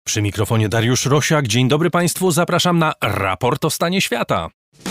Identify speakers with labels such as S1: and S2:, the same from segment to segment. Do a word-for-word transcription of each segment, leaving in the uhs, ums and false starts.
S1: Przy mikrofonie Dariusz Rosiak. Dzień dobry Państwu, zapraszam na raport o stanie świata.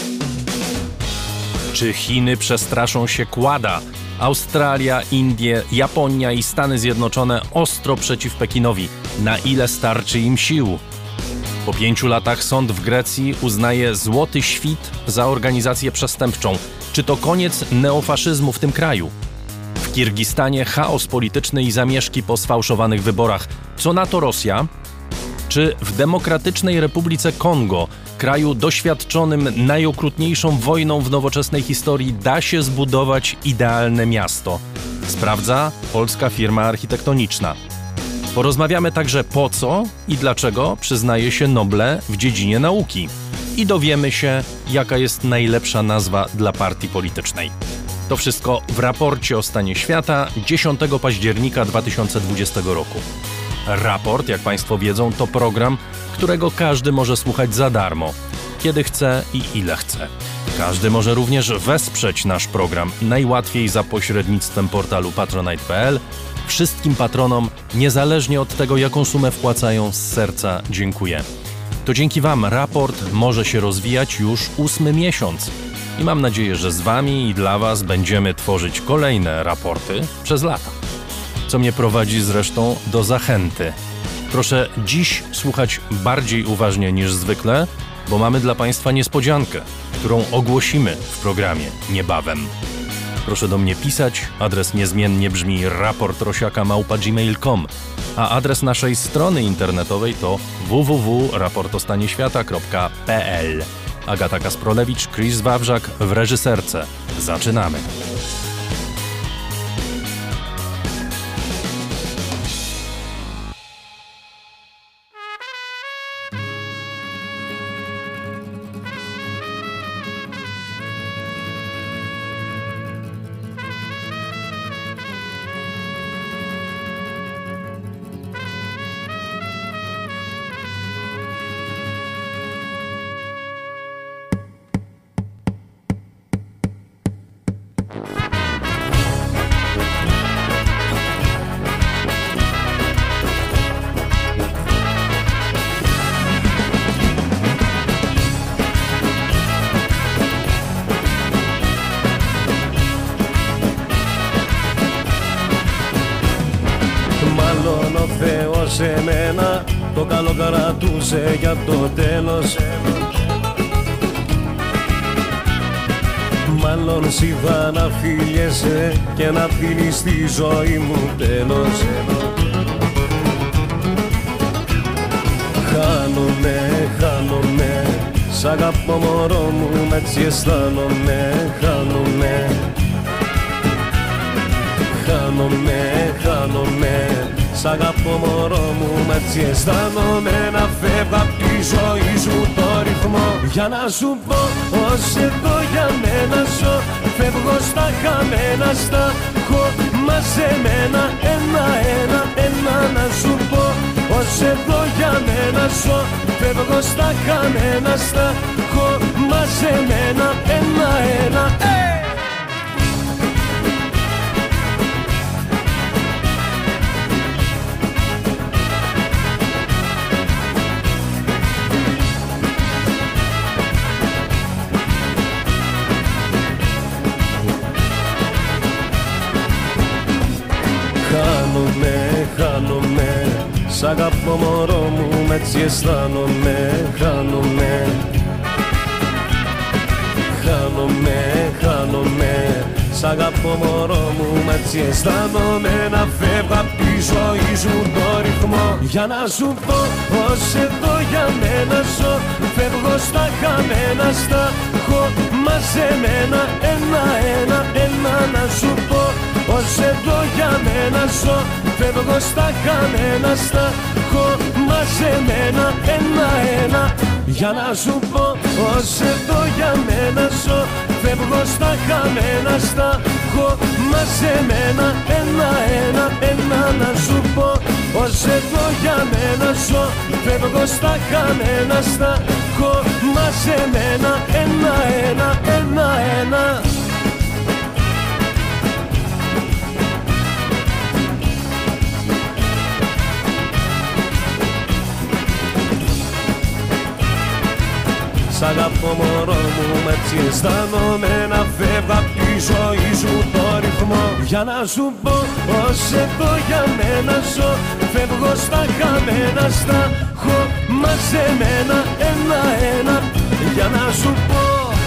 S1: Czy Chiny przestraszą się Quada? Australia, Indie, Japonia i Stany Zjednoczone ostro przeciw Pekinowi. Na ile starczy im sił? Po pięciu latach sąd w Grecji uznaje Złoty Świt za organizację przestępczą. Czy to koniec neofaszyzmu w tym kraju? W Kirgistanie chaos polityczny i zamieszki po sfałszowanych wyborach. Co na to Rosja? Czy w Demokratycznej Republice Kongo, kraju doświadczonym najokrutniejszą wojną w nowoczesnej historii, da się zbudować idealne miasto? Sprawdza polska firma architektoniczna. Porozmawiamy także po co i dlaczego przyznaje się Noble w dziedzinie nauki. I dowiemy się, jaka jest najlepsza nazwa dla partii politycznej. To wszystko w raporcie o stanie świata dziesiątego października dwa tysiące dwudziestego roku. Raport, jak Państwo wiedzą, to program, którego każdy może słuchać za darmo, kiedy chce i ile chce. Każdy może również wesprzeć nasz program, najłatwiej za pośrednictwem portalu patronite kropka p l. Wszystkim patronom, niezależnie od tego, jaką sumę wpłacają, z serca dziękuję. To dzięki Wam raport może się rozwijać już ósmy miesiąc. I mam nadzieję, że z Wami i dla Was będziemy tworzyć kolejne raporty przez lata. Co mnie prowadzi zresztą do zachęty. Proszę dziś słuchać bardziej uważnie niż zwykle, bo mamy dla Państwa niespodziankę, którą ogłosimy w programie niebawem. Proszę do mnie pisać, adres niezmiennie brzmi raport rosiaka małpa gmail kropka com, a adres naszej strony internetowej to w w w kropka raport o stanie świata kropka p l. Agata Kasprolewicz, Chris Wawrzak w reżyserce. Zaczynamy.
S2: Μάλλον ο Θεός εμένα το καλό κρατούσε για το τέλος. Μάλλον σ' είδα να φιλιέσαι και να δίνεις στη ζωή μου τέλος. Χάνομαι, χάνομαι, σ' αγαπώ μωρό μου, μ' έτσι αισθάνομαι. Χάνομαι, χάνομαι, χάνομαι, σ' αγαπώ μωρό μου, μ' έτσι αισθάνομαι. Να φεύγω απ' τη ζωή σου το ρυθμό, για να σου πω ως εδώ για μένα ζω. Φεύγω στα χαμένα, στα έχω μαζεμένα. Ένα, ένα, ένα να σου πω ως εδώ για μένα ζω. Φεύγω στα χαμένα, στα έχω μαζεμένα. Ένα, ένα, hey! Χάνομαι, χάνομαι, σ' αγαπώ μωρό μου, μ' έτσι αισθάνομαι. Χάνομαι, χάνομαι, χάνομαι, σ' αγαπώ μωρό μου, μ' έτσι αισθάνομαι. Να φεύγω απ' τη ζωή σου το ρυθμό, για να σου πω πως εδώ για μένα ζω. Φεύγω στα χαμένα, στα έχω μαζεμένα. Ένα, ένα, ένα να σου πω πως εδώ για μένα ζω. Φεύγω στα χαμένα, στα έχω μαζεμένα. Ένα, ένα, για να σου πω πως εδώ για μένα ζω. Φεύγω στα χαμένα, στα έχω μαζεμένα. Ένα, ένα, ένα να σου πω πως εδώ για μένα ζω. Φεύγω στα χαμένα, στα έχω μαζεμένα. Ένα, ένα, ένα, ένα. Σ' αγαπώ μωρό μου, έτσι αισθάνομαι να φεύγω απ' τη ζωή σου το ρυθμό. Για να σου πω πως εδώ για μένα ζω, φεύγω στα χαμένα, στα έχω μαζεμένα ένα-ένα. Για να σου πω.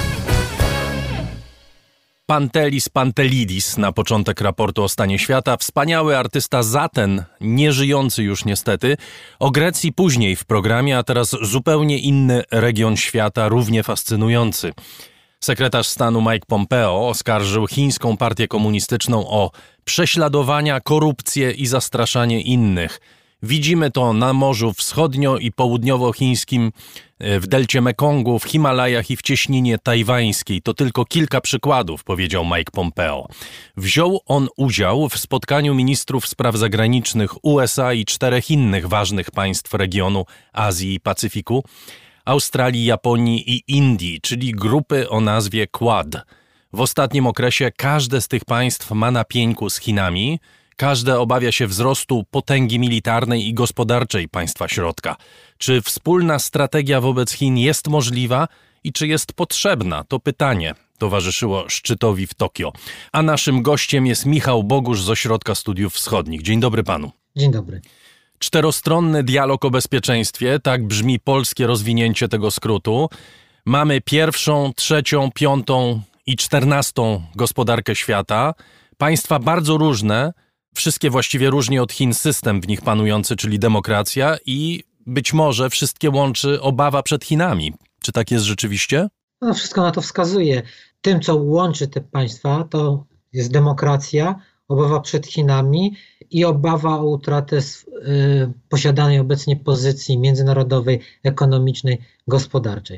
S1: Pantelis Pantelidis na początek raportu o stanie świata. Wspaniały artysta Zaten, nieżyjący już niestety. O Grecji później w programie, a teraz zupełnie inny region świata, równie fascynujący. Sekretarz stanu Mike Pompeo oskarżył chińską partię komunistyczną o prześladowania, korupcję i zastraszanie innych. Widzimy to na Morzu Wschodnio- i Południowochińskim, w delcie Mekongu, w Himalajach i w cieśninie tajwańskiej. To tylko kilka przykładów, powiedział Mike Pompeo. Wziął on udział w spotkaniu ministrów spraw zagranicznych U S A i czterech innych ważnych państw regionu Azji i Pacyfiku, Australii, Japonii i Indii, czyli grupy o nazwie Quad. W ostatnim okresie każde z tych państw ma na pieńku z Chinami. Każde obawia się wzrostu potęgi militarnej i gospodarczej państwa środka. Czy wspólna strategia wobec Chin jest możliwa i czy jest potrzebna? To pytanie towarzyszyło szczytowi w Tokio. A naszym gościem jest Michał Bogusz z Ośrodka Studiów Wschodnich. Dzień dobry panu.
S3: Dzień dobry.
S1: Czterostronny dialog o bezpieczeństwie, tak brzmi polskie rozwinięcie tego skrótu. Mamy pierwszą, trzecią, piątą i czternastą gospodarkę świata. Państwa bardzo różne, wszystkie właściwie różni od Chin system w nich panujący, czyli demokracja, i być może wszystkie łączy obawa przed Chinami. Czy tak jest rzeczywiście?
S3: No, wszystko na to wskazuje. Tym, co łączy te państwa, to jest demokracja, obawa przed Chinami i obawa o utratę y, posiadanej obecnie pozycji międzynarodowej, ekonomicznej, gospodarczej.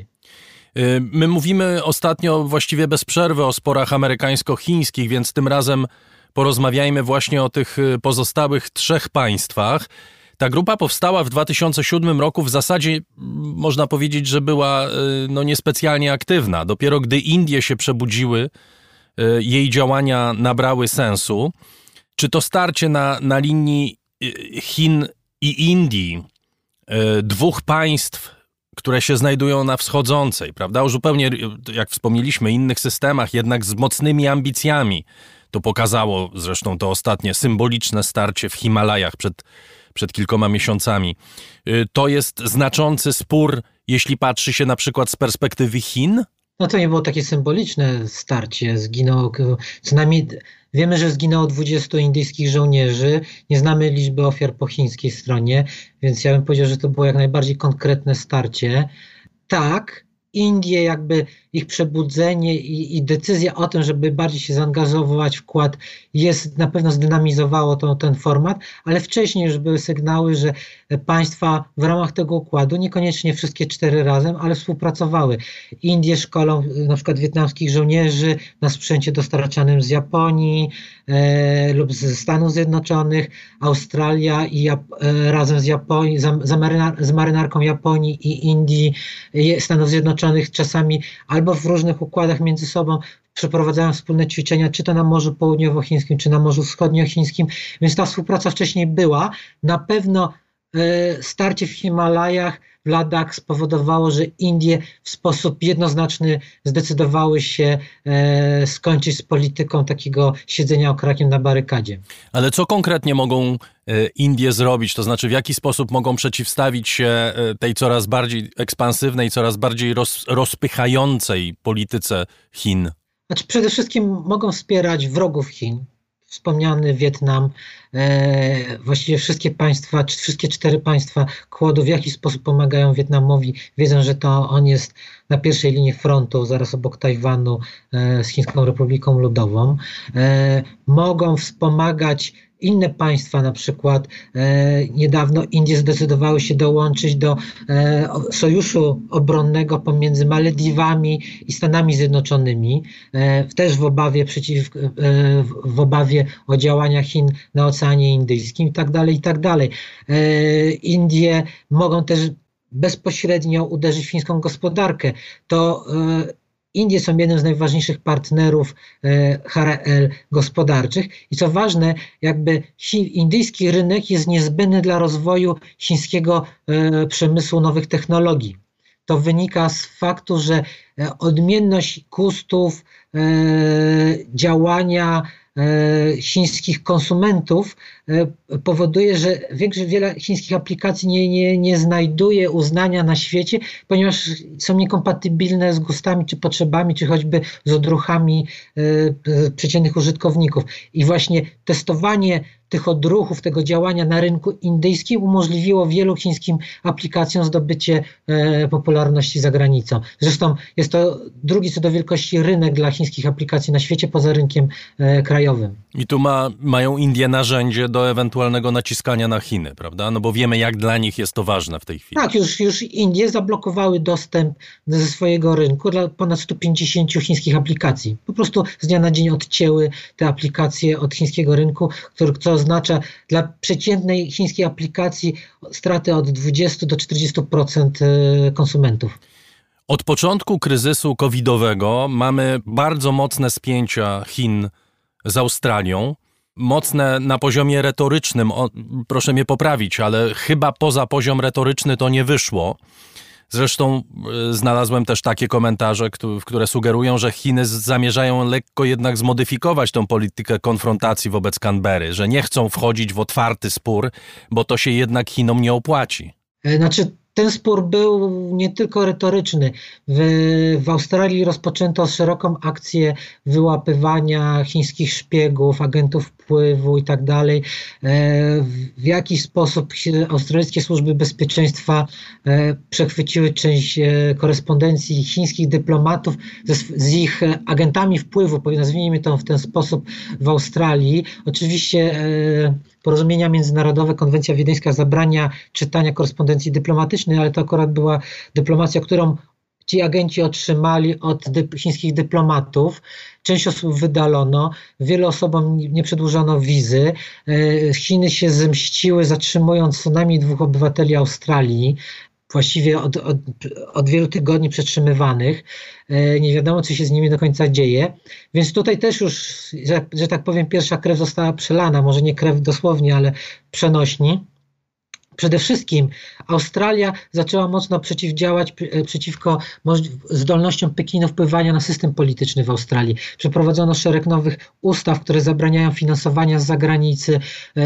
S1: My mówimy ostatnio właściwie bez przerwy o sporach amerykańsko-chińskich, więc tym razem porozmawiajmy właśnie o tych pozostałych trzech państwach. Ta grupa powstała w dwa tysiące siódmym roku. W zasadzie można powiedzieć, że była no, niespecjalnie aktywna. Dopiero gdy Indie się przebudziły, jej działania nabrały sensu. Czy to starcie na, na linii Chin i Indii, dwóch państw, które się znajdują na wschodzącej, prawda? O zupełnie, jak wspomnieliśmy, innych systemach, jednak z mocnymi ambicjami. To pokazało zresztą to ostatnie symboliczne starcie w Himalajach przed, przed kilkoma miesiącami. To jest znaczący spór, jeśli patrzy się na przykład z perspektywy Chin?
S3: No to nie było takie symboliczne starcie. Zginęło co najmniej, wiemy, że zginęło dwudziestu indyjskich żołnierzy. Nie znamy liczby ofiar po chińskiej stronie, więc ja bym powiedział, że to było jak najbardziej konkretne starcie. Tak, Indie, jakby ich przebudzenie i, i decyzja o tym, żeby bardziej się zaangażować w Quad, jest, na pewno zdynamizowało to, ten format, ale wcześniej już były sygnały, że państwa w ramach tego układu, niekoniecznie wszystkie cztery razem, ale współpracowały. Indie szkolą na przykład wietnamskich żołnierzy na sprzęcie dostarczanym z Japonii e, lub ze Stanów Zjednoczonych, Australia i Jap- e, razem z, Japonii, z, z, marynar- z marynarką Japonii i Indii, e, Stanów Zjednoczonych czasami albo w różnych układach między sobą przeprowadzają wspólne ćwiczenia, czy to na Morzu Południowochińskim, czy na Morzu Wschodniochińskim, więc ta współpraca wcześniej była. Na pewno e, starcie w Himalajach w Ladakh spowodowało, że Indie w sposób jednoznaczny zdecydowały się e, skończyć z polityką takiego siedzenia okrakiem na barykadzie.
S1: Ale co konkretnie mogą e, Indie zrobić? To znaczy w jaki sposób mogą przeciwstawić się e, tej coraz bardziej ekspansywnej, coraz bardziej roz, rozpychającej polityce Chin?
S3: Znaczy przede wszystkim mogą wspierać wrogów Chin. Wspomniany Wietnam, e, właściwie wszystkie państwa, czy wszystkie cztery państwa Quadu w jakiś sposób pomagają Wietnamowi. Wiedzą, że to on jest na pierwszej linii frontu, zaraz obok Tajwanu, e, z Chińską Republiką Ludową. E, mogą wspomagać inne państwa, na przykład e, niedawno Indie zdecydowały się dołączyć do e, sojuszu obronnego pomiędzy Malediwami i Stanami Zjednoczonymi, e, też w obawie przeciw, e, w obawie o działania Chin na Oceanie Indyjskim i tak dalej, i tak dalej. E, Indie mogą też bezpośrednio uderzyć w chińską gospodarkę. To e, Indie są jednym z najważniejszych partnerów e, H R L gospodarczych i co ważne, jakby chi, indyjski rynek jest niezbędny dla rozwoju chińskiego e, przemysłu nowych technologii. to wynika z faktu, że odmienność gustów, e, działania e, chińskich konsumentów e, powoduje, że większość, wiele chińskich aplikacji nie, nie, nie znajduje uznania na świecie, ponieważ są niekompatybilne z gustami, czy potrzebami, czy choćby z odruchami e, przeciętnych użytkowników. I właśnie testowanie tych odruchów, tego działania na rynku indyjskim umożliwiło wielu chińskim aplikacjom zdobycie e, popularności za granicą. Zresztą jest to drugi co do wielkości rynek dla chińskich aplikacji na świecie poza rynkiem e, krajowym.
S1: I tu ma, mają Indie narzędzie do ewentualnego naciskania na Chiny, prawda? No bo wiemy, jak dla nich jest to ważne w tej chwili.
S3: Tak, już, już Indie zablokowały dostęp ze swojego rynku dla ponad stu pięćdziesięciu chińskich aplikacji. Po prostu z dnia na dzień odcięły te aplikacje od chińskiego rynku, który, co oznacza dla przeciętnej chińskiej aplikacji straty od dwudziestu do czterdziestu procent konsumentów.
S1: Od początku kryzysu covidowego mamy bardzo mocne spięcia Chin z Australią. Mocne na poziomie retorycznym, o, proszę mnie poprawić, ale chyba poza poziom retoryczny to nie wyszło. Zresztą y, znalazłem też takie komentarze, które, które sugerują, że Chiny zamierzają lekko jednak zmodyfikować tą politykę konfrontacji wobec Canberry, że nie chcą wchodzić w otwarty spór, bo to się jednak Chinom nie opłaci.
S3: Znaczy, ten spór był nie tylko retoryczny. W, w Australii rozpoczęto szeroką akcję wyłapywania chińskich szpiegów, agentów wpływu i tak dalej. W jakiś sposób australijskie służby bezpieczeństwa przechwyciły część korespondencji chińskich dyplomatów z, z ich agentami wpływu, nazwijmy to w ten sposób, w Australii. Oczywiście porozumienia międzynarodowe, konwencja wiedeńska zabrania czytania korespondencji dyplomatycznej, ale to akurat była dyplomacja, którą ci agenci otrzymali od dyp- chińskich dyplomatów. Część osób wydalono, wielu osobom nie przedłużono wizy. Chiny się zemściły, zatrzymując co najmniej dwóch obywateli Australii, właściwie od, od, od wielu tygodni przetrzymywanych. Nie wiadomo, co się z nimi do końca dzieje. Więc tutaj też już, że, że tak powiem, pierwsza krew została przelana. Może nie krew dosłownie, ale przenośni. Przede wszystkim Australia zaczęła mocno przeciwdziałać przeciwko zdolnościom Pekinu wpływania na system polityczny w Australii. Przeprowadzono szereg nowych ustaw, które zabraniają finansowania z zagranicy,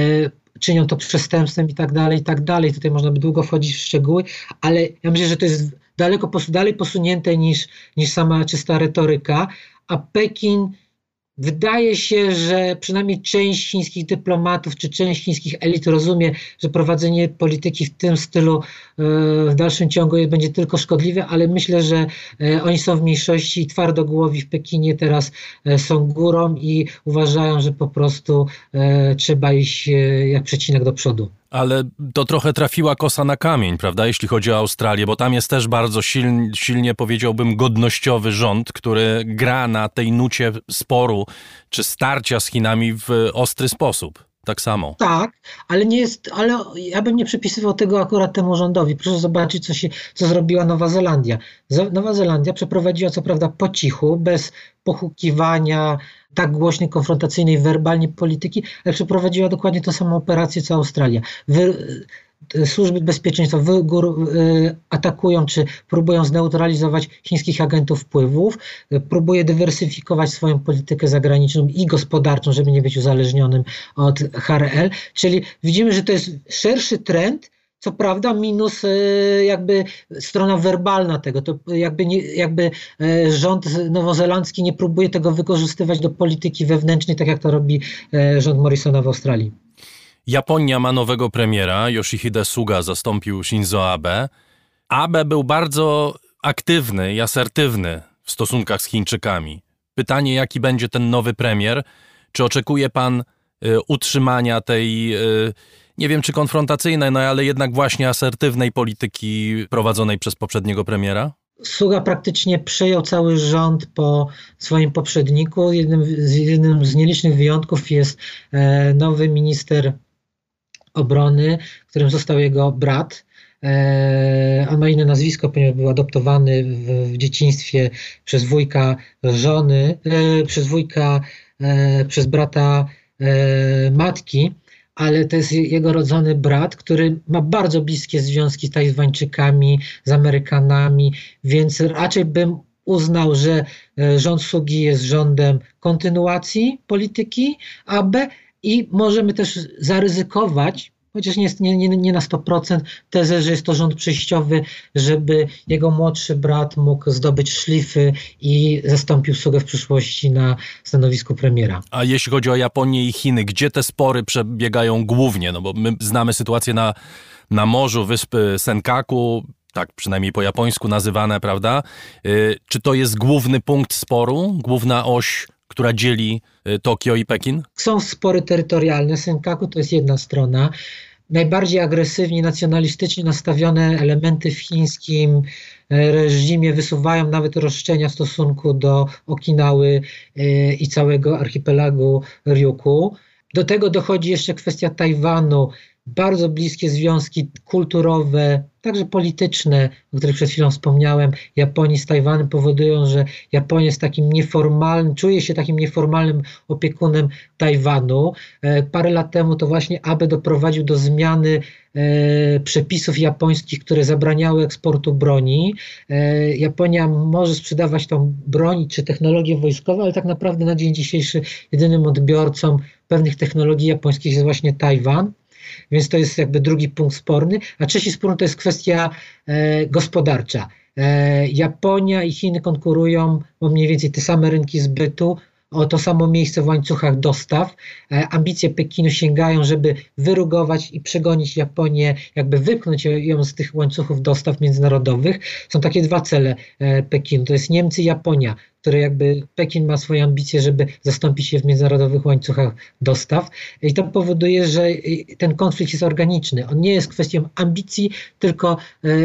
S3: czynią to przestępstwem i tak dalej, i tak dalej. Tutaj można by długo wchodzić w szczegóły, ale ja myślę, że to jest daleko dalej posunięte niż, niż sama czysta retoryka, a Pekin wydaje się, że przynajmniej część chińskich dyplomatów czy część chińskich elit rozumie, że prowadzenie polityki w tym stylu w dalszym ciągu będzie tylko szkodliwe, ale myślę, że oni są w mniejszości i twardogłowi w Pekinie teraz są górą i uważają, że po prostu trzeba iść jak przecinek do przodu.
S1: Ale to trochę trafiła kosa na kamień, prawda, jeśli chodzi o Australię, bo tam jest też bardzo silnie, silnie powiedziałbym, godnościowy rząd, który gra na tej nucie sporu czy starcia z Chinami w ostry sposób. Tak samo.
S3: Tak, ale nie jest, ale ja bym nie przypisywał tego akurat temu rządowi. Proszę zobaczyć, co się, co zrobiła Nowa Zelandia. Nowa Zelandia przeprowadziła co prawda po cichu, bez pohukiwania, tak głośnej, konfrontacyjnej, werbalnie polityki, ale przeprowadziła dokładnie tę samą operację co Australia. Wy, służby bezpieczeństwa wy, gór, y, atakują czy próbują zneutralizować chińskich agentów wpływów, y, próbuje dywersyfikować swoją politykę zagraniczną i gospodarczą, żeby nie być uzależnionym od H R L. Czyli widzimy, że to jest szerszy trend, co prawda minus jakby strona werbalna tego, to jakby, nie, jakby rząd nowozelandzki nie próbuje tego wykorzystywać do polityki wewnętrznej, tak jak to robi rząd Morrisona w Australii.
S1: Japonia ma nowego premiera, Yoshihide Suga zastąpił Shinzo Abe. Abe był bardzo aktywny i asertywny w stosunkach z Chińczykami. Pytanie, jaki będzie ten nowy premier? Czy oczekuje pan y, utrzymania tej... Y, nie wiem czy konfrontacyjnej, no ale jednak właśnie asertywnej polityki prowadzonej przez poprzedniego premiera?
S3: Suga praktycznie przejął cały rząd po swoim poprzedniku. Jednym, jednym z nielicznych wyjątków jest e, nowy minister obrony, którym został jego brat. E, on ma inne nazwisko, ponieważ był adoptowany w, w dzieciństwie przez wujka żony, e, przez wujka, e, przez brata e, matki. ale to jest jego rodzony brat, który ma bardzo bliskie związki z Tajwańczykami, z Amerykanami, więc raczej bym uznał, że rząd Sugi jest rządem kontynuacji polityki A B i możemy też zaryzykować, chociaż nie, nie, nie na sto procent, tezę, że jest to rząd przejściowy, żeby jego młodszy brat mógł zdobyć szlify i zastąpił Sugę w przyszłości na stanowisku premiera.
S1: A jeśli chodzi o Japonię i Chiny, gdzie te spory przebiegają głównie? No bo my znamy sytuację na, na morzu wyspy Senkaku, tak przynajmniej po japońsku nazywane, prawda? Yy, czy to jest główny punkt sporu, główna oś, która dzieli Tokio i Pekin?
S3: Są spory terytorialne. Senkaku to jest jedna strona. Najbardziej agresywnie, nacjonalistycznie nastawione elementy w chińskim reżimie wysuwają nawet roszczenia w stosunku do Okinały i całego archipelagu Ryukyu. Do tego dochodzi jeszcze kwestia Tajwanu. Bardzo bliskie związki kulturowe, także polityczne, o których przed chwilą wspomniałem, Japonii z Tajwanem powodują, że Japonia jest takim nieformalnym, czuje się takim nieformalnym opiekunem Tajwanu. E, parę lat temu to właśnie Abe doprowadził do zmiany e, przepisów japońskich, które zabraniały eksportu broni. E, Japonia może sprzedawać tą broń czy technologię wojskową, ale tak naprawdę na dzień dzisiejszy jedynym odbiorcą pewnych technologii japońskich jest właśnie Tajwan. Więc to jest jakby drugi punkt sporny, a trzeci sporny to jest kwestia e, gospodarcza. E, Japonia i Chiny konkurują o mniej więcej te same rynki zbytu, o to samo miejsce w łańcuchach dostaw. E, ambicje Pekinu sięgają, żeby wyrugować i przegonić Japonię, jakby wypchnąć ją z tych łańcuchów dostaw międzynarodowych. Są takie dwa cele e, Pekinu, to jest Niemcy i Japonia, które jakby Pekin ma swoje ambicje, żeby zastąpić je w międzynarodowych łańcuchach dostaw. I to powoduje, że ten konflikt jest organiczny. On nie jest kwestią ambicji, tylko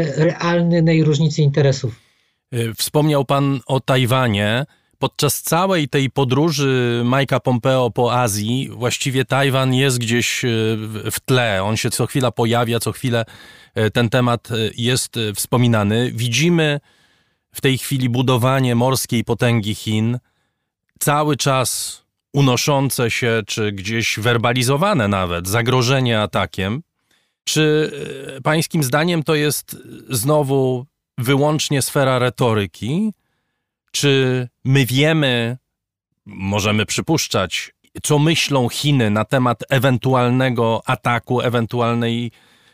S3: realnej różnicy interesów.
S1: Wspomniał pan o Tajwanie. Podczas całej tej podróży Mike'a Pompeo po Azji właściwie Tajwan jest gdzieś w tle. On się co chwila pojawia, co chwilę ten temat jest wspominany. Widzimy w tej chwili budowanie morskiej potęgi Chin, cały czas unoszące się, czy gdzieś werbalizowane nawet, zagrożenie atakiem. Czy pańskim zdaniem to jest znowu wyłącznie sfera retoryki? Czy my wiemy, możemy przypuszczać, co myślą Chiny na temat ewentualnego ataku, ewentualnej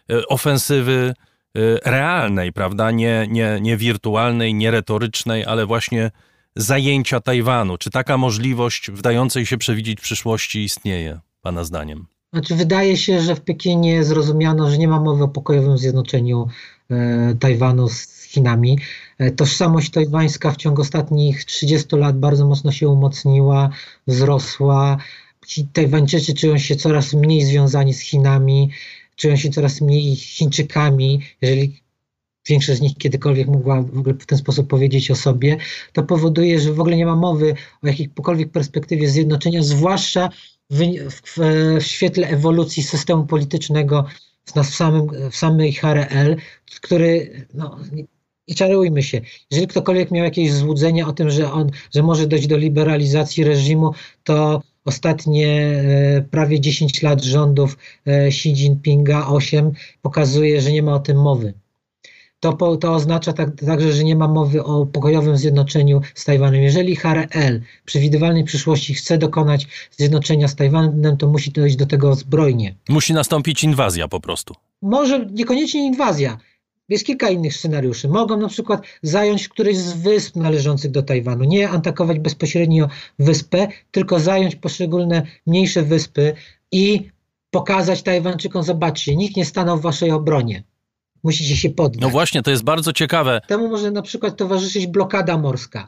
S1: ofensywy realnej, prawda? Nie, nie, nie wirtualnej, nie retorycznej, ale właśnie zajęcia Tajwanu. Czy taka możliwość w dającej się przewidzieć przyszłości istnieje, pana zdaniem?
S3: Znaczy, wydaje się, że w Pekinie zrozumiano, że nie ma mowy o pokojowym zjednoczeniu e, Tajwanu z Chinami. E, tożsamość tajwańska w ciągu ostatnich trzydziestu lat bardzo mocno się umocniła, wzrosła. Ci Tajwańczycy czują się coraz mniej związani z Chinami, czują się coraz mniej Chińczykami, jeżeli większość z nich kiedykolwiek mogła w ogóle w ten sposób powiedzieć o sobie, to powoduje, że w ogóle nie ma mowy o jakiejkolwiek perspektywie zjednoczenia, zwłaszcza w, w, w świetle ewolucji systemu politycznego w, nas w, samym, w samej H R L, który, no nie czarujmy się, jeżeli ktokolwiek miał jakieś złudzenia o tym, że, on, że może dojść do liberalizacji reżimu, to ostatnie e, prawie dziesięć lat rządów e, Xi Jinpinga, osiem, pokazuje, że nie ma o tym mowy. To, po, to oznacza tak, także, że nie ma mowy o pokojowym zjednoczeniu z Tajwanem. Jeżeli H R L w przewidywalnej przyszłości chce dokonać zjednoczenia z Tajwanem, to musi dojść do tego zbrojnie.
S1: Musi nastąpić inwazja po prostu.
S3: Może niekoniecznie inwazja. Jest kilka innych scenariuszy. Mogą na przykład zająć któreś z wysp należących do Tajwanu. Nie atakować bezpośrednio wyspę, tylko zająć poszczególne mniejsze wyspy i pokazać Tajwańczykom, zobaczcie, nikt nie stanął w waszej obronie. Musicie się poddać.
S1: No właśnie, to jest bardzo ciekawe.
S3: Temu może na przykład towarzyszyć blokada morska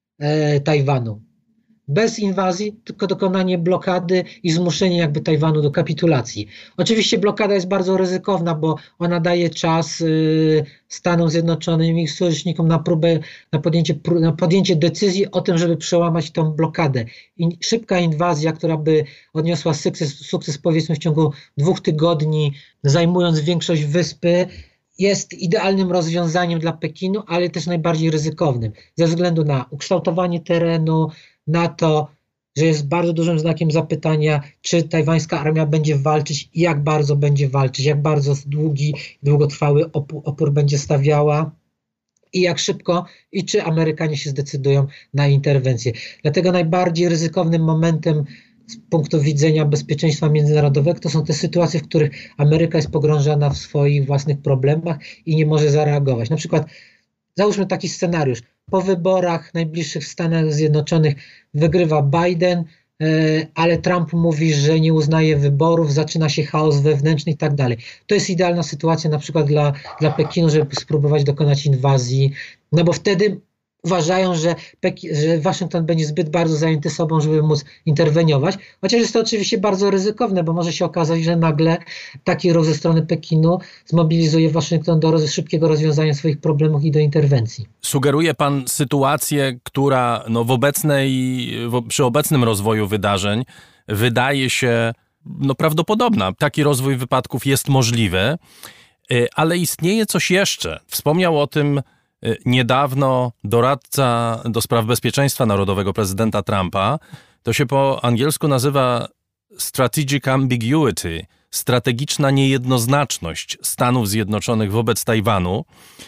S3: e, Tajwanu. Bez inwazji, tylko dokonanie blokady i zmuszenie jakby Tajwanu do kapitulacji. Oczywiście blokada jest bardzo ryzykowna, bo ona daje czas y, Stanom Zjednoczonym i ich sojusznikom na próbę, na podjęcie, na podjęcie decyzji o tym, żeby przełamać tą blokadę. I szybka inwazja, która by odniosła sukces, sukces powiedzmy w ciągu dwóch tygodni, zajmując większość wyspy, jest idealnym rozwiązaniem dla Pekinu, ale też najbardziej ryzykownym. Ze względu na ukształtowanie terenu, na to, że jest bardzo dużym znakiem zapytania, czy tajwańska armia będzie walczyć i jak bardzo będzie walczyć, jak bardzo długi, długotrwały opór, opór będzie stawiała i jak szybko i czy Amerykanie się zdecydują na interwencję. Dlatego najbardziej ryzykownym momentem z punktu widzenia bezpieczeństwa międzynarodowego to są te sytuacje, w których Ameryka jest pogrążona w swoich własnych problemach i nie może zareagować. Na przykład załóżmy taki scenariusz. Po wyborach najbliższych w Stanach Zjednoczonych wygrywa Biden, ale Trump mówi, że nie uznaje wyborów, zaczyna się chaos wewnętrzny i tak dalej. To jest idealna sytuacja na przykład dla, dla Pekinu, żeby spróbować dokonać inwazji, no bo wtedy uważają, że, Peki, że Waszyngton będzie zbyt bardzo zajęty sobą, żeby móc interweniować, chociaż jest to oczywiście bardzo ryzykowne, bo może się okazać, że nagle taki ruch ze strony Pekinu zmobilizuje Waszyngton do roz, szybkiego rozwiązania swoich problemów i do interwencji.
S1: Sugeruje pan sytuację, która no, w obecnej, w, przy obecnym rozwoju wydarzeń wydaje się no, prawdopodobna. Taki rozwój wypadków jest możliwy, ale istnieje coś jeszcze. Wspomniał o tym niedawno doradca do spraw bezpieczeństwa narodowego prezydenta Trumpa. To się po angielsku nazywa strategic ambiguity, strategiczna niejednoznaczność Stanów Zjednoczonych wobec Tajwanu,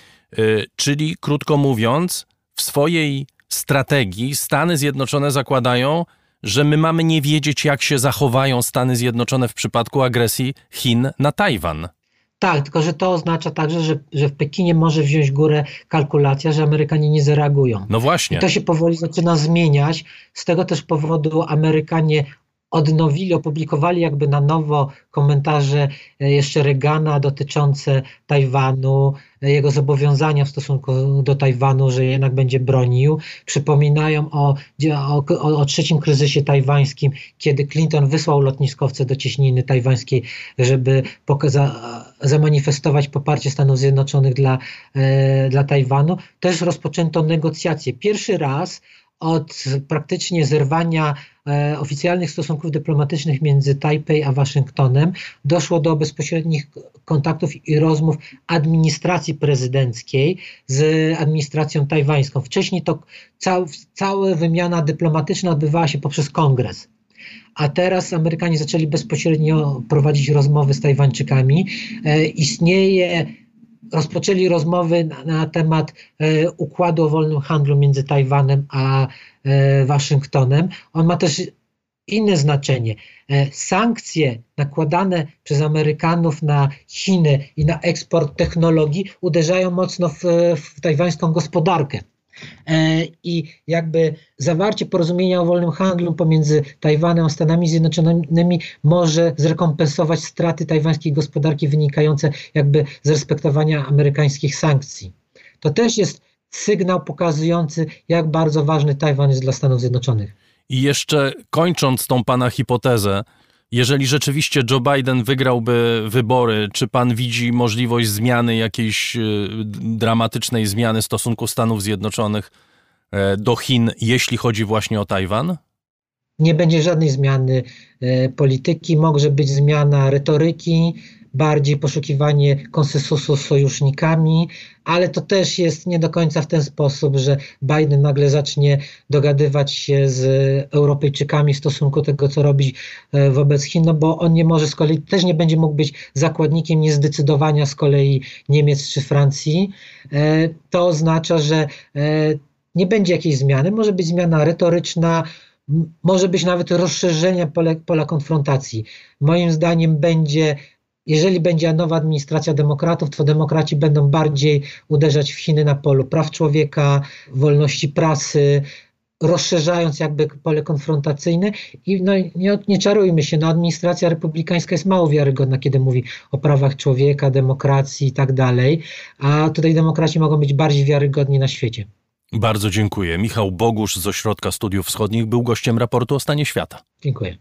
S1: czyli krótko mówiąc, w swojej strategii Stany Zjednoczone zakładają, że my mamy nie wiedzieć, jak się zachowają Stany Zjednoczone w przypadku agresji Chin na Tajwan.
S3: Tak, tylko że to oznacza także, że, że w Pekinie może wziąć górę kalkulacja, że Amerykanie nie zareagują.
S1: No właśnie.
S3: I to się powoli zaczyna zmieniać. Z tego też powodu Amerykanie odnowili, opublikowali jakby na nowo komentarze jeszcze Reagana dotyczące Tajwanu, jego zobowiązania w stosunku do Tajwanu, że jednak będzie bronił. Przypominają o, o, o trzecim kryzysie tajwańskim, kiedy Clinton wysłał lotniskowce do cieśniny tajwańskiej, żeby pokaza- zamanifestować poparcie Stanów Zjednoczonych dla, e, dla Tajwanu. Też rozpoczęto negocjacje. Pierwszy raz od praktycznie zerwania e, oficjalnych stosunków dyplomatycznych między Tajpej a Waszyngtonem doszło do bezpośrednich kontaktów i rozmów administracji prezydenckiej z administracją tajwańską. Wcześniej to cał, cała wymiana dyplomatyczna odbywała się poprzez kongres. A teraz Amerykanie zaczęli bezpośrednio prowadzić rozmowy z Tajwańczykami. E, istnieje Rozpoczęli rozmowy na, na temat e, układu o wolnym handlu między Tajwanem a e, Waszyngtonem. On ma też inne znaczenie. E, sankcje nakładane przez Amerykanów na Chiny i na eksport technologii uderzają mocno w, w tajwańską gospodarkę. I jakby zawarcie porozumienia o wolnym handlu pomiędzy Tajwanem a Stanami Zjednoczonymi może zrekompensować straty tajwańskiej gospodarki wynikające jakby z respektowania amerykańskich sankcji. To też jest sygnał pokazujący, jak bardzo ważny Tajwan jest dla Stanów Zjednoczonych.
S1: I jeszcze kończąc tą pana hipotezę, jeżeli rzeczywiście Joe Biden wygrałby wybory, czy pan widzi możliwość zmiany, jakiejś dramatycznej zmiany stosunku Stanów Zjednoczonych do Chin, jeśli chodzi właśnie o Tajwan?
S3: Nie będzie żadnej zmiany polityki, może być zmiana retoryki, bardziej poszukiwanie konsensusu z sojusznikami, ale to też jest nie do końca w ten sposób, że Biden nagle zacznie dogadywać się z Europejczykami w stosunku do tego, co robi wobec Chin, no bo on nie może z kolei, też nie będzie mógł być zakładnikiem niezdecydowania z kolei Niemiec czy Francji. To oznacza, że nie będzie jakiejś zmiany, może być zmiana retoryczna, może być nawet rozszerzenie pola, pola konfrontacji. Moim zdaniem będzie Jeżeli będzie nowa administracja demokratów, to demokraci będą bardziej uderzać w Chiny na polu praw człowieka, wolności prasy, rozszerzając jakby pole konfrontacyjne. I no, nie, nie czarujmy się, no, administracja republikańska jest mało wiarygodna, kiedy mówi o prawach człowieka, demokracji i tak dalej, a tutaj demokraci mogą być bardziej wiarygodni na świecie.
S1: Bardzo dziękuję. Michał Bogusz z Ośrodka Studiów Wschodnich był gościem raportu o stanie świata.
S3: Dziękuję.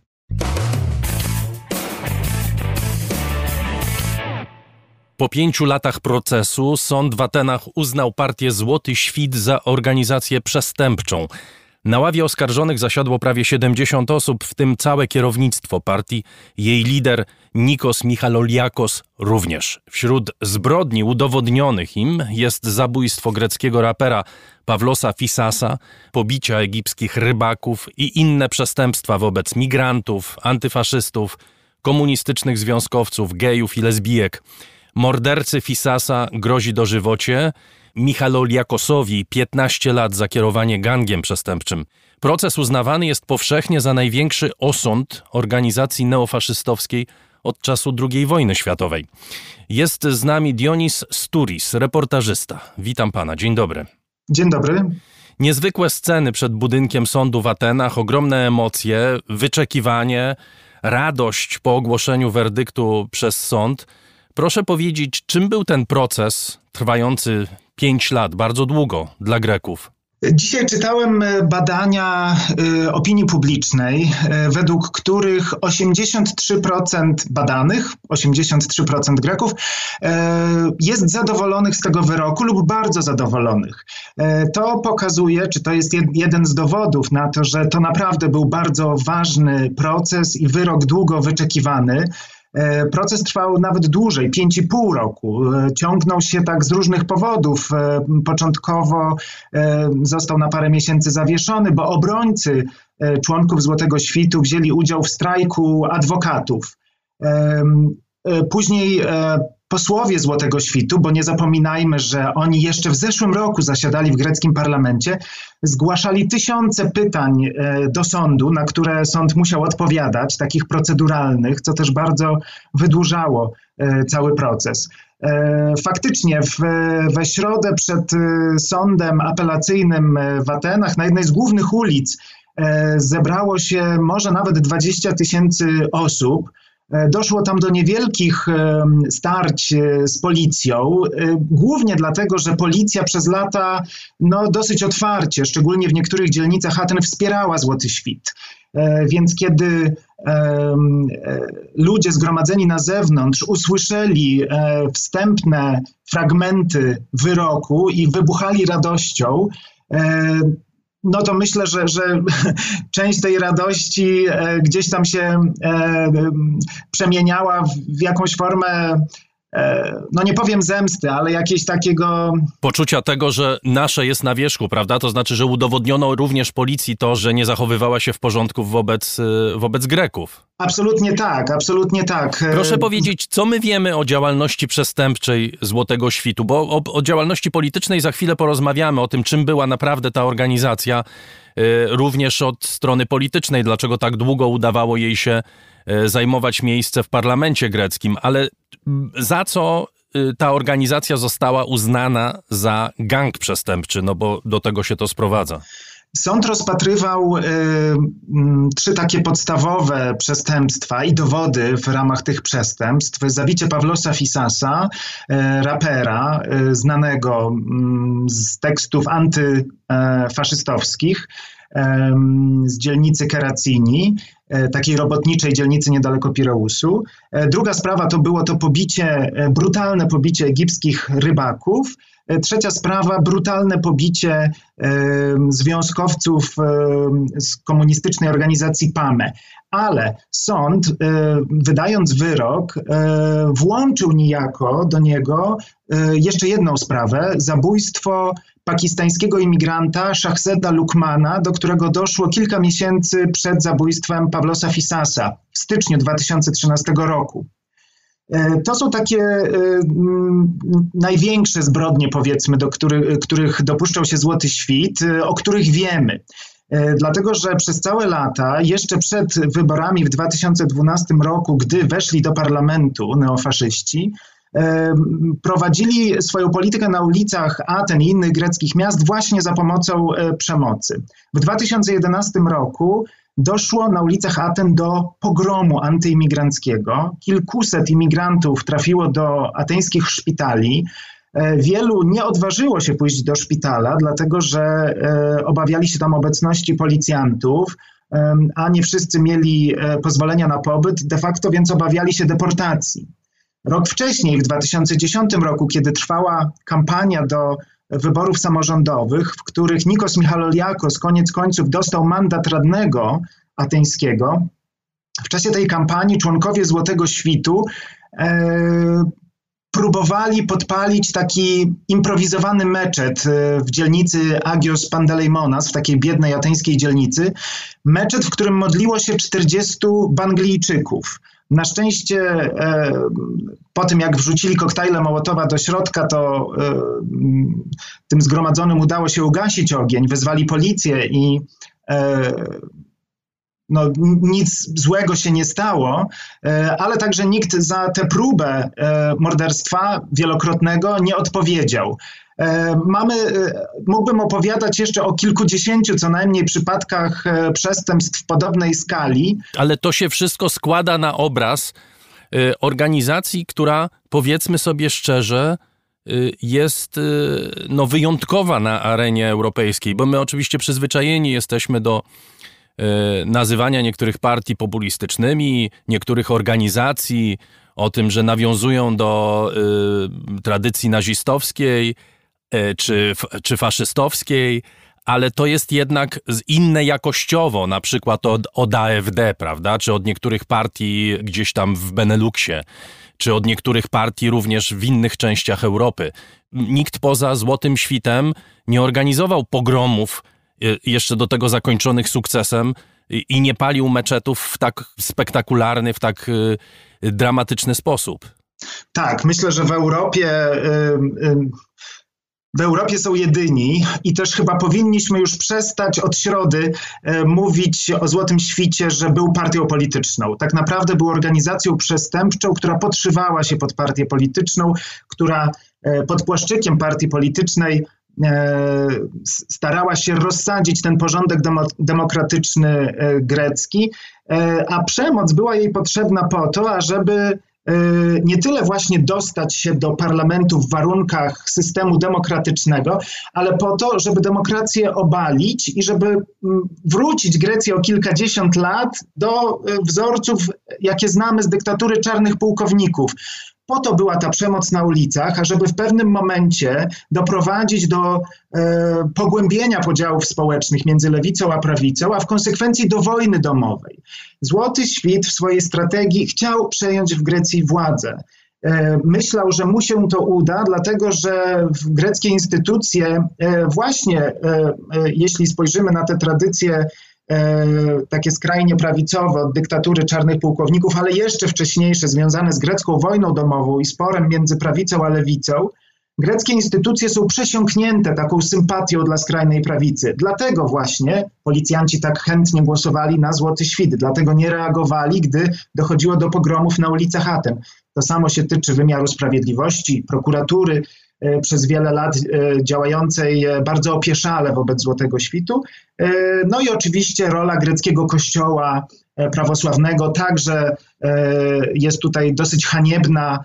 S1: Po pięciu latach procesu sąd w Atenach uznał partię Złoty Świt za organizację przestępczą. Na ławie oskarżonych zasiadło prawie siedemdziesiąt osób, w tym całe kierownictwo partii. Jej lider Nikos Michaloliakos również. Wśród zbrodni udowodnionych im jest zabójstwo greckiego rapera Pavlosa Fisasa, pobicia egipskich rybaków i inne przestępstwa wobec migrantów, antyfaszystów, komunistycznych związkowców, gejów i lesbijek. Mordercy Fisasa grozi dożywocie, Michaloliakosowi piętnaście lat za kierowanie gangiem przestępczym. Proces uznawany jest powszechnie za największy osąd organizacji neofaszystowskiej od czasu drugiej wojny światowej. Jest z nami Dionis Sturis, reportażysta. Witam pana, dzień dobry.
S4: Dzień dobry.
S1: Niezwykłe sceny przed budynkiem sądu w Atenach, ogromne emocje, wyczekiwanie, radość po ogłoszeniu werdyktu przez sąd. Proszę powiedzieć, czym był ten proces trwający pięć lat, bardzo długo dla Greków?
S4: Dzisiaj czytałem badania y, opinii publicznej, y, według których osiemdziesiąt trzy procent badanych, osiemdziesiąt trzy procent Greków y, jest zadowolonych z tego wyroku lub bardzo zadowolonych. Y, to pokazuje, czy to jest jed, jeden z dowodów na to, że to naprawdę był bardzo ważny proces i wyrok długo wyczekiwany. Proces trwał nawet dłużej, pięć i pół roku. Ciągnął się tak z różnych powodów. Początkowo został na parę miesięcy zawieszony, bo obrońcy członków Złotego Świtu wzięli udział w strajku adwokatów. Później posłowie Złotego Świtu, bo nie zapominajmy, że oni jeszcze w zeszłym roku zasiadali w greckim parlamencie, zgłaszali tysiące pytań do sądu, na które sąd musiał odpowiadać, takich proceduralnych, co też bardzo wydłużało cały proces. Faktycznie w, we środę przed sądem apelacyjnym w Atenach na jednej z głównych ulic zebrało się może nawet dwadzieścia tysięcy osób. Doszło tam do niewielkich starć z policją, głównie dlatego, że policja przez lata no, dosyć otwarcie, szczególnie w niektórych dzielnicach Aten, wspierała Złoty Świt. Więc kiedy ludzie zgromadzeni na zewnątrz usłyszeli wstępne fragmenty wyroku i wybuchali radością, no to myślę, że, że część tej radości e, gdzieś tam się e, przemieniała w, w jakąś formę, e, no nie powiem zemsty, ale jakiegoś takiego...
S1: Poczucia tego, że nasze jest na wierzchu, prawda? To znaczy, że udowodniono również policji to, że nie zachowywała się w porządku wobec, wobec Greków.
S4: Absolutnie tak, absolutnie tak.
S1: Proszę powiedzieć, co my wiemy o działalności przestępczej Złotego Świtu, bo o, o działalności politycznej za chwilę porozmawiamy, o tym, czym była naprawdę ta organizacja, y, również od strony politycznej, dlaczego tak długo udawało jej się y, zajmować miejsce w parlamencie greckim, ale za co y, ta organizacja została uznana za gang przestępczy, no bo do tego się to sprowadza.
S4: Sąd rozpatrywał y, y, trzy takie podstawowe przestępstwa i dowody w ramach tych przestępstw. Zabicie Pavlosa Fisasa, y, rapera, y, znanego y, z tekstów antyfaszystowskich, y, z dzielnicy Keracini, y, takiej robotniczej dzielnicy niedaleko Pireusu. Y, druga sprawa to było to pobicie, y, brutalne pobicie egipskich rybaków. Trzecia sprawa, brutalne pobicie e, związkowców e, z komunistycznej organizacji P A M E. Ale sąd, e, wydając wyrok, e, włączył niejako do niego e, jeszcze jedną sprawę, zabójstwo pakistańskiego imigranta Shahzeda Lukmana, do którego doszło kilka miesięcy przed zabójstwem Pavlosa Fisasa w styczniu dwa tysiące trzynastego roku. To są takie y, największe zbrodnie, powiedzmy, do których, których dopuszczał się Złoty Świt, y, o których wiemy. Y, dlatego, że przez całe lata, jeszcze przed wyborami w dwa tysiące dwunastym roku, gdy weszli do parlamentu neofaszyści, y, prowadzili swoją politykę na ulicach Aten i innych greckich miast właśnie za pomocą y, przemocy. W dwa tysiące jedenastym roku doszło na ulicach Aten do pogromu antyimigranckiego. Kilkuset imigrantów trafiło do ateńskich szpitali. Wielu nie odważyło się pójść do szpitala, dlatego że obawiali się tam obecności policjantów, a nie wszyscy mieli pozwolenia na pobyt, de facto więc obawiali się deportacji. Rok wcześniej, w dwa tysiące dziesiątym roku, kiedy trwała kampania do wyborów samorządowych, w których Nikos Michaloliakos koniec końców dostał mandat radnego ateńskiego, w czasie tej kampanii członkowie Złotego Świtu e, próbowali podpalić taki improwizowany meczet w dzielnicy Agios Pandelejmonas, w takiej biednej ateńskiej dzielnicy. Meczet, w którym modliło się czterdziestu Banglijczyków. Na szczęście e, po tym, jak wrzucili koktajle Mołotowa do środka, to e, tym zgromadzonym udało się ugasić ogień, wezwali policję i e, no, nic złego się nie stało, ale także nikt za tę próbę morderstwa wielokrotnego nie odpowiedział. Mamy, mógłbym opowiadać jeszcze o kilkudziesięciu co najmniej przypadkach przestępstw podobnej skali.
S1: Ale to się wszystko składa na obraz organizacji, która, powiedzmy sobie szczerze, jest no, wyjątkowa na arenie europejskiej, bo my oczywiście przyzwyczajeni jesteśmy do nazywania niektórych partii populistycznymi, niektórych organizacji, o tym, że nawiązują do y, tradycji nazistowskiej y, czy, czy faszystowskiej, ale to jest jednak inne jakościowo, na przykład od, od A F D, prawda, czy od niektórych partii gdzieś tam w Beneluxie, czy od niektórych partii również w innych częściach Europy. Nikt poza Złotym Świtem nie organizował pogromów, jeszcze do tego zakończonych sukcesem, i nie palił meczetów w tak spektakularny, w tak y, dramatyczny sposób.
S4: Tak, myślę, że w Europie y, y, w Europie są jedyni i też chyba powinniśmy już przestać od środy y, mówić o Złotym Świcie, że był partią polityczną. Tak naprawdę był organizacją przestępczą, która podszywała się pod partię polityczną, która y, pod płaszczykiem partii politycznej starała się rozsadzić ten porządek demokratyczny grecki, a przemoc była jej potrzebna po to, ażeby nie tyle właśnie dostać się do parlamentu w warunkach systemu demokratycznego, ale po to, żeby demokrację obalić i żeby wrócić Grecję o kilkadziesiąt lat do wzorców, jakie znamy z dyktatury czarnych pułkowników. Po to była ta przemoc na ulicach, ażeby w pewnym momencie doprowadzić do e, pogłębienia podziałów społecznych między lewicą a prawicą, a w konsekwencji do wojny domowej. Złoty Świt w swojej strategii chciał przejąć w Grecji władzę. E, myślał, że mu się to uda, dlatego że w greckie instytucje e, właśnie, e, e, jeśli spojrzymy na te tradycje takie skrajnie prawicowe od dyktatury czarnych pułkowników, ale jeszcze wcześniejsze, związane z grecką wojną domową i sporem między prawicą a lewicą, greckie instytucje są przesiąknięte taką sympatią dla skrajnej prawicy. Dlatego właśnie policjanci tak chętnie głosowali na Złoty Świt, dlatego nie reagowali, gdy dochodziło do pogromów na ulicach Aten. To samo się tyczy wymiaru sprawiedliwości, prokuratury, przez wiele lat działającej bardzo opieszale wobec Złotego Świtu. No i oczywiście rola greckiego kościoła prawosławnego także jest tutaj dosyć haniebna.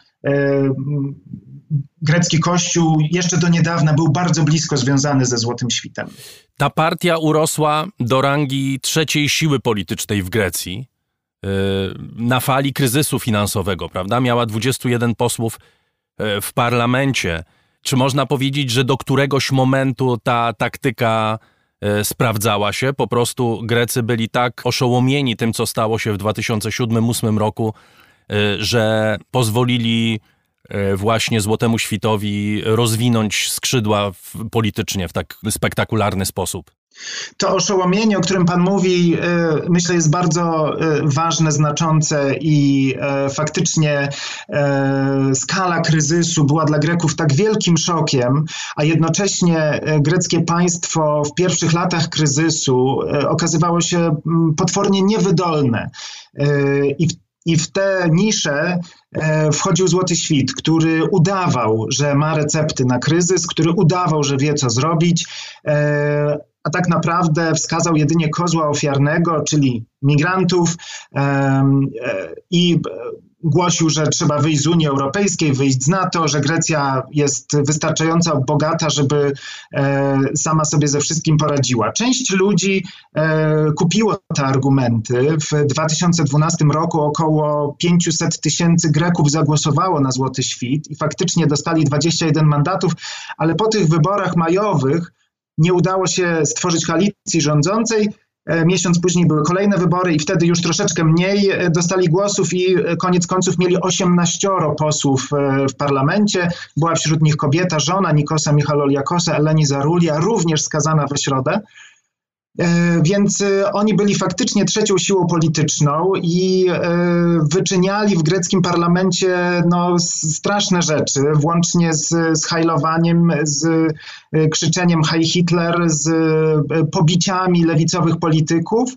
S4: Grecki kościół jeszcze do niedawna był bardzo blisko związany ze Złotym Świtem.
S1: Ta partia urosła do rangi trzeciej siły politycznej w Grecji na fali kryzysu finansowego, prawda? Miała dwudziestu jeden posłów w parlamencie. Czy można powiedzieć, że do któregoś momentu ta taktyka e, sprawdzała się? Po prostu Grecy byli tak oszołomieni tym, co stało się w dwa tysiące siódmym do dwa tysiące ósmym roku, e, że pozwolili e, właśnie Złotemu Świtowi rozwinąć skrzydła w, politycznie w tak spektakularny sposób.
S4: To oszołomienie, o którym pan mówi, myślę, jest bardzo ważne, znaczące i faktycznie skala kryzysu była dla Greków tak wielkim szokiem, a jednocześnie greckie państwo w pierwszych latach kryzysu okazywało się potwornie niewydolne. I w I w te nisze wchodził Złoty Świt, który udawał, że ma recepty na kryzys, który udawał, że wie, co zrobić, a tak naprawdę wskazał jedynie kozła ofiarnego, czyli migrantów, i głosił, że trzeba wyjść z Unii Europejskiej, wyjść z NATO, że Grecja jest wystarczająco bogata, żeby sama sobie ze wszystkim poradziła. Część ludzi kupiło te argumenty. W dwa tysiące dwunastym roku około pięćset tysięcy Greków zagłosowało na Złoty Świt i faktycznie dostali dwadzieścia jeden mandatów, ale po tych wyborach majowych nie udało się stworzyć koalicji rządzącej Miesiąc później były kolejne wybory i wtedy już troszeczkę mniej dostali głosów i koniec końców mieli osiemnaścioro posłów w parlamencie. Była wśród nich kobieta, żona Nikosa Michaloliakosa, Eleni Zarulia, również skazana we środę. Więc oni byli faktycznie trzecią siłą polityczną i wyczyniali w greckim parlamencie no, straszne rzeczy, włącznie z, z hajlowaniem, z krzyczeniem Heil Hitler, z pobiciami lewicowych polityków,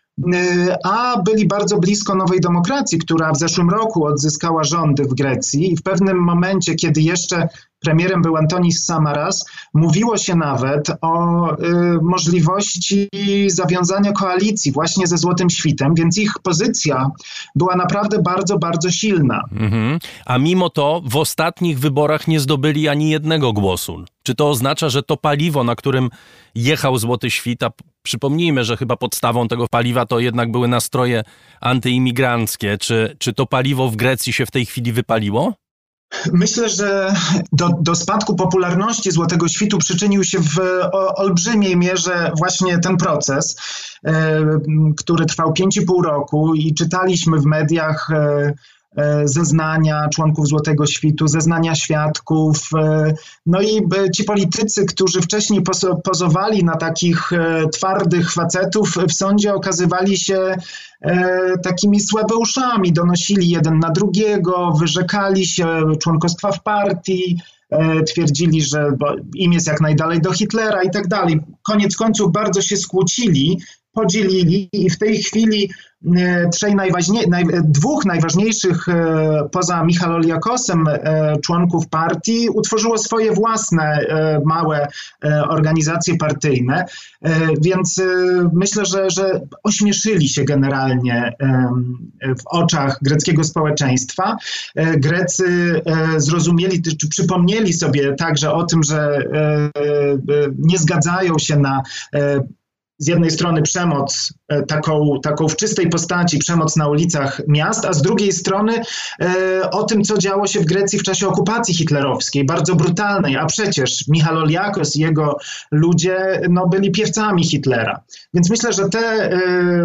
S4: a byli bardzo blisko Nowej Demokracji, która w zeszłym roku odzyskała rządy w Grecji i w pewnym momencie, kiedy jeszcze premierem był Antonis Samaras, mówiło się nawet o y, możliwości zawiązania koalicji właśnie ze Złotym Świtem, więc ich pozycja była naprawdę bardzo, bardzo silna.
S1: Mhm. A mimo to w ostatnich wyborach nie zdobyli ani jednego głosu. Czy to oznacza, że to paliwo, na którym jechał Złoty Świt, a przypomnijmy, że chyba podstawą tego paliwa to jednak były nastroje antyimigranckie, czy, czy to paliwo w Grecji się w tej chwili wypaliło?
S4: Myślę, że do, do spadku popularności Złotego Świtu przyczynił się w o, olbrzymiej mierze właśnie ten proces, e, który trwał pięć i pół roku i czytaliśmy w mediach e, zeznania członków Złotego Świtu, zeznania świadków. No i ci politycy, którzy wcześniej pozowali na takich twardych facetów, w sądzie okazywali się takimi słabeuszami, donosili jeden na drugiego, wyrzekali się członkostwa w partii, twierdzili, że im jest jak najdalej do Hitlera i tak dalej. Koniec końców bardzo się skłócili, podzielili i w tej chwili trzej najważniej, naj, dwóch najważniejszych poza Michaloliakosem członków partii utworzyło swoje własne małe organizacje partyjne, więc myślę, że, że ośmieszyli się generalnie w oczach greckiego społeczeństwa. Grecy zrozumieli, czy przypomnieli sobie także o tym, że nie zgadzają się na z jednej strony przemoc taką, taką w czystej postaci, przemoc na ulicach miast, a z drugiej strony e, o tym, co działo się w Grecji w czasie okupacji hitlerowskiej, bardzo brutalnej, a przecież Michaloliakos i jego ludzie no, byli piewcami Hitlera. Więc myślę, że te, e,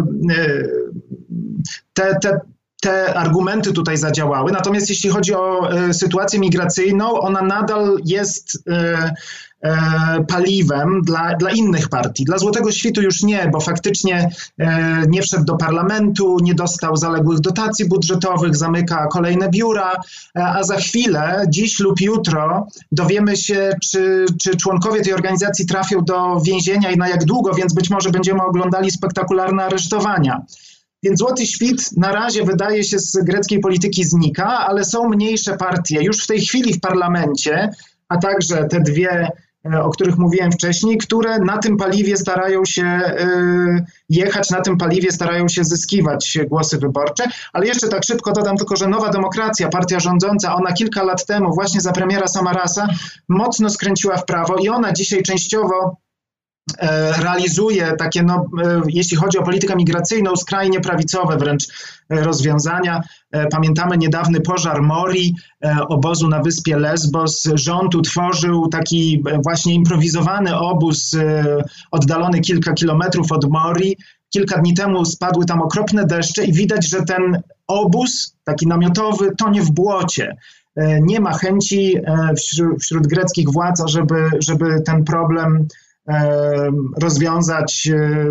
S4: te, te Te argumenty tutaj zadziałały. Natomiast jeśli chodzi o e, sytuację migracyjną, ona nadal jest e, e, paliwem dla, dla innych partii. Dla Złotego Świtu już nie, bo faktycznie e, nie wszedł do parlamentu, nie dostał zaległych dotacji budżetowych, zamyka kolejne biura, e, a za chwilę, dziś lub jutro, dowiemy się, czy, czy członkowie tej organizacji trafią do więzienia i na jak długo, więc być może będziemy oglądali spektakularne aresztowania. Więc Złoty Świt na razie wydaje się z greckiej polityki znika, ale są mniejsze partie już w tej chwili w parlamencie, a także te dwie, o których mówiłem wcześniej, które na tym paliwie starają się jechać, na tym paliwie starają się zyskiwać głosy wyborcze. Ale jeszcze tak szybko dodam tylko, że Nowa Demokracja, partia rządząca, ona kilka lat temu właśnie za premiera Samarasa mocno skręciła w prawo i ona dzisiaj częściowo realizuje takie, no, jeśli chodzi o politykę migracyjną, skrajnie prawicowe wręcz rozwiązania. Pamiętamy niedawny pożar Mori, obozu na wyspie Lesbos. Rząd utworzył taki właśnie improwizowany obóz oddalony kilka kilometrów od Mori. Kilka dni temu spadły tam okropne deszcze i widać, że ten obóz, taki namiotowy, tonie w błocie. Nie ma chęci wśród, wśród greckich władz, żeby, żeby ten problem rozwiązać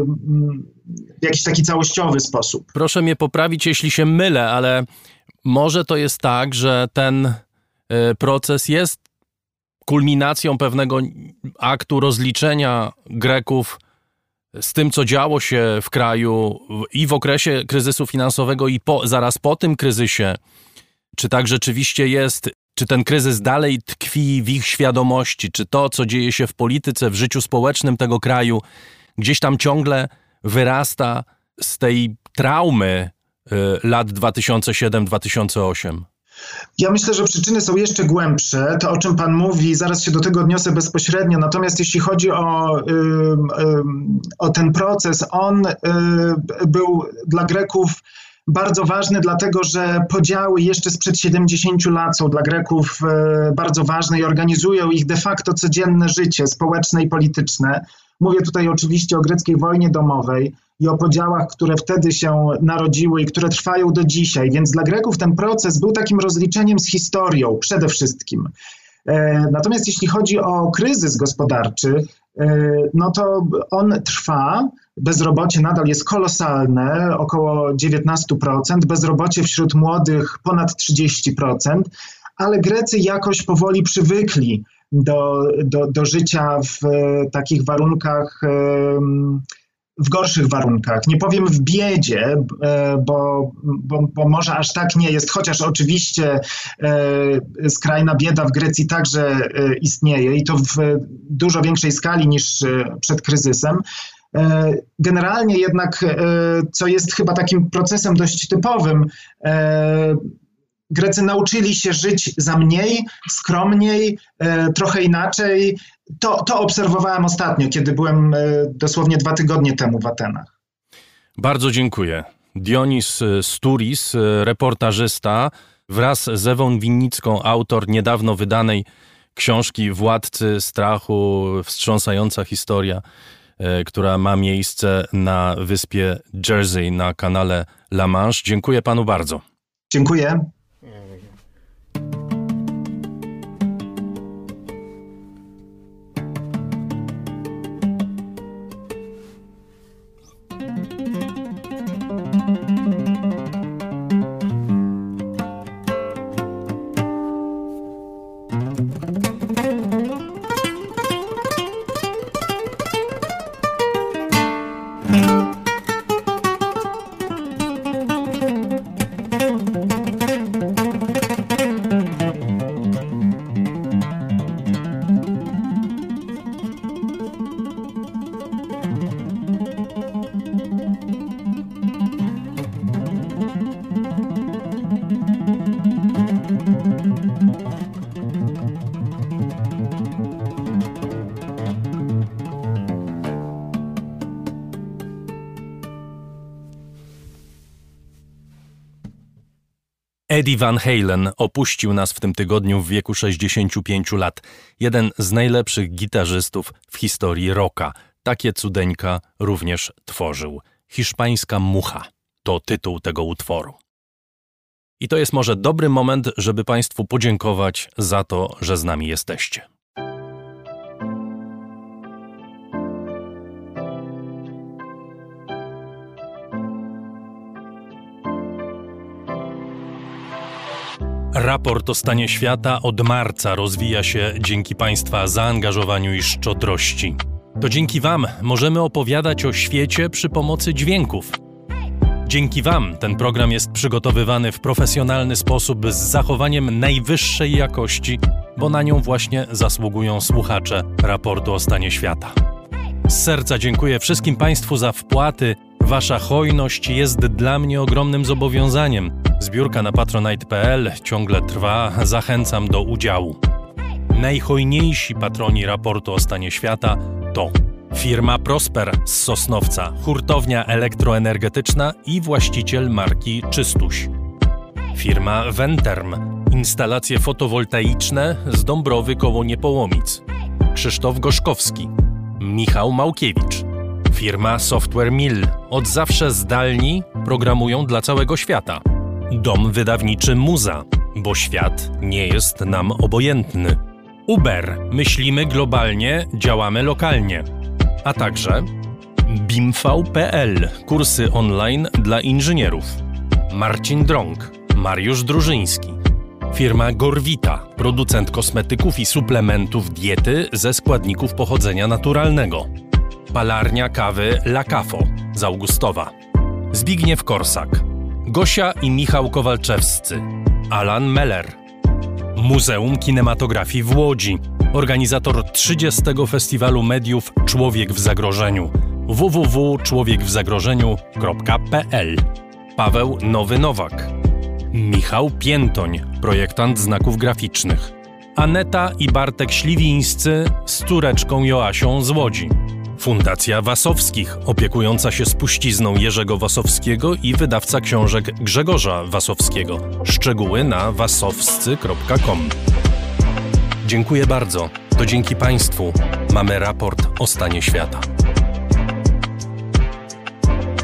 S4: w jakiś taki całościowy sposób.
S1: Proszę mnie poprawić, jeśli się mylę, ale może to jest tak, że ten proces jest kulminacją pewnego aktu rozliczenia Greków z tym, co działo się w kraju i w okresie kryzysu finansowego i po, zaraz po tym kryzysie. Czy tak rzeczywiście jest? Czy ten kryzys dalej tkwi w ich świadomości? Czy to, co dzieje się w polityce, w życiu społecznym tego kraju, gdzieś tam ciągle wyrasta z tej traumy y, lat dwa tysiące siedem dwa tysiące osiem?
S4: Ja myślę, że przyczyny są jeszcze głębsze. To, o czym pan mówi, zaraz się do tego odniosę bezpośrednio. Natomiast jeśli chodzi o, y, y, o ten proces, on y, był dla Greków bardzo ważny, dlatego że podziały jeszcze sprzed siedemdziesięciu lat są dla Greków bardzo ważne i organizują ich de facto codzienne życie społeczne i polityczne. Mówię tutaj oczywiście o greckiej wojnie domowej i o podziałach, które wtedy się narodziły i które trwają do dzisiaj. Więc dla Greków ten proces był takim rozliczeniem z historią przede wszystkim. Natomiast jeśli chodzi o kryzys gospodarczy, no to on trwa, bezrobocie nadal jest kolosalne, około dziewiętnaście procent, bezrobocie wśród młodych ponad trzydzieści procent, ale Grecy jakoś powoli przywykli do, do, do życia w takich warunkach, w gorszych warunkach. Nie powiem w biedzie, bo, bo, bo może aż tak nie jest, chociaż oczywiście skrajna bieda w Grecji także istnieje i to w dużo większej skali niż przed kryzysem. Generalnie jednak, co jest chyba takim procesem dość typowym, Grecy nauczyli się żyć za mniej, skromniej, trochę inaczej. To, to obserwowałem ostatnio, kiedy byłem dosłownie dwa tygodnie temu w Atenach.
S1: Bardzo dziękuję. Dionis Sturis, reportażysta, wraz z Ewą Winnicką, autor niedawno wydanej książki Władcy strachu, wstrząsająca historia, która ma miejsce na wyspie Jersey na kanale La Manche. Dziękuję panu bardzo.
S4: Dziękuję.
S1: Eddie Van Halen opuścił nas w tym tygodniu w wieku sześćdziesięciu pięciu lat. Jeden z najlepszych gitarzystów w historii rocka. Takie cudeńka również tworzył. Hiszpańska mucha to tytuł tego utworu. I to jest może dobry moment, żeby Państwu podziękować za to, że z nami jesteście. Raport o stanie świata od marca rozwija się dzięki Państwa zaangażowaniu i szczodrości. To dzięki Wam możemy opowiadać o świecie przy pomocy dźwięków. Dzięki Wam ten program jest przygotowywany w profesjonalny sposób z zachowaniem najwyższej jakości, bo na nią właśnie zasługują słuchacze raportu o stanie świata. Z serca dziękuję wszystkim Państwu za wpłaty. Wasza hojność jest dla mnie ogromnym zobowiązaniem. Zbiórka na patronite kropka p l ciągle trwa. Zachęcam do udziału. Najhojniejsi patroni raportu o stanie świata to firma Prosper z Sosnowca, hurtownia elektroenergetyczna i właściciel marki Czystuś. Firma Venterm, instalacje fotowoltaiczne z Dąbrowy koło Niepołomic. Krzysztof Gorzkowski, Michał Małkiewicz. Firma Software Mill, od zawsze zdalni, programują dla całego świata. Dom wydawniczy Muza, bo świat nie jest nam obojętny. Uber, myślimy globalnie, działamy lokalnie. A także bimv kropka p l, kursy online dla inżynierów. Marcin Drąg, Mariusz Drużyński. Firma Gorvita, producent kosmetyków i suplementów diety ze składników pochodzenia naturalnego. Palarnia kawy La Cafo z Augustowa. Zbigniew Korsak. Gosia i Michał Kowalczewscy. Alan Meller. Muzeum Kinematografii w Łodzi. Organizator trzydziestego Festiwalu Mediów Człowiek w Zagrożeniu. w w w kropka człowiek w zagrożeniu kropka p l. Paweł Nowy-Nowak. Michał Piętoń, projektant znaków graficznych. Aneta i Bartek Śliwińscy z córeczką Joasią z Łodzi. Fundacja Wasowskich, opiekująca się spuścizną Jerzego Wasowskiego i wydawca książek Grzegorza Wasowskiego. Szczegóły na wasowscy kropka com. Dziękuję bardzo. To dzięki Państwu mamy raport o stanie świata.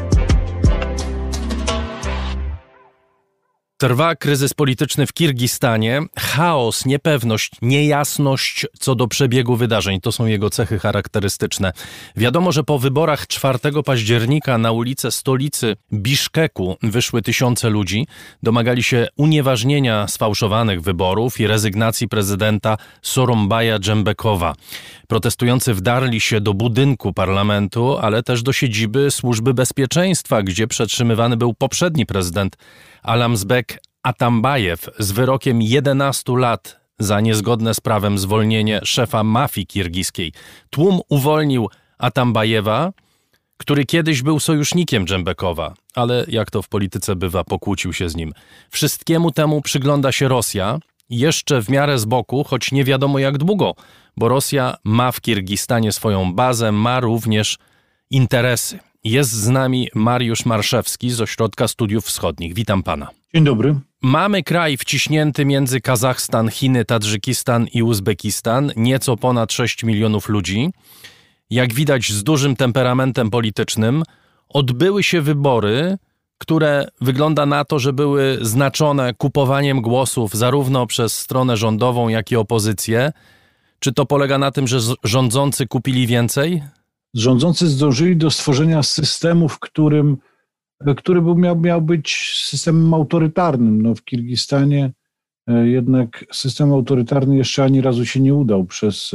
S1: Trwa kryzys polityczny w Kirgistanie. Chaos, niepewność, niejasność co do przebiegu wydarzeń. To są jego cechy charakterystyczne. Wiadomo, że po wyborach czwartego października na ulice stolicy Biszkeku wyszły tysiące ludzi. Domagali się unieważnienia sfałszowanych wyborów i rezygnacji prezydenta Soronbaja Dżembekowa. Protestujący wdarli się do budynku parlamentu, ale też do siedziby Służby Bezpieczeństwa, gdzie przetrzymywany był poprzedni prezydent Almazbek Atambajew z wyrokiem jedenastu lat za niezgodne z prawem zwolnienie szefa mafii kirgiskiej. Tłum uwolnił Atambajewa, który kiedyś był sojusznikiem Dżembekowa, ale jak to w polityce bywa, pokłócił się z nim. Wszystkiemu temu przygląda się Rosja, jeszcze w miarę z boku, choć nie wiadomo jak długo, bo Rosja ma w Kirgistanie swoją bazę, ma również interesy. Jest z nami Mariusz Marszewski z Ośrodka Studiów Wschodnich. Witam pana.
S5: Dzień dobry.
S1: Mamy kraj wciśnięty między Kazachstan, Chiny, Tadżykistan i Uzbekistan, nieco ponad sześć milionów ludzi. Jak widać z dużym temperamentem politycznym, odbyły się wybory, które wygląda na to, że były znaczone kupowaniem głosów zarówno przez stronę rządową, jak i opozycję. Czy to polega na tym, że rządzący kupili więcej?
S5: Rządzący zdążyli do stworzenia systemu, w którym, który był, miał, miał być systemem autorytarnym. No, w Kirgistanie jednak system autorytarny jeszcze ani razu się nie udał przez,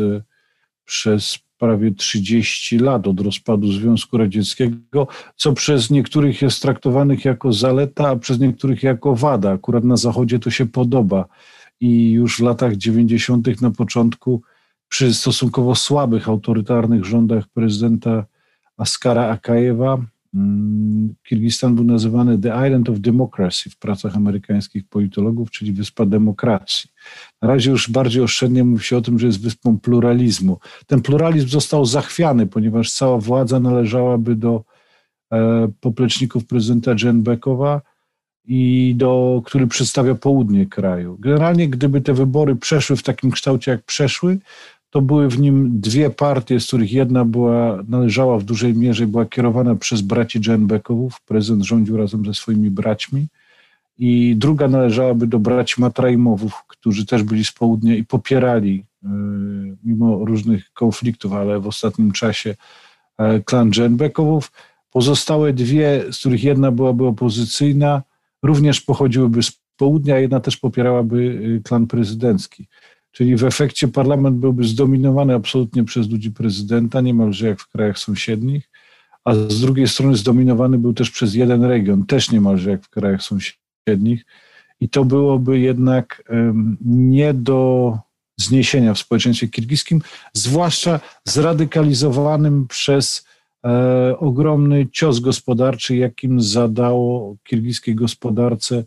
S5: przez prawie trzydzieści lat od rozpadu Związku Radzieckiego, co przez niektórych jest traktowanych jako zaleta, a przez niektórych jako wada. Akurat na Zachodzie to się podoba. I już w latach dziewięćdziesiątych na początku przy stosunkowo słabych, autorytarnych rządach prezydenta Askara Akajewa Kirgistan był nazywany The Island of Democracy w pracach amerykańskich politologów, czyli wyspa demokracji. Na razie już bardziej oszczędnie mówi się o tym, że jest wyspą pluralizmu. Ten pluralizm został zachwiany, ponieważ cała władza należałaby do e, popleczników prezydenta Dżembekowa, i do, który przedstawia południe kraju. Generalnie gdyby te wybory przeszły w takim kształcie, jak przeszły, to były w nim dwie partie, z których jedna była, należała w dużej mierze, była kierowana przez braci Dżembekowów, prezydent rządził razem ze swoimi braćmi, i druga należałaby do braci Matraimowów, którzy też byli z południa i popierali, mimo różnych konfliktów, ale w ostatnim czasie, klan Dżembekowów. Pozostałe dwie, z których jedna byłaby opozycyjna, również pochodziłyby z południa, a jedna też popierałaby klan prezydencki. Czyli w efekcie parlament byłby zdominowany absolutnie przez ludzi prezydenta, niemalże jak w krajach sąsiednich, a z drugiej strony zdominowany był też przez jeden region, też niemalże jak w krajach sąsiednich. I to byłoby jednak um, nie do zniesienia w społeczeństwie kirgiskim, zwłaszcza zradykalizowanym przez e, ogromny cios gospodarczy, jakim zadało kirgiskiej gospodarce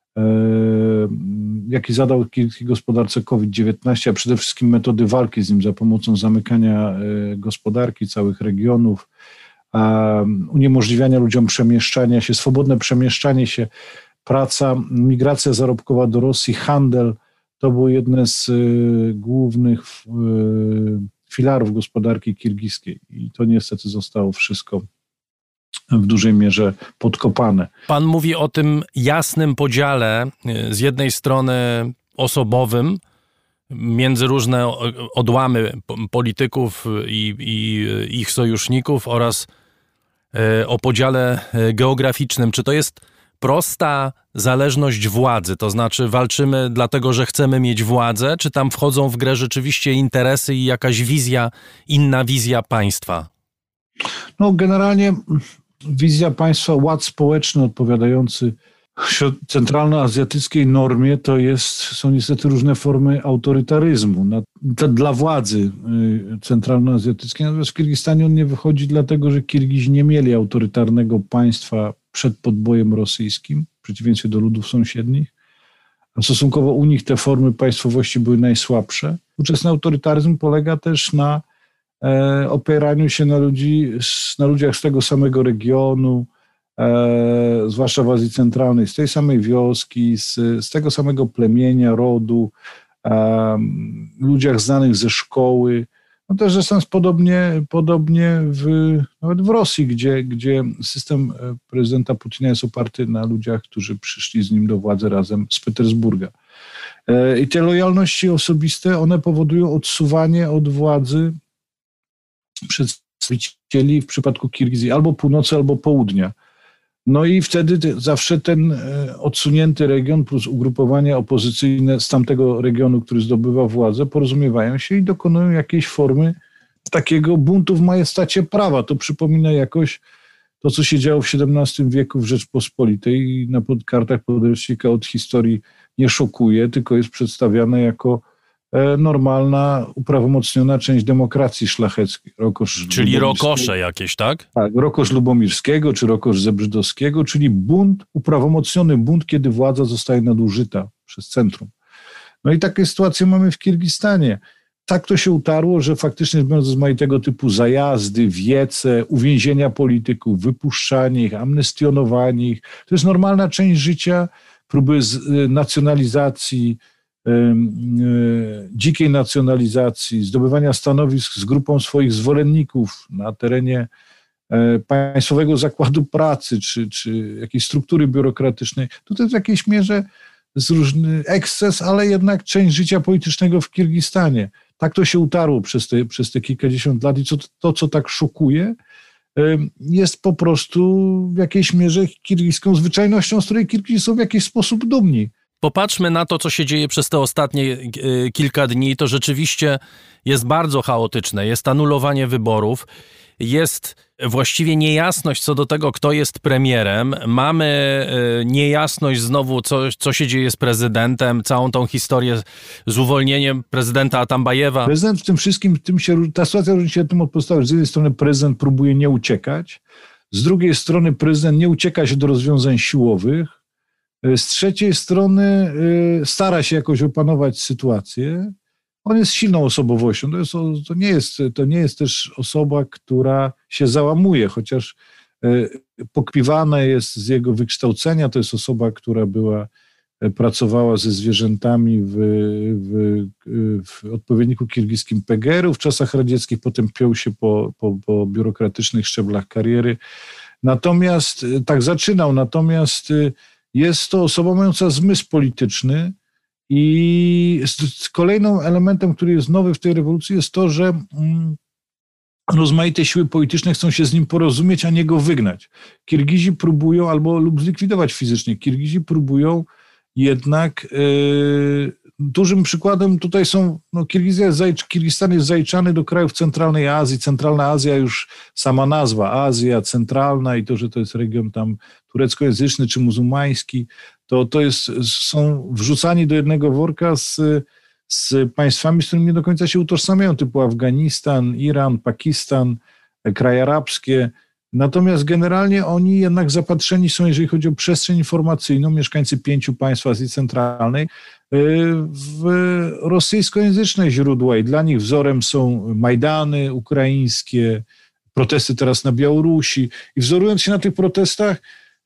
S5: jaki zadał kirgiskiej gospodarce COVID dziewiętnaście, a przede wszystkim metody walki z nim za pomocą zamykania gospodarki całych regionów, uniemożliwiania ludziom przemieszczania się, swobodne przemieszczanie się, praca, migracja zarobkowa do Rosji, handel, to było jedne z głównych filarów gospodarki kirgiskiej i to niestety zostało wszystko w dużej mierze podkopane.
S1: Pan mówi o tym jasnym podziale, z jednej strony osobowym, między różne odłamy polityków i, i ich sojuszników oraz o podziale geograficznym. Czy to jest prosta zależność władzy, to znaczy walczymy dlatego, że chcemy mieć władzę, czy tam wchodzą w grę rzeczywiście interesy i jakaś wizja, inna wizja państwa?
S5: No generalnie wizja państwa, ład społeczny odpowiadający centralnoazjatyckiej normie to jest, są niestety różne formy autorytaryzmu. To dla władzy centralnoazjatyckiej, natomiast w Kirgistanie on nie wychodzi dlatego, że Kirgizi nie mieli autorytarnego państwa przed podbojem rosyjskim, w przeciwieństwie do ludów sąsiednich. A stosunkowo u nich te formy państwowości były najsłabsze. Ówczesny autorytaryzm polega też na e, opieraniu się na, ludzi, na ludziach z tego samego regionu, e, zwłaszcza w Azji Centralnej, z tej samej wioski, z, z tego samego plemienia, rodu, e, ludziach znanych ze szkoły. No też jest sens podobnie, podobnie w, nawet w Rosji, gdzie, gdzie system prezydenta Putina jest oparty na ludziach, którzy przyszli z nim do władzy razem z Petersburga. I te lojalności osobiste, one powodują odsuwanie od władzy przedstawicieli w przypadku Kirgizji albo północy, albo południa. No i wtedy te, zawsze ten odsunięty region plus ugrupowania opozycyjne z tamtego regionu, który zdobywa władzę, porozumiewają się i dokonują jakiejś formy takiego buntu w majestacie prawa. To przypomina jakoś to, co się działo w siedemnastym wieku w Rzeczpospolitej i na pod kartach podręcznika od historii nie szokuje, tylko jest przedstawiane jako normalna, uprawomocniona część demokracji szlacheckiej. Rokosz
S1: czyli rokosze jakieś, tak?
S5: Tak, rokosz Lubomirskiego czy rokosz Zebrzydowskiego, czyli bunt, uprawomocniony bunt, kiedy władza zostaje nadużyta przez centrum. No i takie sytuacje mamy w Kirgistanie. Tak to się utarło, że faktycznie z rozmaitego typu zajazdy, wiece, uwięzienia polityków, wypuszczanie ich, amnestionowanie ich, to jest normalna część życia, próby z, nacjonalizacji, dzikiej nacjonalizacji, zdobywania stanowisk z grupą swoich zwolenników na terenie Państwowego Zakładu Pracy czy, czy jakiejś struktury biurokratycznej. Tutaj w jakiejś mierze jest różny eksces, ale jednak część życia politycznego w Kirgistanie. Tak to się utarło przez te, przez te kilkadziesiąt lat i co, to, co tak szokuje, jest po prostu w jakiejś mierze kirgijską zwyczajnością, z której Kirgizi są w jakiś sposób dumni.
S1: Popatrzmy na to, co się dzieje przez te ostatnie kilka dni. To rzeczywiście jest bardzo chaotyczne. Jest anulowanie wyborów, jest właściwie niejasność co do tego, kto jest premierem. Mamy niejasność znowu, co, co się dzieje z prezydentem, całą tą historię z uwolnieniem prezydenta Atambajewa.
S5: Prezydent w tym wszystkim, tym się, ta sytuacja różni się tym od podstawy. Z jednej strony prezydent próbuje nie uciekać, z drugiej strony prezydent nie ucieka się do rozwiązań siłowych, z trzeciej strony stara się jakoś opanować sytuację. On jest silną osobowością. To, jest, to, nie jest, to nie jest też osoba, która się załamuje, chociaż pokpiwane jest z jego wykształcenia. To jest osoba, która była, pracowała ze zwierzętami w, w, w odpowiedniku kirgijskim P G R-u w czasach radzieckich, potem piął się po, po, po biurokratycznych szczeblach kariery. Natomiast tak zaczynał, natomiast jest to osoba mająca zmysł polityczny i kolejnym elementem, który jest nowy w tej rewolucji, jest to, że rozmaite siły polityczne chcą się z nim porozumieć, a nie go wygnać. Kirgizi próbują, albo lub zlikwidować fizycznie, Kirgizi próbują jednak, yy, dużym przykładem tutaj są, no Kirgizja jest, Kirgistan jest zaliczany do krajów centralnej Azji. Centralna Azja, już sama nazwa, Azja centralna i to, że to jest region tam tureckojęzyczny czy muzułmański, to, to jest, są wrzucani do jednego worka z, z państwami, z którymi nie do końca się utożsamiają, typu Afganistan, Iran, Pakistan, kraje arabskie. Natomiast generalnie oni jednak zapatrzeni są, jeżeli chodzi o przestrzeń informacyjną, mieszkańcy pięciu państw Azji Centralnej, w rosyjskojęzyczne źródła i dla nich wzorem są Majdany ukraińskie, protesty teraz na Białorusi i wzorując się na tych protestach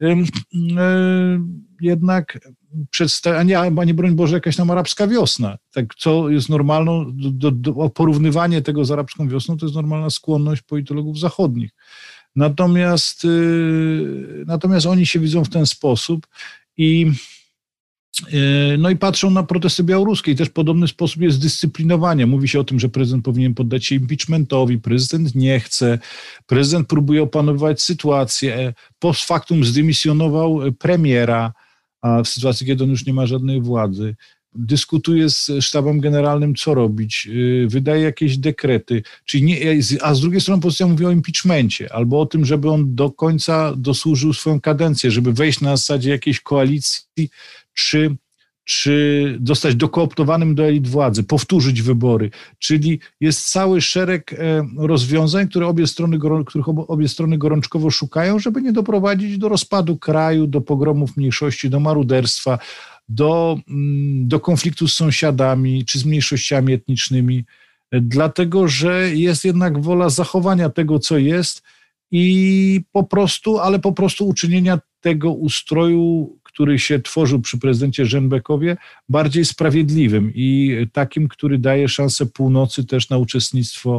S5: jednak przedstawia, a nie, a nie broń Boże jakaś tam arabska wiosna, tak, co jest normalną, do, do, porównywanie tego z arabską wiosną to jest normalna skłonność politologów zachodnich. Natomiast, yy, natomiast oni się widzą w ten sposób i, yy, no i patrzą na protesty białoruskie i też podobny sposób jest dyscyplinowanie. Mówi się o tym, że prezydent powinien poddać się impeachmentowi, prezydent nie chce, prezydent próbuje opanować sytuację, post factum zdymisjonował premiera, a w sytuacji, kiedy on już nie ma żadnej władzy. Dyskutuje z sztabem generalnym, co robić, wydaje jakieś dekrety, czyli nie, a z drugiej strony opozycja mówi o impeachmencie, albo o tym, żeby on do końca dosłużył swoją kadencję, żeby wejść na zasadzie jakiejś koalicji, czy, czy zostać dokooptowanym do elit władzy, powtórzyć wybory, czyli jest cały szereg rozwiązań, które obie strony, których obie strony gorączkowo szukają, żeby nie doprowadzić do rozpadu kraju, do pogromów mniejszości, do maruderstwa, do, do konfliktu z sąsiadami czy z mniejszościami etnicznymi, dlatego że jest jednak wola zachowania tego, co jest i po prostu, ale po prostu uczynienia tego ustroju, który się tworzył przy prezydencie Żembeckowie, bardziej sprawiedliwym i takim, który daje szansę północy też na uczestnictwo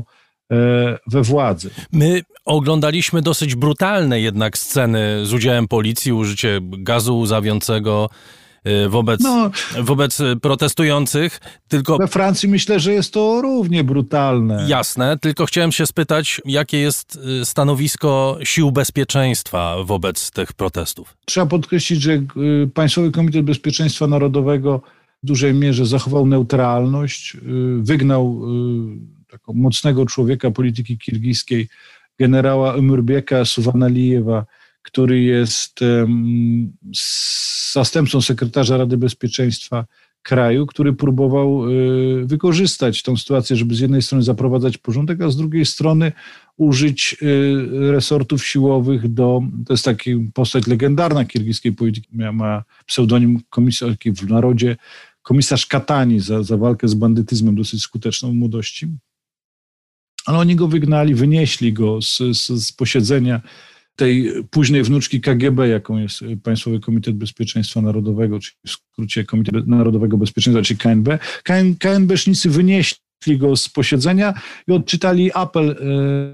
S5: we władzy.
S1: My oglądaliśmy dosyć brutalne jednak sceny z udziałem policji, użycie gazu łzawiącego wobec, no, wobec protestujących. Tylko
S5: we Francji myślę, że jest to równie brutalne.
S1: Jasne, tylko chciałem się spytać, jakie jest stanowisko sił bezpieczeństwa wobec tych protestów?
S5: Trzeba podkreślić, że Państwowy Komitet Bezpieczeństwa Narodowego w dużej mierze zachował neutralność, wygnał takiego mocnego człowieka polityki kirgiskiej, generała Ömürbeka Suvanalijewa, który jest um, zastępcą sekretarza Rady Bezpieczeństwa kraju, który próbował y, wykorzystać tę sytuację, żeby z jednej strony zaprowadzać porządek, a z drugiej strony użyć y, resortów siłowych do, to jest taka postać legendarna kirgiskiej polityki, ma, ma pseudonim komisarki w narodzie, komisarz Katani za, za walkę z bandytyzmem, dosyć skuteczną w młodości. Ale oni go wygnali, wynieśli go z, z, z posiedzenia tej późnej wnuczki K G B, jaką jest Państwowy Komitet Bezpieczeństwa Narodowego, czyli w skrócie Komitet Narodowego Bezpieczeństwa, czyli K N B. K N B-sznicy wynieśli go z posiedzenia i odczytali apel e,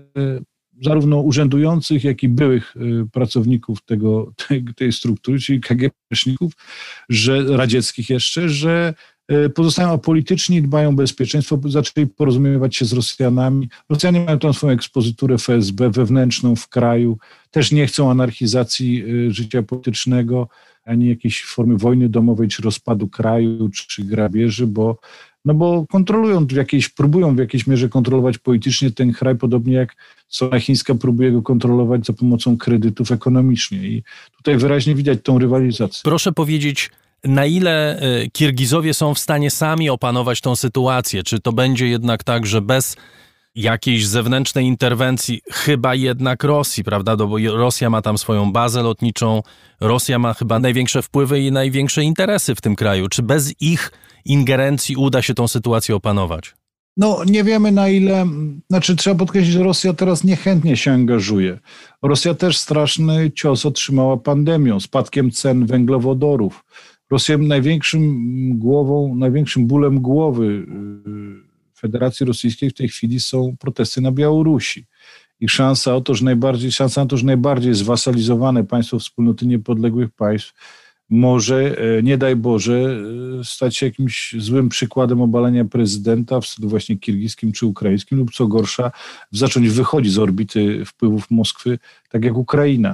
S5: zarówno urzędujących, jak i byłych e, pracowników tego, tej, tej struktury, czyli K G B-szników, że radzieckich jeszcze, że pozostają apolityczni, dbają o bezpieczeństwo, zaczęli porozumiewać się z Rosjanami. Rosjanie mają tam swoją ekspozyturę F S B wewnętrzną w kraju, też nie chcą anarchizacji życia politycznego, ani jakiejś formy wojny domowej, czy rozpadu kraju, czy, czy grabieży, bo, no bo kontrolują w jakiejś, próbują w jakiejś mierze kontrolować politycznie ten kraj, podobnie jak strona chińska próbuje go kontrolować za pomocą kredytów ekonomicznie. I tutaj wyraźnie widać tą rywalizację.
S1: Proszę powiedzieć, na ile Kirgizowie są w stanie sami opanować tą sytuację? Czy to będzie jednak tak, że bez jakiejś zewnętrznej interwencji, chyba jednak Rosji, prawda? Bo Rosja ma tam swoją bazę lotniczą, Rosja ma chyba największe wpływy i największe interesy w tym kraju. Czy bez ich ingerencji uda się tą sytuację opanować?
S5: No nie wiemy na ile, znaczy trzeba podkreślić, że Rosja teraz niechętnie się angażuje. Rosja też straszny cios otrzymała pandemią, spadkiem cen węglowodorów. Rosja największym głową, największym bólem głowy Federacji Rosyjskiej w tej chwili są protesty na Białorusi. I szansa o to, że najbardziej, szansa na to, że najbardziej zwasalizowane państwo wspólnoty niepodległych państw może, nie daj Boże, stać się jakimś złym przykładem obalenia prezydenta w stylu właśnie kirgijskim czy ukraińskim lub co gorsza, zacząć wychodzić z orbity wpływów Moskwy, tak jak Ukraina.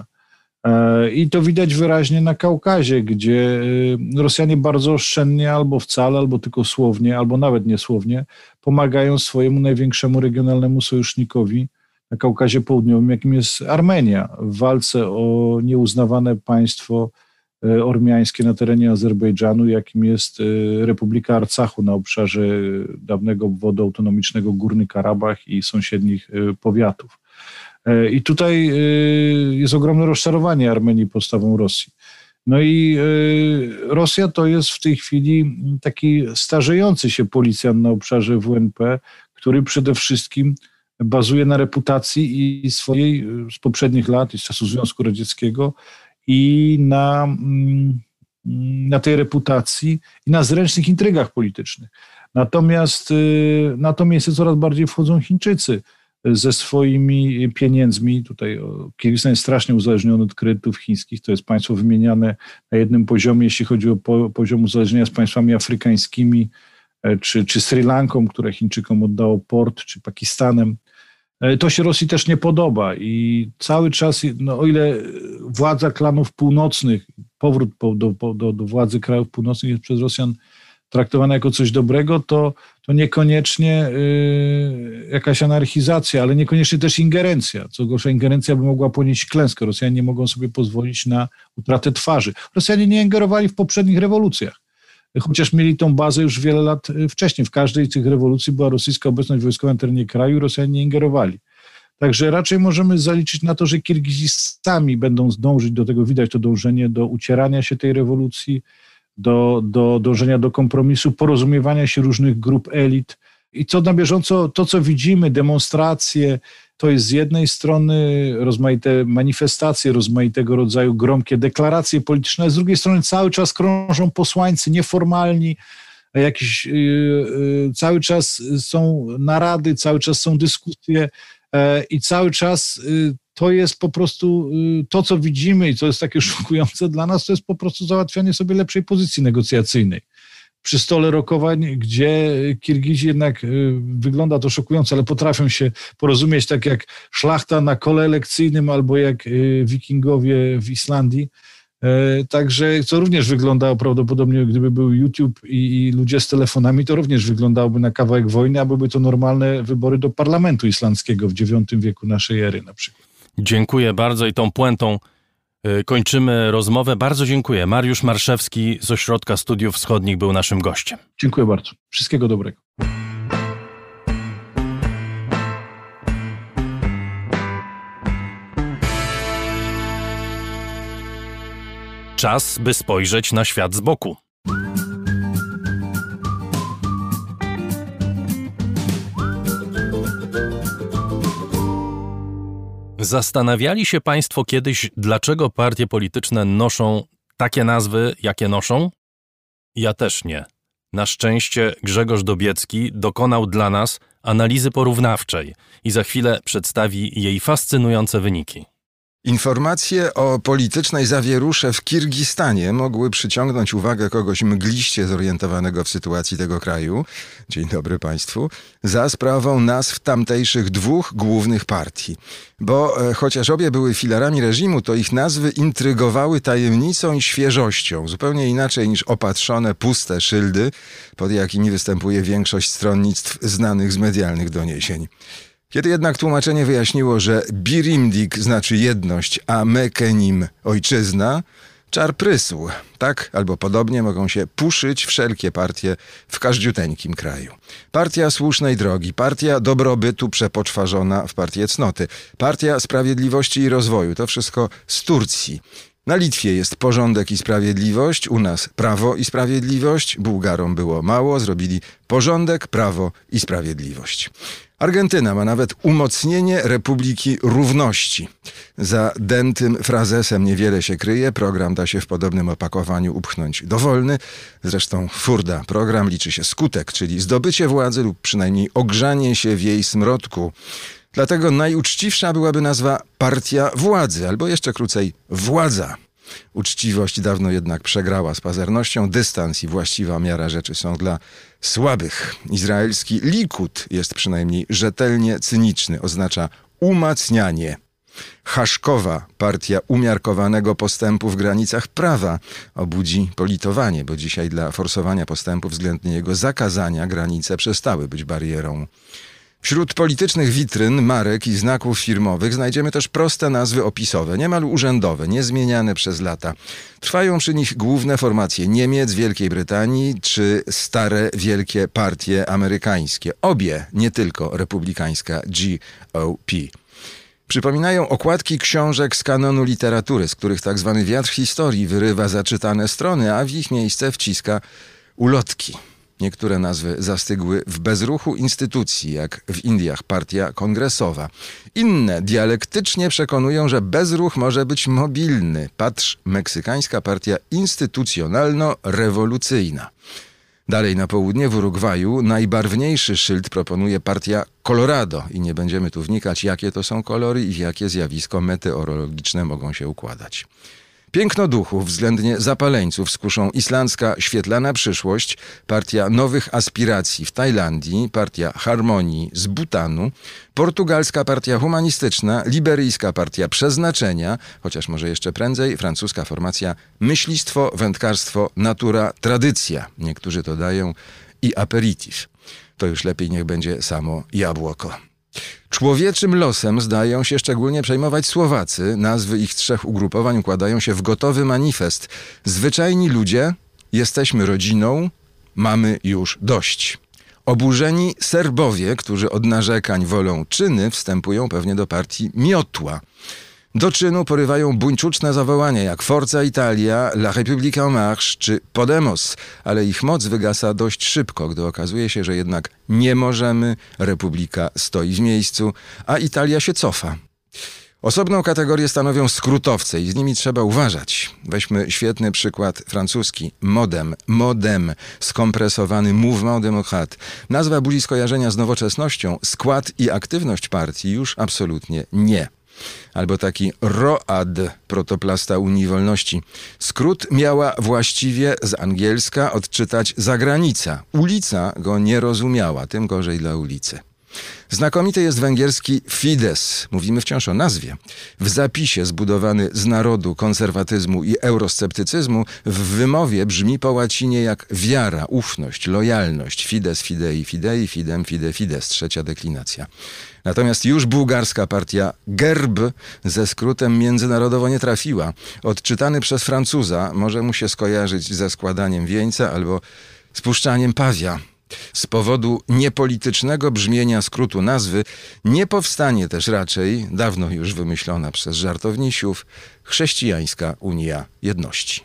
S5: I to widać wyraźnie na Kaukazie, gdzie Rosjanie bardzo oszczędnie, albo wcale, albo tylko słownie, albo nawet niesłownie pomagają swojemu największemu regionalnemu sojusznikowi na Kaukazie Południowym, jakim jest Armenia, w walce o nieuznawane państwo ormiańskie na terenie Azerbejdżanu, jakim jest Republika Arcachu na obszarze dawnego obwodu autonomicznego Górny Karabach i sąsiednich powiatów. I tutaj jest ogromne rozczarowanie Armenii postawą Rosji. No i Rosja to jest w tej chwili taki starzejący się policjant na obszarze W N P, który przede wszystkim bazuje na reputacji i swojej z poprzednich lat, z czasu Związku Radzieckiego i na, na tej reputacji i na zręcznych intrygach politycznych. Natomiast na to miejsce coraz bardziej wchodzą Chińczycy ze swoimi pieniędzmi. Tutaj Kirgistan jest strasznie uzależniony od kredytów chińskich. To jest państwo wymieniane na jednym poziomie, jeśli chodzi o po, poziom uzależnienia z państwami afrykańskimi, czy, czy Sri Lanką, które Chińczykom oddało port, czy Pakistanem. To się Rosji też nie podoba i cały czas, no o ile władza klanów północnych, powrót po, do, do, do władzy krajów północnych jest przez Rosjan traktowana jako coś dobrego, to, to niekoniecznie y, jakaś anarchizacja, ale niekoniecznie też ingerencja. Co gorsza, ingerencja by mogła ponieść klęskę. Rosjanie nie mogą sobie pozwolić na utratę twarzy. Rosjanie nie ingerowali w poprzednich rewolucjach, chociaż mieli tą bazę już wiele lat wcześniej. W każdej z tych rewolucji była rosyjska obecność wojskowa na terenie kraju, Rosjanie nie ingerowali. Także raczej możemy zaliczyć na to, że Kirgizi sami będą dążyć do tego, widać to dążenie do ucierania się tej rewolucji, do, do dążenia do kompromisu, porozumiewania się różnych grup elit. I co na bieżąco, to co widzimy, demonstracje, to jest z jednej strony rozmaite manifestacje, rozmaitego rodzaju gromkie deklaracje polityczne, a z drugiej strony cały czas krążą posłańcy nieformalni, jakiś, yy, yy, cały czas są narady, cały czas są dyskusje yy, i cały czas yy, to jest po prostu yy, to, co widzimy i co jest takie szokujące dla nas, to jest po prostu załatwianie sobie lepszej pozycji negocjacyjnej. Przy stole rokowań, gdzie Kirgizi jednak y, wygląda to szokująco, ale potrafią się porozumieć tak jak szlachta na kole elekcyjnym albo jak y, wikingowie w Islandii. E, także co również wyglądało prawdopodobnie, gdyby był YouTube i, i ludzie z telefonami, to również wyglądałoby na kawałek wojny, a byłyby to normalne wybory do parlamentu islandzkiego w dziewiątym wieku naszej ery na przykład.
S1: Dziękuję bardzo i tą puentą kończymy rozmowę. Bardzo dziękuję. Mariusz Marszewski z Ośrodka Studiów Wschodnich był naszym gościem.
S5: Dziękuję bardzo. Wszystkiego dobrego.
S1: Czas, by spojrzeć na świat z boku. Zastanawiali się Państwo kiedyś, dlaczego partie polityczne noszą takie nazwy, jakie noszą? Ja też nie. Na szczęście Grzegorz Dobiecki dokonał dla nas analizy porównawczej i za chwilę przedstawi jej fascynujące wyniki.
S6: Informacje o politycznej zawierusze w Kirgistanie mogły przyciągnąć uwagę kogoś mgliście zorientowanego w sytuacji tego kraju, dzień dobry Państwu, za sprawą nazw tamtejszych dwóch głównych partii. Bo e, chociaż obie były filarami reżimu, to ich nazwy intrygowały tajemnicą i świeżością, zupełnie inaczej niż opatrzone, puste szyldy, pod jakimi występuje większość stronnictw znanych z medialnych doniesień. Kiedy jednak tłumaczenie wyjaśniło, że Birimdik znaczy jedność, a Mekenim ojczyzna, czar prysł. Tak albo podobnie mogą się puszyć wszelkie partie w każdziuteńkim kraju. Partia słusznej drogi, partia dobrobytu przepoczwarzona w partię cnoty, partia sprawiedliwości i rozwoju, to wszystko z Turcji. Na Litwie jest porządek i sprawiedliwość, u nas prawo i sprawiedliwość, Bułgarom było mało, zrobili porządek, prawo i sprawiedliwość. Argentyna ma nawet umocnienie Republiki Równości. Za dętym frazesem niewiele się kryje, program da się w podobnym opakowaniu upchnąć dowolny. Zresztą furda, program liczy się skutek, czyli zdobycie władzy lub przynajmniej ogrzanie się w jej smrodku. Dlatego najuczciwsza byłaby nazwa partia władzy, albo jeszcze krócej władza. Uczciwość dawno jednak przegrała z pazernością, dystans i właściwa miara rzeczy są dla słabych. Izraelski Likud jest przynajmniej rzetelnie cyniczny, oznacza umacnianie. Haszkowa, partia umiarkowanego postępu w granicach prawa, obudzi politowanie, bo dzisiaj dla forsowania postępu względnie jego zakazania granice przestały być barierą. Wśród politycznych witryn, marek i znaków firmowych znajdziemy też proste nazwy opisowe, niemal urzędowe, niezmieniane przez lata. Trwają przy nich główne formacje Niemiec, Wielkiej Brytanii czy stare wielkie partie amerykańskie. Obie, nie tylko republikańska G O P. Przypominają okładki książek z kanonu literatury, z których tak zwany wiatr historii wyrywa zaczytane strony, a w ich miejsce wciska ulotki. Niektóre nazwy zastygły w bezruchu instytucji, jak w Indiach partia kongresowa. Inne dialektycznie przekonują, że bezruch może być mobilny. Patrz, meksykańska partia instytucjonalno-rewolucyjna. Dalej na południe w Urugwaju najbarwniejszy szyld proponuje partia Colorado i nie będziemy tu wnikać, jakie to są kolory i w jakie zjawisko meteorologiczne mogą się układać. Piękno duchów, względnie zapaleńców, skuszą islandzka świetlana przyszłość, partia nowych aspiracji w Tajlandii, partia harmonii z Butanu, portugalska partia humanistyczna, liberyjska partia przeznaczenia, chociaż może jeszcze prędzej, francuska formacja myślistwo, wędkarstwo, natura, tradycja. Niektórzy to dają i aperitif. To już lepiej niech będzie samo jabłko. Człowieczym losem zdają się szczególnie przejmować Słowacy. Nazwy ich trzech ugrupowań układają się w gotowy manifest. Zwyczajni ludzie, jesteśmy rodziną, mamy już dość. Oburzeni Serbowie, którzy od narzekań wolą czyny, wstępują pewnie do partii Miotła. Do czynu porywają buńczuczne zawołania jak Forza Italia, La Repubblica en Marche czy Podemos, ale ich moc wygasa dość szybko, gdy okazuje się, że jednak nie możemy, Republika stoi w miejscu, a Italia się cofa. Osobną kategorię stanowią skrótowce i z nimi trzeba uważać. Weźmy świetny przykład francuski. Modem, modem, skompresowany Mouvement Démocrate. Nazwa budzi skojarzenia z nowoczesnością, skład i aktywność partii już absolutnie nie. Albo taki R O A D, protoplasta Unii Wolności. Skrót miała właściwie z angielska odczytać zagranica. Ulica go nie rozumiała, tym gorzej dla ulicy. Znakomity jest węgierski Fidesz, mówimy wciąż o nazwie. W zapisie zbudowany z narodu, konserwatyzmu i eurosceptycyzmu w wymowie brzmi po łacinie jak wiara, ufność, lojalność. Fides, fidei, fidei, fidem, fide, fides, trzecia deklinacja. Natomiast już bułgarska partia Gerb ze skrótem międzynarodowo nie trafiła. Odczytany przez Francuza może mu się skojarzyć ze składaniem wieńca albo spuszczaniem pawia. Z powodu niepolitycznego brzmienia skrótu nazwy nie powstanie też raczej, dawno już wymyślona przez żartownisiów, Chrześcijańska Unia Jedności.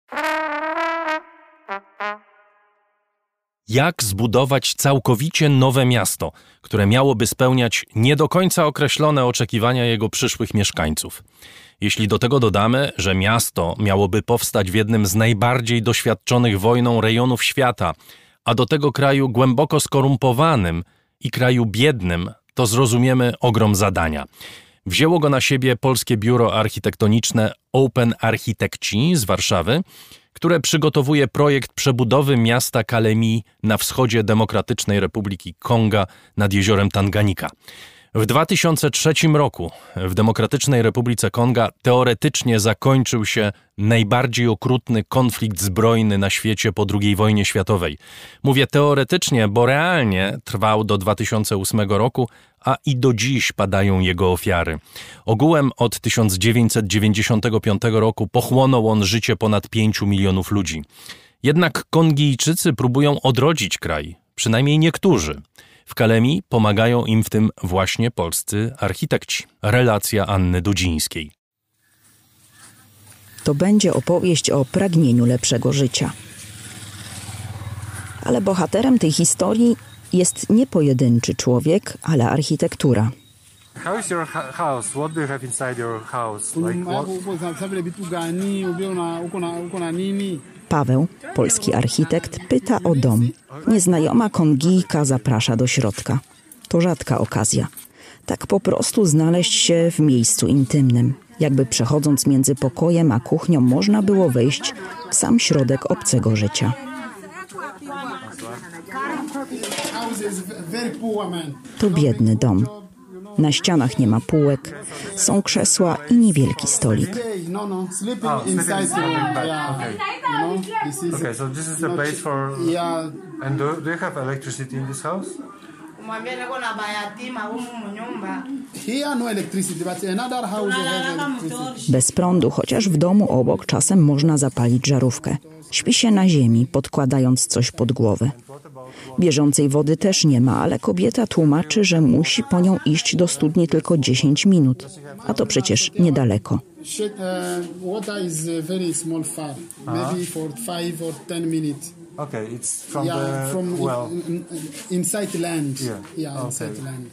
S1: Jak zbudować całkowicie nowe miasto, które miałoby spełniać nie do końca określone oczekiwania jego przyszłych mieszkańców? Jeśli do tego dodamy, że miasto miałoby powstać w jednym z najbardziej doświadczonych wojną rejonów świata, a do tego kraju głęboko skorumpowanym i kraju biednym, to zrozumiemy ogrom zadania. Wzięło go na siebie polskie biuro architektoniczne Open Architekci z Warszawy, które przygotowuje projekt przebudowy miasta Kalemi na wschodzie Demokratycznej Republiki Konga nad jeziorem Tanganika. W dwa tysiące trzecim roku w Demokratycznej Republice Konga teoretycznie zakończył się najbardziej okrutny konflikt zbrojny na świecie po drugiej wojnie światowej. Mówię teoretycznie, bo realnie trwał do dwa tysiące ósmego roku, a i do dziś padają jego ofiary. Ogółem od tysiąc dziewięćset dziewięćdziesiątego piątego roku pochłonął on życie ponad pięciu milionów ludzi. Jednak Kongijczycy próbują odrodzić kraj, przynajmniej niektórzy. W Kalemi pomagają im w tym właśnie polscy architekci. Relacja Anny Dudzińskiej.
S7: To będzie opowieść o pragnieniu lepszego życia. Ale bohaterem tej historii jest nie pojedynczy człowiek, ale architektura.
S8: How is your house? What do you have inside your house? Like what?
S7: Paweł, polski architekt, pyta o dom. Nieznajoma Kongijka zaprasza do środka. To rzadka okazja. Tak po prostu znaleźć się w miejscu intymnym. Jakby przechodząc między pokojem a kuchnią można było wejść w sam środek obcego życia. To biedny dom. Na ścianach nie ma półek, są krzesła i niewielki stolik.
S8: Okay, so this is the place for... And do, do you have electricity in this house?
S7: Bez prądu, chociaż w domu obok czasem można zapalić żarówkę. Śpi się na ziemi, podkładając coś pod głowę. Bieżącej wody też nie ma, ale kobieta tłumaczy, że musi po nią iść do studni tylko dziesięć minut. A to przecież niedaleko.
S8: Okay, it's from
S9: yeah,
S8: the
S9: from
S8: well.
S9: inside land.
S8: Yeah.
S9: Yeah,
S8: Okay.
S9: inside land.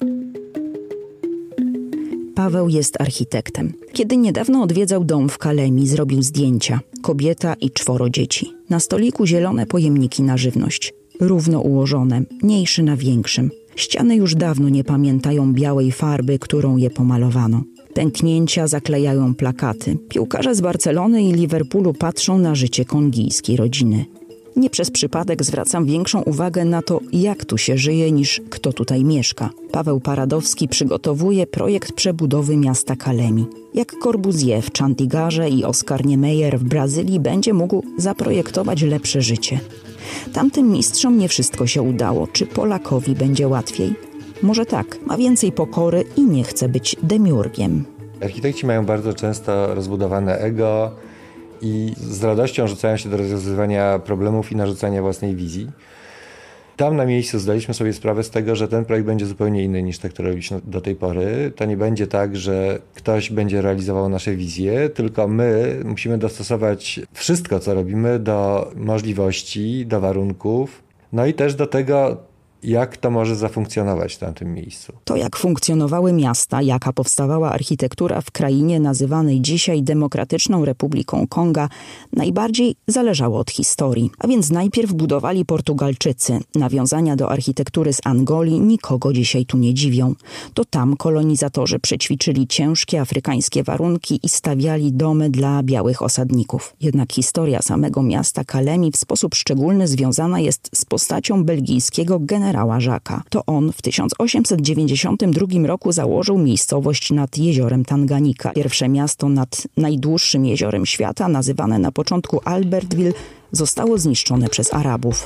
S7: Paweł jest architektem. Kiedy niedawno odwiedzał dom w Kalemi, zrobił zdjęcia. Kobieta i czworo dzieci. Na stoliku zielone pojemniki na żywność. Równo ułożone, mniejszy na większym. Ściany już dawno nie pamiętają białej farby, którą je pomalowano. Pęknięcia zaklejają plakaty. Piłkarze z Barcelony i Liverpoolu patrzą na życie kongijskiej rodziny. Nie przez przypadek zwracam większą uwagę na to, jak tu się żyje, niż kto tutaj mieszka. Paweł Paradowski przygotowuje projekt przebudowy miasta Kalemi. Jak Corbusier w Chandigarze i Oscar Niemeyer w Brazylii będzie mógł zaprojektować lepsze życie. Tamtym mistrzom nie wszystko się udało. Czy Polakowi będzie łatwiej? Może tak, ma więcej pokory i nie chce być demiurgiem.
S10: Architekci mają bardzo często rozbudowane ego i z radością rzucają się do rozwiązywania problemów i narzucania własnej wizji. Tam na miejscu zdaliśmy sobie sprawę z tego, że ten projekt będzie zupełnie inny niż te, które robiliśmy do tej pory. To nie będzie tak, że ktoś będzie realizował nasze wizje, tylko my musimy dostosować wszystko, co robimy do możliwości, do warunków, no i też do tego, jak to może zafunkcjonować w tamtym miejscu.
S7: To, jak funkcjonowały miasta, jaka powstawała architektura w krainie nazywanej dzisiaj Demokratyczną Republiką Konga, najbardziej zależało od historii. A więc najpierw budowali Portugalczycy. Nawiązania do architektury z Angolii nikogo dzisiaj tu nie dziwią. To tam kolonizatorzy przećwiczyli ciężkie afrykańskie warunki i stawiali domy dla białych osadników. Jednak historia samego miasta Kalemi w sposób szczególny związana jest z postacią belgijskiego generała Jacques'a. To on w tysiąc osiemset dziewięćdziesiątym drugim roku założył miejscowość nad jeziorem Tanganyika. Pierwsze miasto nad najdłuższym jeziorem świata, nazywane na początku Albertville, zostało zniszczone przez Arabów.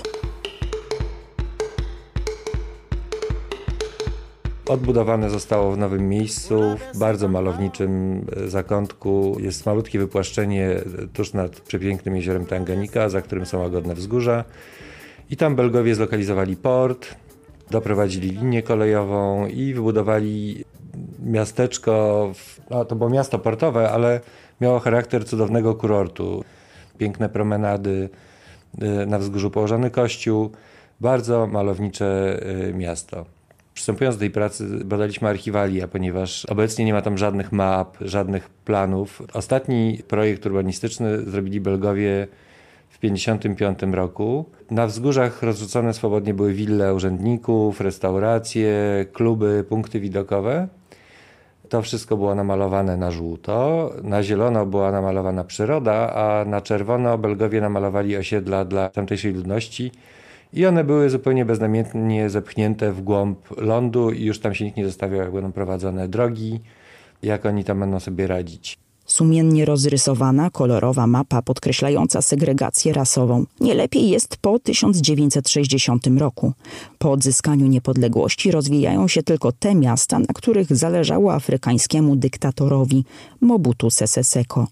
S10: Odbudowane zostało w nowym miejscu, w bardzo malowniczym zakątku. Jest malutkie wypłaszczenie tuż nad przepięknym jeziorem Tanganyika, za którym są łagodne wzgórza. I tam Belgowie zlokalizowali port, doprowadzili linię kolejową i wybudowali miasteczko. No, to było miasto portowe, ale miało charakter cudownego kurortu. Piękne promenady, na wzgórzu położony kościół. Bardzo malownicze miasto. Przystępując do tej pracy, badaliśmy archiwalia, ponieważ obecnie nie ma tam żadnych map, żadnych planów. Ostatni projekt urbanistyczny zrobili Belgowie w tysiąc dziewięćset pięćdziesiątym piątym roku. Na wzgórzach rozrzucone swobodnie były wille urzędników, restauracje, kluby, punkty widokowe. To wszystko było namalowane na żółto. Na zielono była namalowana przyroda, a na czerwono Belgowie namalowali osiedla dla tamtejszej ludności. I one były zupełnie beznamiętnie zepchnięte w głąb lądu i już tam się nikt nie zastanawiał, jak będą prowadzone drogi, jak oni tam będą sobie radzić.
S7: Sumiennie rozrysowana, kolorowa mapa podkreślająca segregację rasową. Nie lepiej jest po tysiąc dziewięćset sześćdziesiątym roku. Po odzyskaniu niepodległości rozwijają się tylko te miasta, na których zależało afrykańskiemu dyktatorowi Mobutu Sese Seko.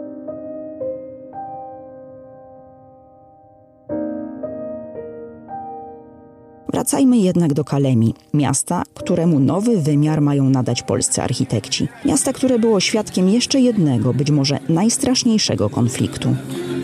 S7: Wracajmy jednak do Kalemi, miasta, któremu nowy wymiar mają nadać polscy architekci. Miasta, które było świadkiem jeszcze jednego, być może najstraszniejszego konfliktu.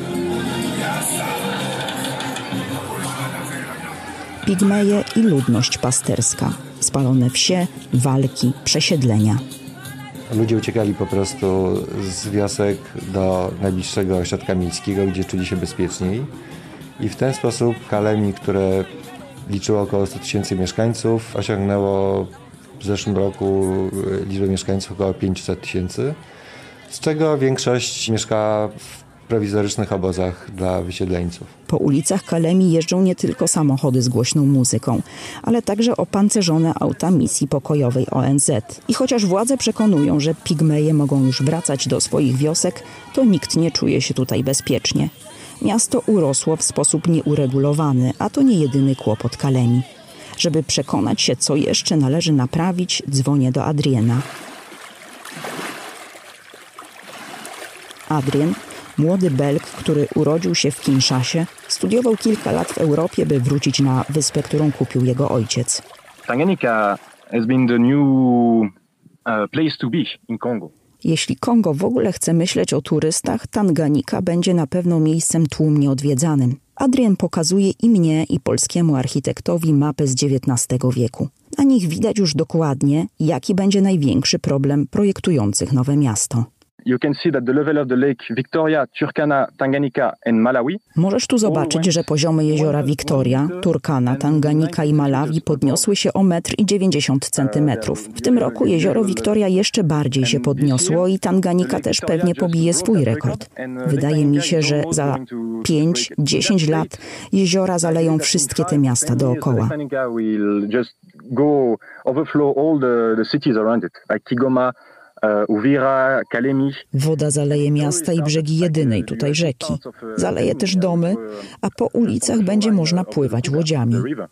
S7: Pigmeje i ludność pasterska. Spalone wsie, walki, przesiedlenia.
S10: Ludzie uciekali po prostu z wiosek do najbliższego ośrodka miejskiego, gdzie czuli się bezpieczniej. I w ten sposób Kalemi, które liczyło około sto tysięcy mieszkańców, osiągnęło w zeszłym roku liczbę mieszkańców około pięćset tysięcy, z czego większość mieszka w prowizorycznych obozach dla wysiedleńców.
S7: Po ulicach Kalemi jeżdżą nie tylko samochody z głośną muzyką, ale także opancerzone auta misji pokojowej O N Z. I chociaż władze przekonują, że pigmeje mogą już wracać do swoich wiosek, to nikt nie czuje się tutaj bezpiecznie. Miasto urosło w sposób nieuregulowany, a to nie jedyny kłopot Kalemi. Żeby przekonać się, co jeszcze należy naprawić, dzwonię do Adriena. Adrien, młody Belg, który urodził się w Kinszasie, studiował kilka lat w Europie, by wrócić na wyspę, którą kupił jego ojciec.
S11: Tanganyika has been the new uh, place to be in Congo.
S7: Jeśli Kongo w ogóle chce myśleć o turystach, Tanganyika będzie na pewno miejscem tłumnie odwiedzanym. Adrien pokazuje i mnie, i polskiemu architektowi mapę z dziewiętnastego wieku. Na nich widać już dokładnie, jaki będzie największy problem projektujących nowe miasto.
S11: You can see that the level of the lake Victoria, Turkana, Tanganyika and Malawi.
S7: Możesz tu zobaczyć, że poziomy jeziora Victoria, Turkana, Tanganyika i Malawi podniosły się o metr i dziewięćdziesiąt centymetrów. W tym roku jezioro Victoria jeszcze bardziej się podniosło i Tanganyika też pewnie pobije swój rekord. Wydaje mi się, że za pięć do dziesięciu lat jeziora zaleją wszystkie te miasta dookoła.
S11: Uvira, Kalemi.
S7: Woda zaleje miasta i brzegi jedynej tutaj rzeki. Zaleje też domy, a po ulicach będzie można pływać łodziami.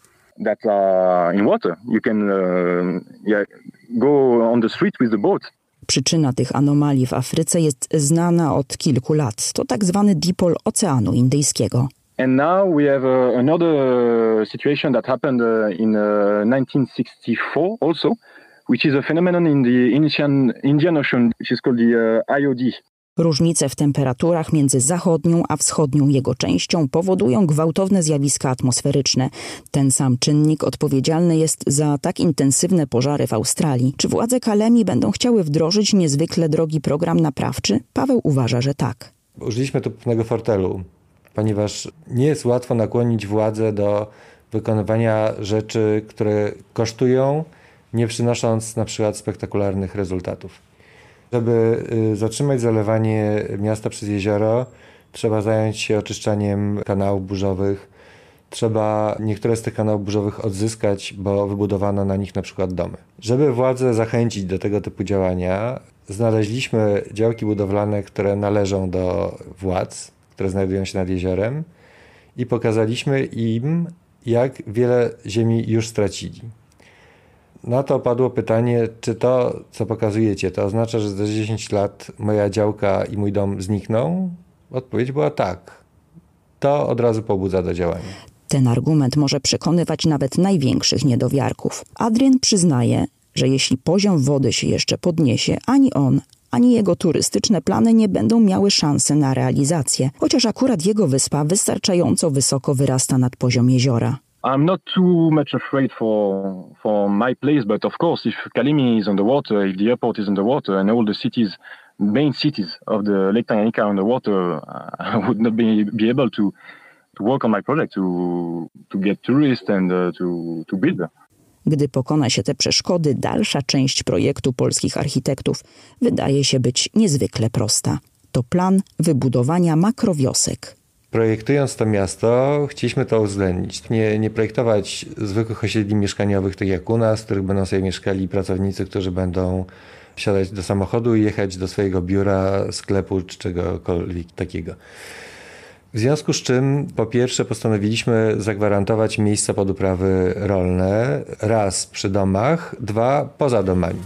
S7: Przyczyna tych anomalii w Afryce jest znana od kilku lat. To tak zwany dipol Oceanu Indyjskiego.
S11: And now we have uh, another situation that happened uh, in uh, nineteen sixty-four also, which is a phenomenon in the Indian, Indian Ocean, which is called the uh, I O D.
S7: Różnice w temperaturach między zachodnią a wschodnią jego częścią powodują gwałtowne zjawiska atmosferyczne. Ten sam czynnik odpowiedzialny jest za tak intensywne pożary w Australii. Czy władze Kalemi będą chciały wdrożyć niezwykle drogi program naprawczy? Paweł uważa, że tak.
S10: Użyliśmy tu pewnego fortelu, ponieważ nie jest łatwo nakłonić władzę do wykonywania rzeczy, które kosztują, nie przynosząc na przykład spektakularnych rezultatów. Żeby zatrzymać zalewanie miasta przez jezioro, trzeba zająć się oczyszczaniem kanałów burzowych. Trzeba niektóre z tych kanałów burzowych odzyskać, bo wybudowano na nich na przykład domy. Żeby władzę zachęcić do tego typu działania, znaleźliśmy działki budowlane, które należą do władz, które znajdują się nad jeziorem i pokazaliśmy im, jak wiele ziemi już stracili. Na to padło pytanie, czy to, co pokazujecie, to oznacza, że za dziesięć lat moja działka i mój dom znikną? Odpowiedź była tak. To od razu pobudza do działania.
S7: Ten argument może przekonywać nawet największych niedowiarków. Adrian przyznaje, że jeśli poziom wody się jeszcze podniesie, ani on, ani jego turystyczne plany nie będą miały szansy na realizację, chociaż akurat jego wyspa wystarczająco wysoko wyrasta nad poziom jeziora.
S11: I'm not too much afraid for for my place, but of course, if Kalemi is underwater, if the airport is underwater, and all the cities, main cities of the Lake Tanganyika are underwater, I would not be, be able to to work on my project, to to get tourists and uh, to to build.
S7: Gdy pokona się te przeszkody, dalsza część projektu polskich architektów wydaje się być niezwykle prosta. To plan wybudowania makrowiosek.
S10: Projektując to miasto, chcieliśmy to uwzględnić. Nie, nie projektować zwykłych osiedli mieszkaniowych, tak jak u nas, w których będą sobie mieszkali pracownicy, którzy będą wsiadać do samochodu i jechać do swojego biura, sklepu czy czegokolwiek takiego. W związku z czym, po pierwsze, postanowiliśmy zagwarantować miejsca pod uprawy rolne, raz przy domach, dwa poza domami.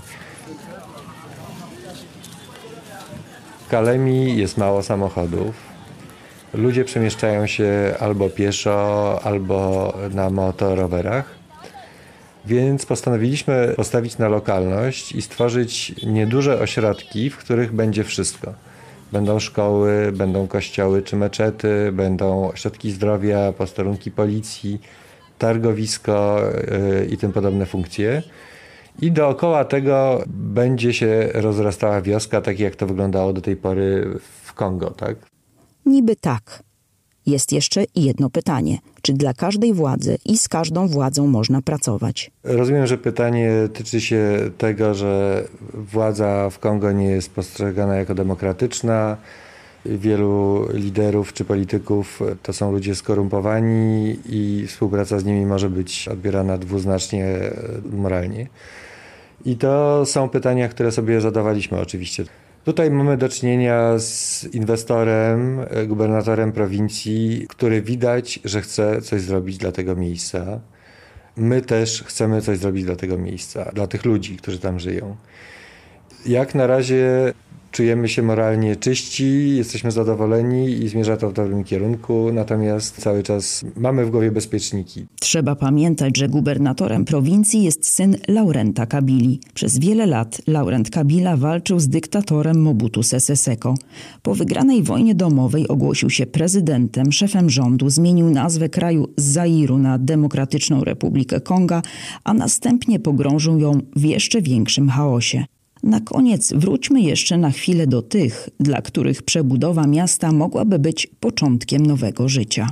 S10: W Kalemi jest mało samochodów. Ludzie przemieszczają się albo pieszo, albo na motorowerach, więc postanowiliśmy postawić na lokalność i stworzyć nieduże ośrodki, w których będzie wszystko. Będą szkoły, będą kościoły czy meczety, będą ośrodki zdrowia, posterunki policji, targowisko yy, i tym podobne funkcje. I dookoła tego będzie się rozrastała wioska, tak jak to wyglądało do tej pory w Kongo, tak?
S7: Niby tak. Jest jeszcze jedno pytanie. Czy dla każdej władzy i z każdą władzą można pracować?
S10: Rozumiem, że pytanie tyczy się tego, że władza w Kongo nie jest postrzegana jako demokratyczna. Wielu liderów czy polityków to są ludzie skorumpowani i współpraca z nimi może być odbierana dwuznacznie moralnie. I to są pytania, które sobie zadawaliśmy oczywiście. Tutaj mamy do czynienia z inwestorem, gubernatorem prowincji, który widać, że chce coś zrobić dla tego miejsca. My też chcemy coś zrobić dla tego miejsca, dla tych ludzi, którzy tam żyją. Jak na razie czujemy się moralnie czyści, jesteśmy zadowoleni i zmierza to w dobrym kierunku, natomiast cały czas mamy w głowie bezpieczniki.
S7: Trzeba pamiętać, że gubernatorem prowincji jest syn Laurenta Kabili. Przez wiele lat Laurent Kabila walczył z dyktatorem Mobutu Sese Seko. Po wygranej wojnie domowej ogłosił się prezydentem, szefem rządu, zmienił nazwę kraju z Zairu na Demokratyczną Republikę Konga, a następnie pogrążył ją w jeszcze większym chaosie. Na koniec wróćmy jeszcze na chwilę do tych, dla których przebudowa miasta mogłaby być początkiem nowego życia.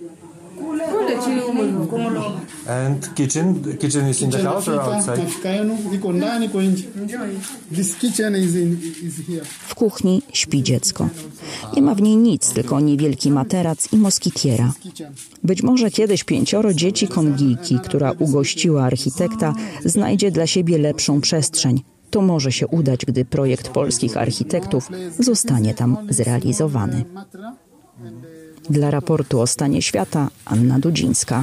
S8: And kitchen, kitchen is in the house or outside?
S7: W kuchni śpi dziecko. Nie ma w niej nic, tylko niewielki materac i moskitiera. Być może kiedyś pięcioro dzieci Kongijki, która ugościła architekta, znajdzie dla siebie lepszą przestrzeń. To może się udać, gdy projekt polskich architektów zostanie tam zrealizowany. Dla raportu o stanie świata Anna Dudzińska.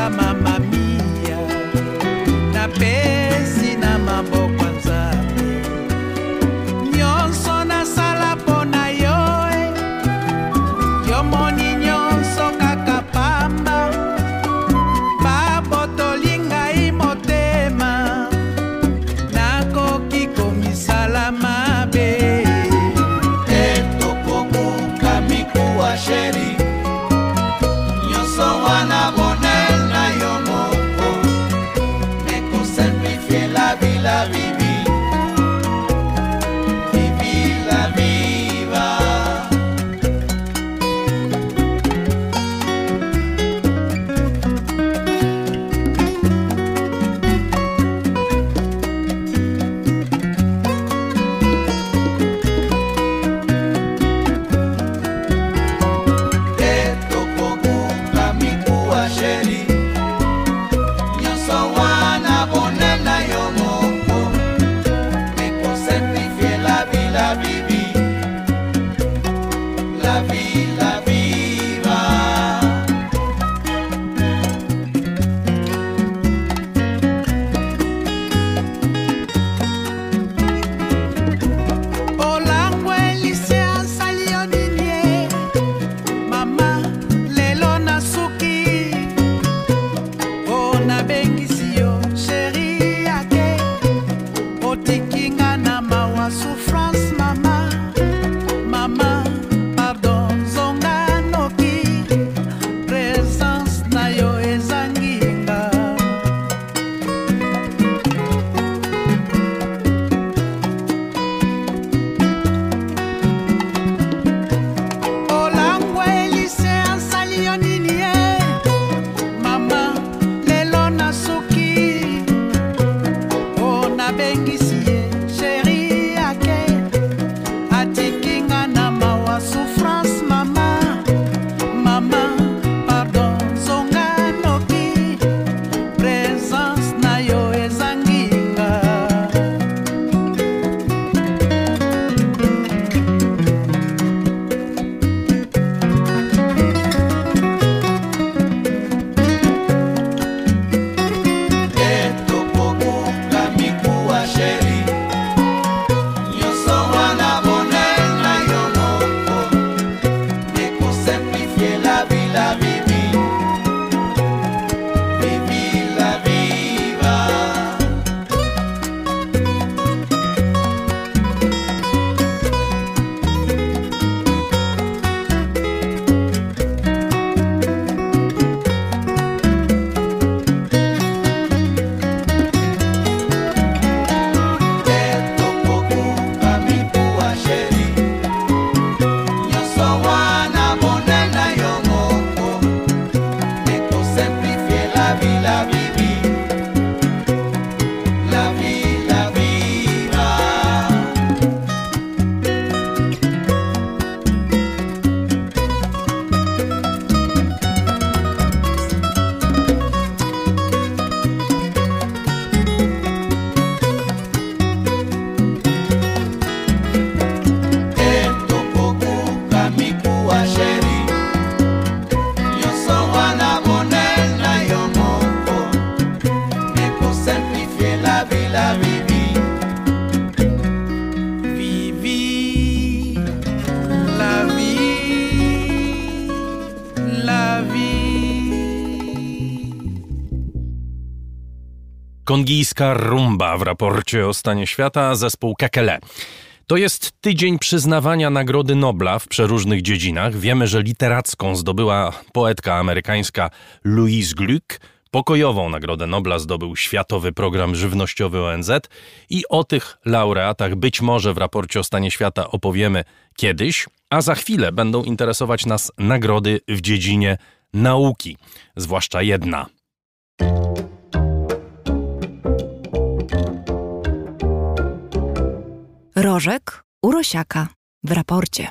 S1: Kongijska rumba w raporcie o stanie świata, zespół Kekele. To jest tydzień przyznawania Nagrody Nobla w przeróżnych dziedzinach. Wiemy, że literacką zdobyła poetka amerykańska Louise Glück, pokojową Nagrodę Nobla zdobył Światowy Program Żywnościowy O N Z i o tych laureatach być może w raporcie o stanie świata opowiemy kiedyś, a za chwilę będą interesować nas nagrody w dziedzinie nauki, zwłaszcza jedna.
S12: Rożek u Rosiaka w raporcie.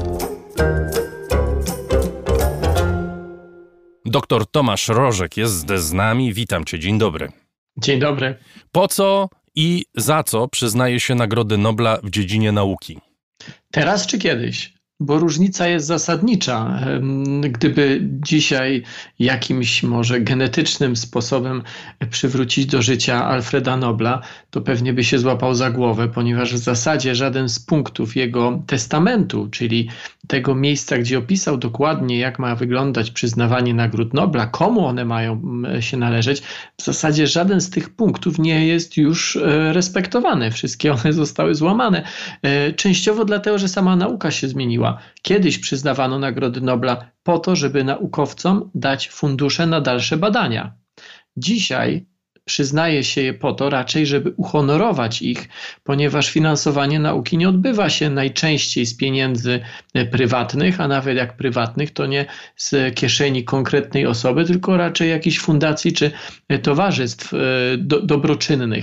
S1: Doktor Tomasz Rożek jest z nami. Witam cię. Dzień dobry.
S13: Dzień dobry.
S1: Po co i za co przyznaje się Nagrody Nobla w dziedzinie nauki?
S13: Teraz czy kiedyś? bo różnica jest zasadnicza. Gdyby dzisiaj jakimś może genetycznym sposobem przywrócić do życia Alfreda Nobla, to pewnie by się złapał za głowę, ponieważ w zasadzie żaden z punktów jego testamentu, czyli tego miejsca, gdzie opisał dokładnie, jak ma wyglądać przyznawanie nagród Nobla, komu one mają się należeć, w zasadzie żaden z tych punktów nie jest już respektowany. Wszystkie one zostały złamane. Częściowo dlatego, że sama nauka się zmieniła. Kiedyś przyznawano nagrody Nobla po to, żeby naukowcom dać fundusze na dalsze badania. Dzisiaj przyznaje się je po to raczej, żeby uhonorować ich, ponieważ finansowanie nauki nie odbywa się najczęściej z pieniędzy prywatnych, a nawet jak prywatnych, to nie z kieszeni konkretnej osoby, tylko raczej jakichś fundacji czy towarzystw do, dobroczynnych.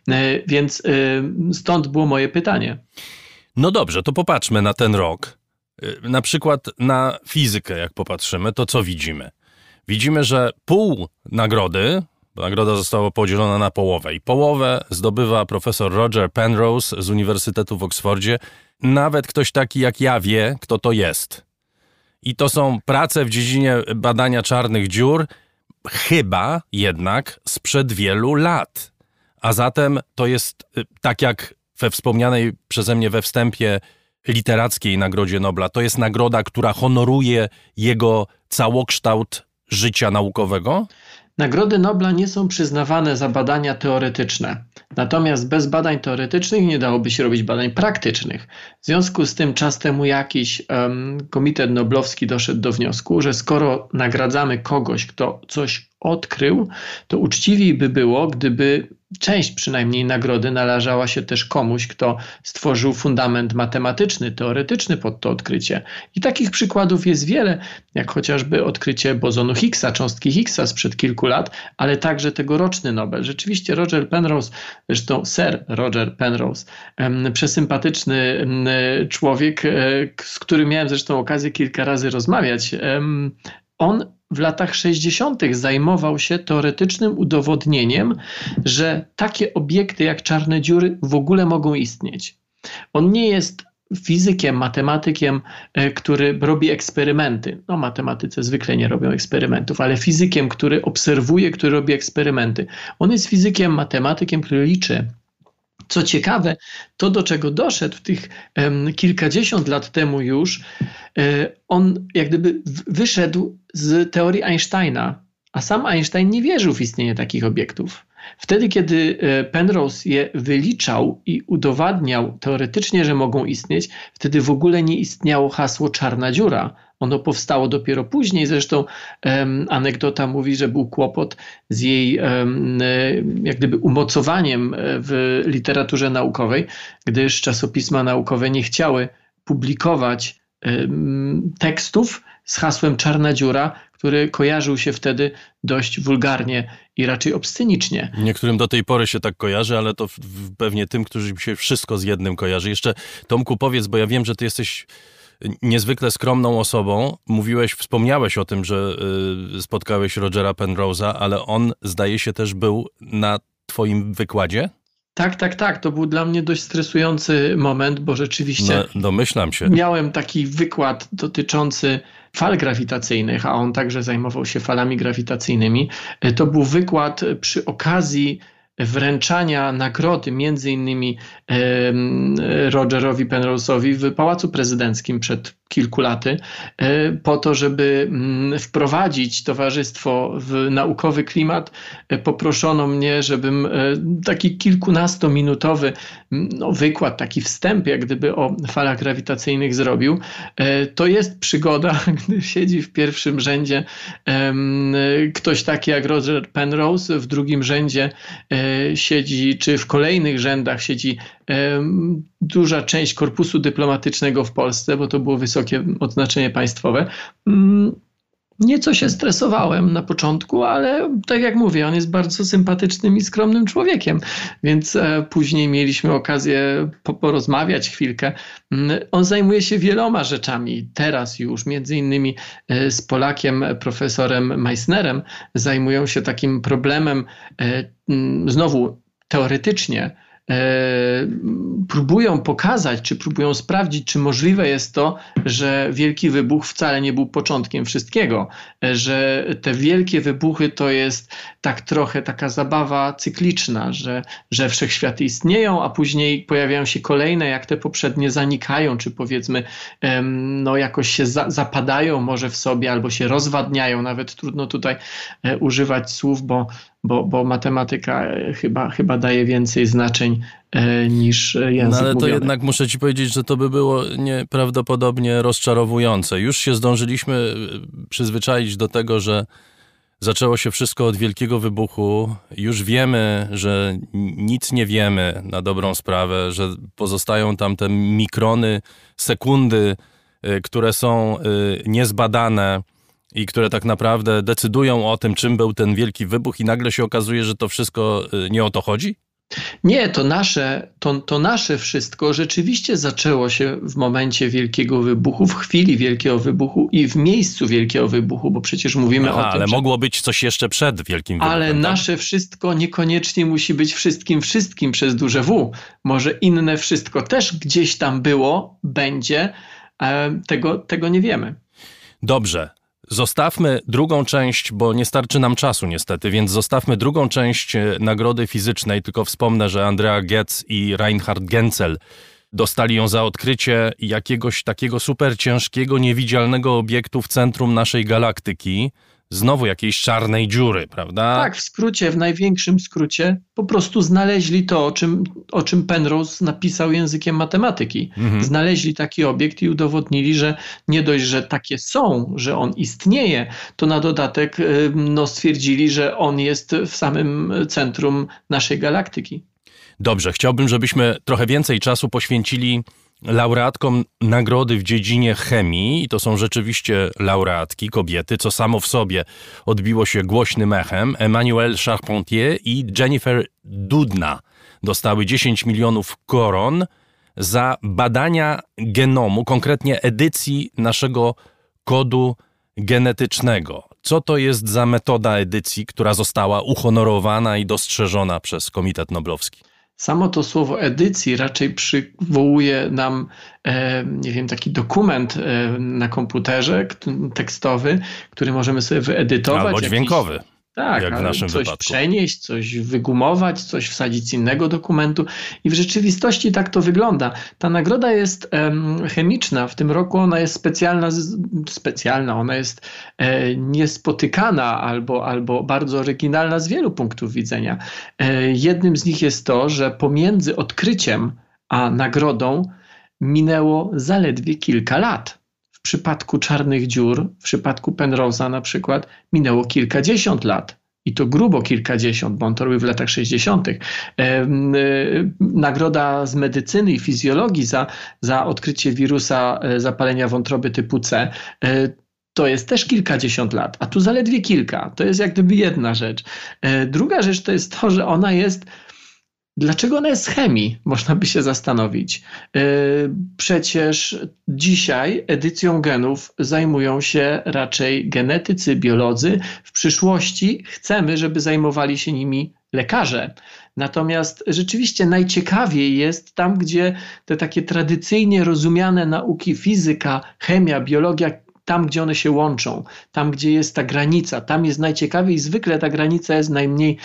S13: Więc stąd było moje pytanie.
S1: No dobrze, to popatrzmy na ten rok. Na przykład na fizykę, jak popatrzymy, to co widzimy? Widzimy, że pół nagrody, bo nagroda została podzielona na połowę i połowę zdobywa profesor Roger Penrose z Uniwersytetu w Oksfordzie. Nawet ktoś taki jak ja wie, kto to jest. I to są prace w dziedzinie badania czarnych dziur, chyba jednak sprzed wielu lat. A zatem to jest tak jak we wspomnianej przeze mnie we wstępie literackiej Nagrodzie Nobla. To jest nagroda, która honoruje jego całokształt życia naukowego?
S13: Nagrody Nobla nie są przyznawane za badania teoretyczne. Natomiast bez badań teoretycznych nie dałoby się robić badań praktycznych. W związku z tym czas temu jakiś um, Komitet Noblowski doszedł do wniosku, że skoro nagradzamy kogoś, kto coś odkrył, to uczciwiej by było, gdyby część przynajmniej nagrody należała się też komuś, kto stworzył fundament matematyczny, teoretyczny pod to odkrycie. I takich przykładów jest wiele, jak chociażby odkrycie bozonu Higgsa, cząstki Higgsa sprzed kilku lat, ale także tegoroczny Nobel. Rzeczywiście Roger Penrose, zresztą Sir Roger Penrose, przesympatyczny człowiek, z którym miałem zresztą okazję kilka razy rozmawiać, on w latach sześćdziesiątych zajmował się teoretycznym udowodnieniem, że takie obiekty jak czarne dziury w ogóle mogą istnieć. On nie jest fizykiem, matematykiem, który robi eksperymenty. No, matematycy zwykle nie robią eksperymentów, ale fizykiem, który obserwuje, który robi eksperymenty. On jest fizykiem, matematykiem, który liczy. Co ciekawe, to do czego doszedł w tych um, kilkadziesiąt lat temu już, um, on jak gdyby wyszedł z teorii Einsteina, a sam Einstein nie wierzył w istnienie takich obiektów. Wtedy, kiedy Penrose je wyliczał i udowadniał teoretycznie, że mogą istnieć, wtedy w ogóle nie istniało hasło czarna dziura. Ono powstało dopiero później. Zresztą um, anegdota mówi, że był kłopot z jej um, jak gdyby umocowaniem w literaturze naukowej, gdyż czasopisma naukowe nie chciały publikować um, tekstów z hasłem czarna dziura, który kojarzył się wtedy dość wulgarnie i raczej obscenicznie.
S1: Niektórym do tej pory się tak kojarzy, ale to w, w, pewnie tym, którzy się wszystko z jednym kojarzy. Jeszcze Tomku powiedz, bo ja wiem, że ty jesteś niezwykle skromną osobą. Mówiłeś, wspomniałeś o tym, że y, spotkałeś Rogera Penrose'a, ale on zdaje się też był na twoim wykładzie?
S13: Tak, tak, tak. To był dla mnie dość stresujący moment, bo rzeczywiście
S1: no, domyślam się.
S13: Miałem taki wykład dotyczący fal grawitacyjnych, a on także zajmował się falami grawitacyjnymi. To był wykład przy okazji wręczania nagrody między innymi e, Rogerowi Penrose'owi w Pałacu Prezydenckim przed kilku laty, e, po to, żeby m, wprowadzić towarzystwo w naukowy klimat. E, poproszono mnie, żebym e, taki kilkunastominutowy no, wykład, taki wstęp jak gdyby o falach grawitacyjnych zrobił. E, to jest przygoda, gdy siedzi w pierwszym rzędzie e, ktoś taki jak Roger Penrose, w drugim rzędzie e, siedzi, czy w kolejnych rzędach siedzi um, duża część korpusu dyplomatycznego w Polsce, bo to było wysokie odznaczenie państwowe. Um, Nieco się stresowałem na początku, ale tak jak mówię, on jest bardzo sympatycznym i skromnym człowiekiem, więc e, później mieliśmy okazję po, porozmawiać chwilkę. On zajmuje się wieloma rzeczami. Teraz już między innymi e, z Polakiem, profesorem Meissnerem zajmują się takim problemem e, znowu teoretycznie próbują pokazać, czy próbują sprawdzić, czy możliwe jest to, że wielki wybuch wcale nie był początkiem wszystkiego, że te wielkie wybuchy to jest tak trochę taka zabawa cykliczna, że, że wszechświaty istnieją, a później pojawiają się kolejne, jak te poprzednie zanikają, czy powiedzmy no jakoś się za, zapadają może w sobie, albo się rozwadniają, nawet trudno tutaj używać słów, bo Bo, bo matematyka chyba, chyba daje więcej znaczeń e, niż język
S1: No ale to
S13: mówiony.
S1: jednak muszę ci powiedzieć, że to by było nieprawdopodobnie rozczarowujące. Już się zdążyliśmy przyzwyczaić do tego, że zaczęło się wszystko od wielkiego wybuchu. Już wiemy, że nic nie wiemy na dobrą sprawę, że pozostają tam te mikrony, sekundy, które są niezbadane i które tak naprawdę decydują o tym, czym był ten wielki wybuch i nagle się okazuje, że to wszystko nie o to chodzi?
S13: Nie, to nasze, to, to nasze wszystko rzeczywiście zaczęło się w momencie wielkiego wybuchu, w chwili wielkiego wybuchu i w miejscu wielkiego wybuchu, bo przecież mówimy
S1: Aha,
S13: o tym,
S1: ale
S13: że...
S1: mogło być coś jeszcze przed wielkim wybuchem.
S13: Ale
S1: tak?
S13: nasze wszystko niekoniecznie musi być wszystkim wszystkim przez duże W. Może inne wszystko też gdzieś tam było, będzie, e, tego, tego nie wiemy.
S1: Dobrze. Zostawmy drugą część, bo nie starczy nam czasu niestety, więc zostawmy drugą część nagrody fizycznej, tylko wspomnę, że Andrea Ghez i Reinhard Genzel dostali ją za odkrycie jakiegoś takiego super ciężkiego, niewidzialnego obiektu w centrum naszej galaktyki. Znowu jakiejś czarnej dziury, prawda?
S13: Tak, w skrócie, w największym skrócie, po prostu znaleźli to, o czym, o czym Penrose napisał językiem matematyki. Mhm. Znaleźli taki obiekt i udowodnili, że nie dość, że takie są, że on istnieje, to na dodatek no, stwierdzili, że on jest w samym centrum naszej galaktyki.
S1: Dobrze, chciałbym, żebyśmy trochę więcej czasu poświęcili laureatkom nagrody w dziedzinie chemii, i to są rzeczywiście laureatki, kobiety, co samo w sobie odbiło się głośnym echem. Emmanuelle Charpentier i Jennifer Doudna dostały dziesięć milionów koron za badania genomu, konkretnie edycji naszego kodu genetycznego. Co to jest za metoda edycji, która została uhonorowana i dostrzeżona przez Komitet Noblowski?
S13: Samo to słowo edycji raczej przywołuje nam, e, nie wiem, taki dokument e, na komputerze tekstowy, który możemy sobie wyedytować.
S1: Albo dźwiękowy.
S13: Jakiś, tak,
S1: jak w naszym
S13: coś
S1: wypadku.
S13: przenieść, coś wygumować, coś wsadzić z innego dokumentu i w rzeczywistości tak to wygląda. Ta nagroda jest em, chemiczna, w tym roku ona jest specjalna, specjalna ona jest e, niespotykana albo, albo bardzo oryginalna z wielu punktów widzenia. E, jednym z nich jest to, że pomiędzy odkryciem a nagrodą minęło zaledwie kilka lat. W przypadku czarnych dziur, w przypadku Penrose'a na przykład, minęło kilkadziesiąt lat. I to grubo kilkadziesiąt, bo on to robił w latach sześćdziesiątych. E, e, nagroda z medycyny i fizjologii za, za odkrycie wirusa zapalenia wątroby typu C e, to jest też kilkadziesiąt lat, a tu zaledwie kilka. To jest jak gdyby jedna rzecz. E, druga rzecz to jest to, że ona jest... Dlaczego ona jest z chemii? Można by się zastanowić. Yy, przecież dzisiaj edycją genów zajmują się raczej genetycy, biolodzy. W przyszłości chcemy, żeby zajmowali się nimi lekarze. Natomiast rzeczywiście najciekawiej jest tam, gdzie te takie tradycyjnie rozumiane nauki fizyka, chemia, biologia, tam, gdzie one się łączą, tam, gdzie jest ta granica, tam jest najciekawiej. Zwykle ta granica jest najmniej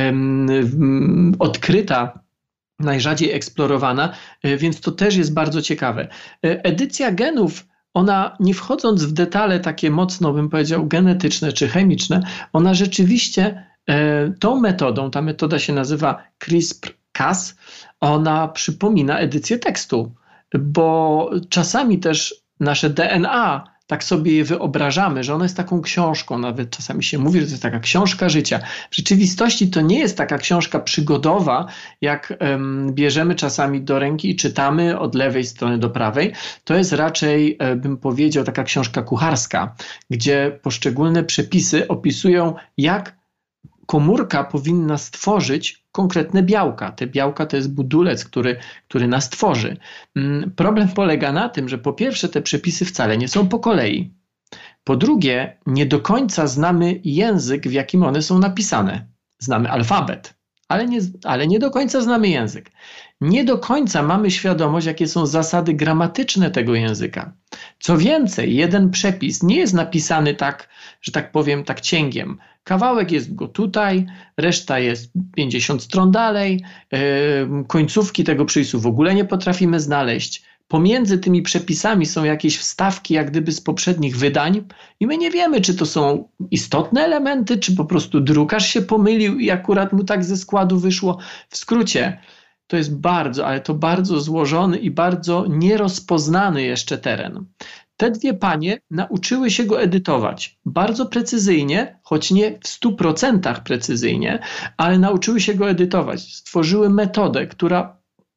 S13: um, odkryta, najrzadziej eksplorowana, więc to też jest bardzo ciekawe. Edycja genów, ona nie wchodząc w detale takie mocno, bym powiedział, genetyczne czy chemiczne, ona rzeczywiście e, tą metodą, ta metoda się nazywa CRISPR-Cas, ona przypomina edycję tekstu, bo czasami też nasze D N A tak sobie je wyobrażamy, że ona jest taką książką, nawet czasami się mówi, że to jest taka książka życia. W rzeczywistości to nie jest taka książka przygodowa, jak um, bierzemy czasami do ręki i czytamy od lewej strony do prawej. To jest raczej, bym powiedział, taka książka kucharska, gdzie poszczególne przepisy opisują, jak komórka powinna stworzyć konkretne białka. Te białka to jest budulec, który, który nas tworzy. Problem polega na tym, że po pierwsze te przepisy wcale nie są po kolei. Po drugie, nie do końca znamy język, w jakim one są napisane. Znamy alfabet, ale nie, ale nie do końca znamy język. Nie do końca mamy świadomość, jakie są zasady gramatyczne tego języka. Co więcej, jeden przepis nie jest napisany tak, że tak powiem, tak cięgiem. Kawałek jest go tutaj, reszta jest pięćdziesiąt stron dalej, yy, końcówki tego przepisu w ogóle nie potrafimy znaleźć. Pomiędzy tymi przepisami są jakieś wstawki, jak gdyby z poprzednich wydań i my nie wiemy, czy to są istotne elementy, czy po prostu drukarz się pomylił i akurat mu tak ze składu wyszło. W skrócie, to jest bardzo, ale to bardzo złożony i bardzo nierozpoznany jeszcze teren. Te dwie panie nauczyły się go edytować bardzo precyzyjnie, choć nie w stu procentach precyzyjnie, ale nauczyły się go edytować. Stworzyły metodę, która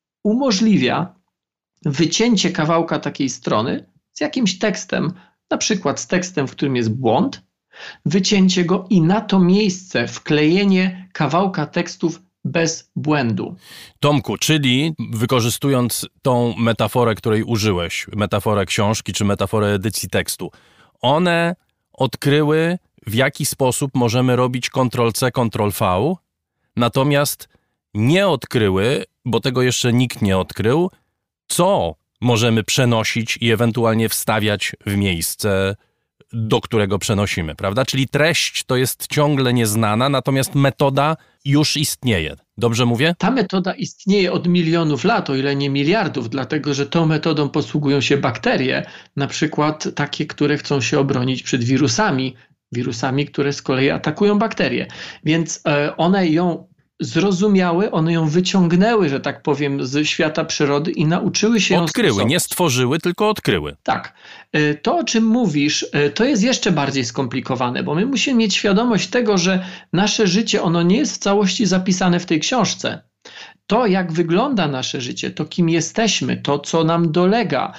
S13: umożliwia wycięcie kawałka takiej strony z jakimś tekstem, na przykład z tekstem, w którym jest błąd, wycięcie go i na to miejsce wklejenie kawałka tekstów bez błędu.
S1: Tomku, czyli wykorzystując tą metaforę, której użyłeś, metaforę książki czy metaforę edycji tekstu, one odkryły, w jaki sposób możemy robić kontrol C, kontrol V, natomiast nie odkryły, bo tego jeszcze nikt nie odkrył, co możemy przenosić i ewentualnie wstawiać w miejsce, do którego przenosimy, prawda? Czyli treść to jest ciągle nieznana, natomiast metoda już istnieje. Dobrze mówię?
S13: Ta metoda istnieje od milionów lat, o ile nie miliardów, dlatego że tą metodą posługują się bakterie, na przykład takie, które chcą się obronić przed wirusami, wirusami, które z kolei atakują bakterie. Więc e, one ją zrozumiały, one ją wyciągnęły, że tak powiem, z świata przyrody i nauczyły się ją
S1: Odkryły,
S13: stosować.
S1: nie stworzyły, tylko odkryły.
S13: Tak. To, o czym mówisz, to jest jeszcze bardziej skomplikowane, bo my musimy mieć świadomość tego, że nasze życie, ono nie jest w całości zapisane w tej książce. To, jak wygląda nasze życie, to kim jesteśmy, to, co nam dolega,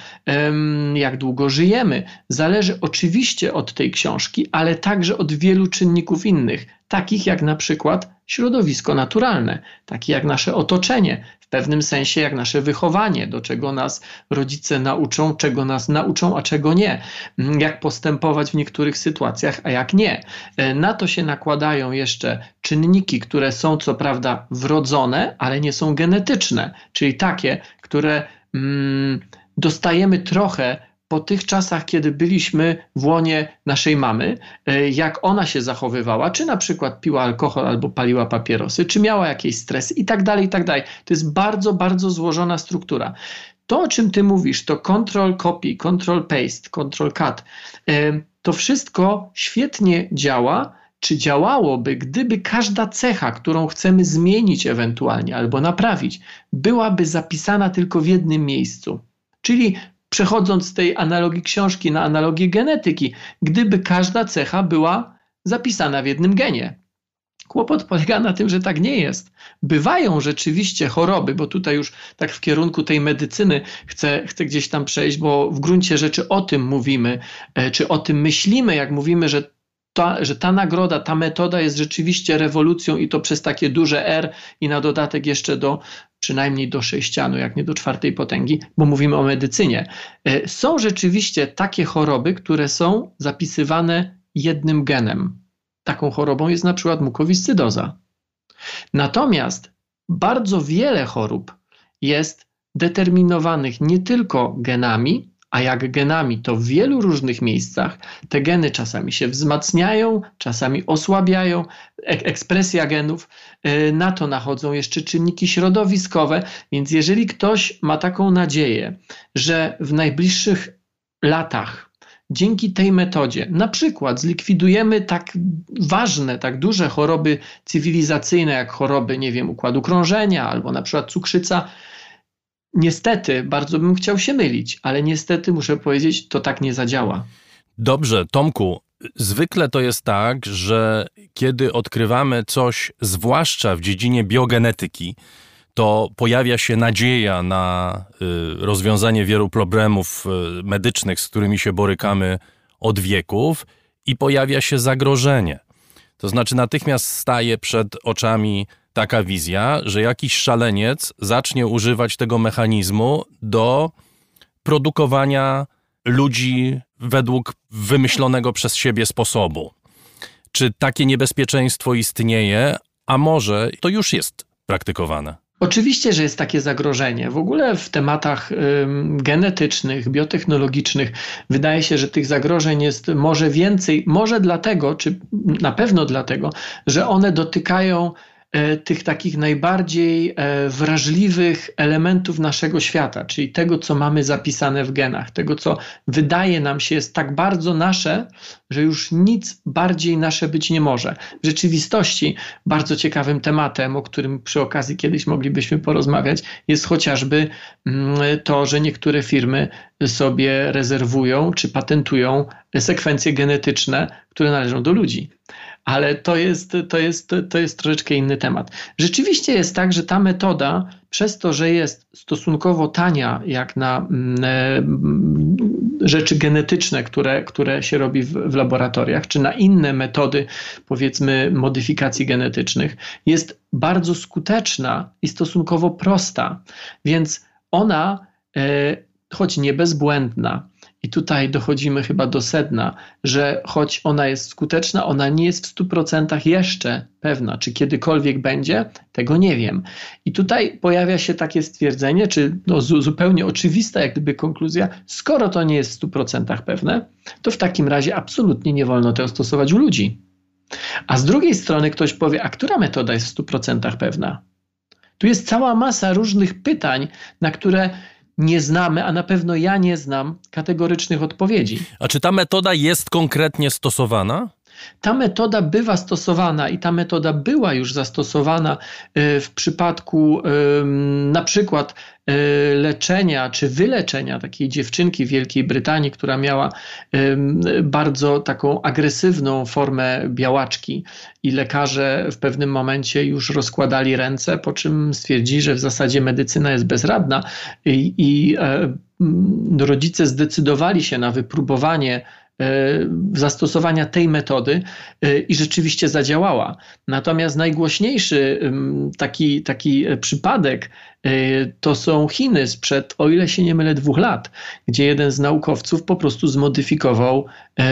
S13: jak długo żyjemy, zależy oczywiście od tej książki, ale także od wielu czynników innych, takich jak na przykład środowisko naturalne, takie jak nasze otoczenie, w pewnym sensie jak nasze wychowanie, do czego nas rodzice nauczą, czego nas nauczą, a czego nie, jak postępować w niektórych sytuacjach, a jak nie. Na to się nakładają jeszcze czynniki, które są co prawda wrodzone, ale nie są genetyczne, czyli takie, które mm, dostajemy trochę po tych czasach, kiedy byliśmy w łonie naszej mamy, jak ona się zachowywała, czy na przykład piła alkohol albo paliła papierosy, czy miała jakieś stresy i tak dalej, i tak dalej. To jest bardzo, bardzo złożona struktura. To, o czym ty mówisz, to control copy, control paste, control cut, to wszystko świetnie działa, czy działałoby, gdyby każda cecha, którą chcemy zmienić ewentualnie albo naprawić, byłaby zapisana tylko w jednym miejscu. Czyli przechodząc z tej analogii książki na analogię genetyki, gdyby każda cecha była zapisana w jednym genie. Kłopot polega na tym, że tak nie jest. Bywają rzeczywiście choroby, bo tutaj już tak w kierunku tej medycyny chcę, chcę gdzieś tam przejść, bo w gruncie rzeczy o tym mówimy, czy o tym myślimy, jak mówimy, że Ta, że ta nagroda, ta metoda jest rzeczywiście rewolucją i to przez takie duże R i na dodatek jeszcze do przynajmniej do sześcianu, jak nie do czwartej potęgi, bo mówimy o medycynie. Są rzeczywiście takie choroby, które są zapisywane jednym genem. Taką chorobą jest na przykład mukowiscydoza. Natomiast bardzo wiele chorób jest determinowanych nie tylko genami, a jak genami, to w wielu różnych miejscach te geny czasami się wzmacniają, czasami osłabiają, ek- ekspresja genów, yy, na to nachodzą jeszcze czynniki środowiskowe, więc jeżeli ktoś ma taką nadzieję, że w najbliższych latach dzięki tej metodzie na przykład zlikwidujemy tak ważne, tak duże choroby cywilizacyjne, jak choroby, nie wiem, układu krążenia albo na przykład cukrzyca, niestety, bardzo bym chciał się mylić, ale niestety muszę powiedzieć, to tak nie zadziała.
S1: Dobrze, Tomku, zwykle to jest tak, że kiedy odkrywamy coś, zwłaszcza w dziedzinie biogenetyki, to pojawia się nadzieja na y, rozwiązanie wielu problemów y, medycznych, z którymi się borykamy od wieków i pojawia się zagrożenie. To znaczy natychmiast staje przed oczami taka wizja, że jakiś szaleniec zacznie używać tego mechanizmu do produkowania ludzi według wymyślonego przez siebie sposobu. Czy takie niebezpieczeństwo istnieje, a może to już jest praktykowane?
S13: Oczywiście, że jest takie zagrożenie. W ogóle w tematach y, genetycznych, biotechnologicznych wydaje się, że tych zagrożeń jest może więcej, może dlatego, czy na pewno dlatego, że one dotykają y, tych takich najbardziej y, wrażliwych elementów naszego świata, czyli tego, co mamy zapisane w genach, tego, co wydaje nam się jest tak bardzo nasze, że już nic bardziej nasze być nie może. W rzeczywistości bardzo ciekawym tematem, o którym przy okazji kiedyś moglibyśmy porozmawiać, jest chociażby to, że niektóre firmy sobie rezerwują czy patentują sekwencje genetyczne, które należą do ludzi. Ale to jest, to jest, to jest troszeczkę inny temat. Rzeczywiście jest tak, że ta metoda, przez to, że jest stosunkowo tania, jak na e, rzeczy genetyczne, które, które się robi w, w laboratoriach, czy na inne metody, powiedzmy, modyfikacji genetycznych, jest bardzo skuteczna i stosunkowo prosta. Więc ona, e, choć nie bezbłędna, i tutaj dochodzimy chyba do sedna, że choć ona jest skuteczna, ona nie jest w stu procentach jeszcze pewna. Czy kiedykolwiek będzie? Tego nie wiem. I tutaj pojawia się takie stwierdzenie, czy no zupełnie oczywista jak gdyby konkluzja, skoro to nie jest w stu procentach pewne, to w takim razie absolutnie nie wolno tego stosować u ludzi. A z drugiej strony ktoś powie, a która metoda jest w stu procentach pewna? Tu jest cała masa różnych pytań, na które nie znamy, a na pewno ja nie znam kategorycznych odpowiedzi.
S1: A czy ta metoda jest konkretnie stosowana?
S13: Ta metoda bywa stosowana i ta metoda była już zastosowana w przypadku na przykład leczenia czy wyleczenia takiej dziewczynki w Wielkiej Brytanii, która miała bardzo taką agresywną formę białaczki i lekarze w pewnym momencie już rozkładali ręce, po czym stwierdzili, że w zasadzie medycyna jest bezradna i, i rodzice zdecydowali się na wypróbowanie zastosowania tej metody i rzeczywiście zadziałała. Natomiast najgłośniejszy taki, taki przypadek to są Chiny sprzed, o ile się nie mylę, dwóch lat, gdzie jeden z naukowców po prostu zmodyfikował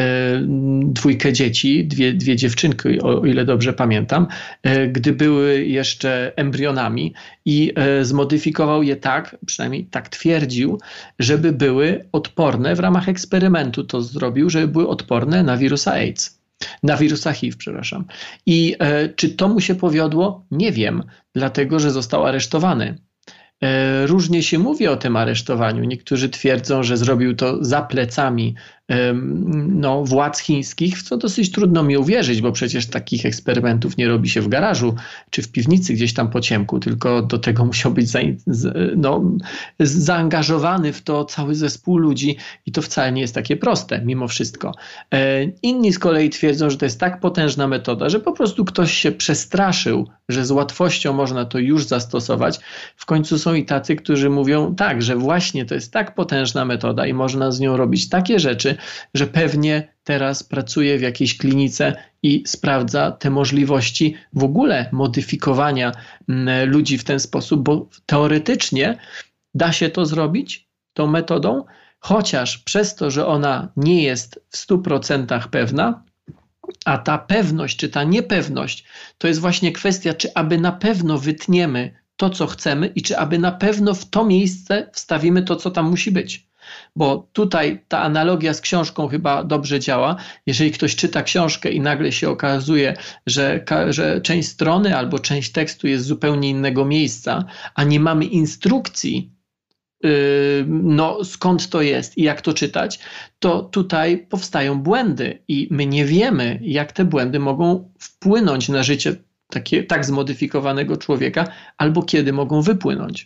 S13: dwójkę dzieci, dwie, dwie dziewczynki, o ile dobrze pamiętam, gdy były jeszcze embrionami i zmodyfikował je tak, przynajmniej tak twierdził, żeby były odporne, w ramach eksperymentu to zrobił, żeby były odporne na wirusa AIDS. Na wirusa H I V, przepraszam. I e, czy to mu się powiodło? Nie wiem, dlatego że został aresztowany. E, różnie się mówi o tym aresztowaniu. Niektórzy twierdzą, że zrobił to za plecami e, no, władz chińskich, w co dosyć trudno mi uwierzyć, bo przecież takich eksperymentów nie robi się w garażu czy w piwnicy gdzieś tam po ciemku, tylko do tego musiał być za, no, zaangażowany w to cały zespół ludzi i to wcale nie jest takie proste mimo wszystko. E, inni z kolei twierdzą, że to jest tak potężna metoda, że po prostu ktoś się przestraszył, że z łatwością można to już zastosować. W końcu są i tacy, którzy mówią tak, że właśnie to jest tak potężna metoda i można z nią robić takie rzeczy, że pewnie teraz pracuje w jakiejś klinice i sprawdza te możliwości w ogóle modyfikowania ludzi w ten sposób, bo teoretycznie da się to zrobić tą metodą, chociaż przez to, że ona nie jest w stu procentach pewna, a ta pewność czy ta niepewność to jest właśnie kwestia, czy aby na pewno wytniemy to, co chcemy i czy aby na pewno w to miejsce wstawimy to, co tam musi być. Bo tutaj ta analogia z książką chyba dobrze działa. Jeżeli ktoś czyta książkę i nagle się okazuje, że, że część strony albo część tekstu jest z zupełnie innego miejsca, a nie mamy instrukcji, yy, no skąd to jest i jak to czytać, to tutaj powstają błędy i my nie wiemy, jak te błędy mogą wpłynąć na życie takie, tak zmodyfikowanego człowieka, albo kiedy mogą wypłynąć.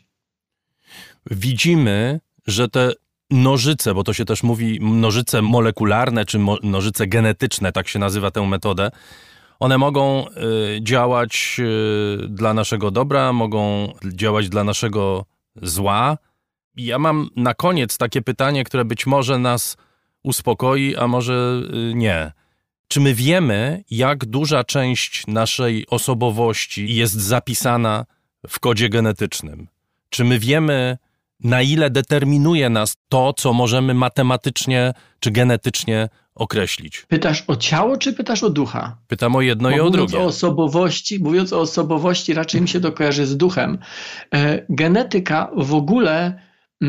S1: Widzimy, że te nożyce, bo to się też mówi nożyce molekularne czy mo- nożyce genetyczne, tak się nazywa tę metodę, one mogą y, działać y, dla naszego dobra, mogą działać dla naszego zła. I ja mam na koniec takie pytanie, które być może nas uspokoi, a może y, nie. Czy my wiemy, jak duża część naszej osobowości jest zapisana w kodzie genetycznym? Czy my wiemy, Na ile determinuje nas to, co możemy matematycznie czy genetycznie określić?
S13: Pytasz o ciało, czy pytasz o ducha?
S1: Pytam o jedno
S13: Bo
S1: i o
S13: mówiąc
S1: drugie.
S13: O osobowości, mówiąc o osobowości, raczej mi się to kojarzy z duchem. E, genetyka w ogóle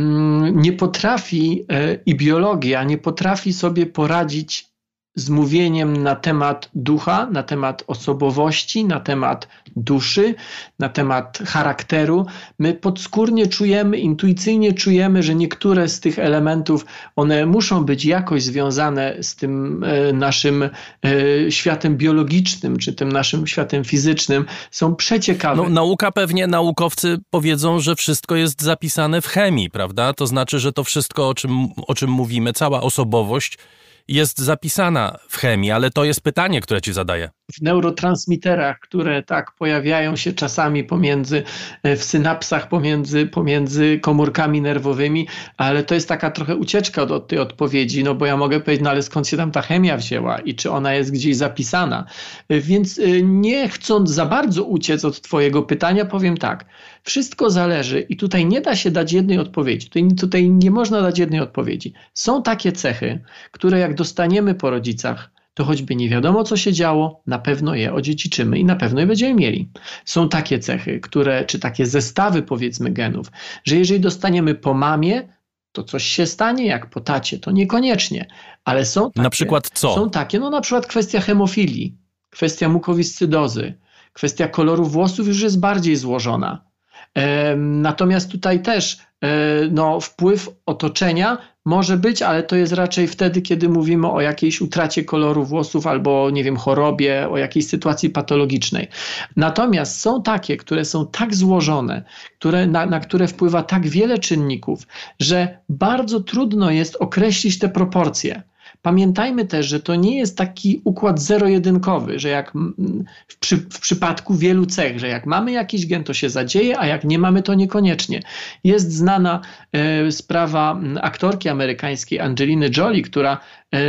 S13: mm, nie potrafi e, i biologia nie potrafi sobie poradzić z mówieniem na temat ducha, na temat osobowości, na temat duszy, na temat charakteru. My podskórnie czujemy, intuicyjnie czujemy, że niektóre z tych elementów, one muszą być jakoś związane z tym e, naszym e, światem biologicznym, czy tym naszym światem fizycznym, są przeciekawe.
S1: No, nauka pewnie, naukowcy powiedzą, że wszystko jest zapisane w chemii, prawda? To znaczy, że to wszystko, o czym, o czym mówimy, cała osobowość jest zapisana w chemii, ale to jest pytanie, które ci zadaję.
S13: W neurotransmiterach, które tak pojawiają się czasami pomiędzy, w synapsach pomiędzy, pomiędzy komórkami nerwowymi, ale to jest taka trochę ucieczka od, od tej odpowiedzi, no bo ja mogę powiedzieć, no ale skąd się tam ta chemia wzięła i czy ona jest gdzieś zapisana. Więc nie chcąc za bardzo uciec od twojego pytania, powiem tak, wszystko zależy i tutaj nie da się dać jednej odpowiedzi, tutaj, tutaj nie można dać jednej odpowiedzi. Są takie cechy, które jak dostaniemy po rodzicach, to choćby nie wiadomo, co się działo, na pewno je odziedziczymy i na pewno je będziemy mieli. Są takie cechy, które, czy takie zestawy, powiedzmy, genów, że jeżeli dostaniemy po mamie, to coś się stanie, jak po tacie, to niekoniecznie. Ale są takie,
S1: na przykład co?
S13: Są takie, no na przykład kwestia hemofilii, kwestia mukowiscydozy, kwestia koloru włosów już jest bardziej złożona. E, natomiast tutaj też e, no, wpływ otoczenia może być, ale to jest raczej wtedy, kiedy mówimy o jakiejś utracie koloru włosów albo, nie wiem, chorobie, o jakiejś sytuacji patologicznej. Natomiast są takie, które są tak złożone, które, na, na które wpływa tak wiele czynników, że bardzo trudno jest określić te proporcje. Pamiętajmy też, że to nie jest taki układ zero-jedynkowy, że jak w, przy, w przypadku wielu cech, że jak mamy jakiś gen, to się zadzieje, a jak nie mamy, to niekoniecznie. Jest znana e, sprawa aktorki amerykańskiej Angeliny Jolie, która e,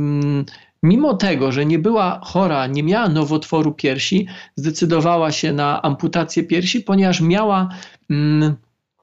S13: mimo tego, że nie była chora, nie miała nowotworu piersi, zdecydowała się na amputację piersi, ponieważ miała mm,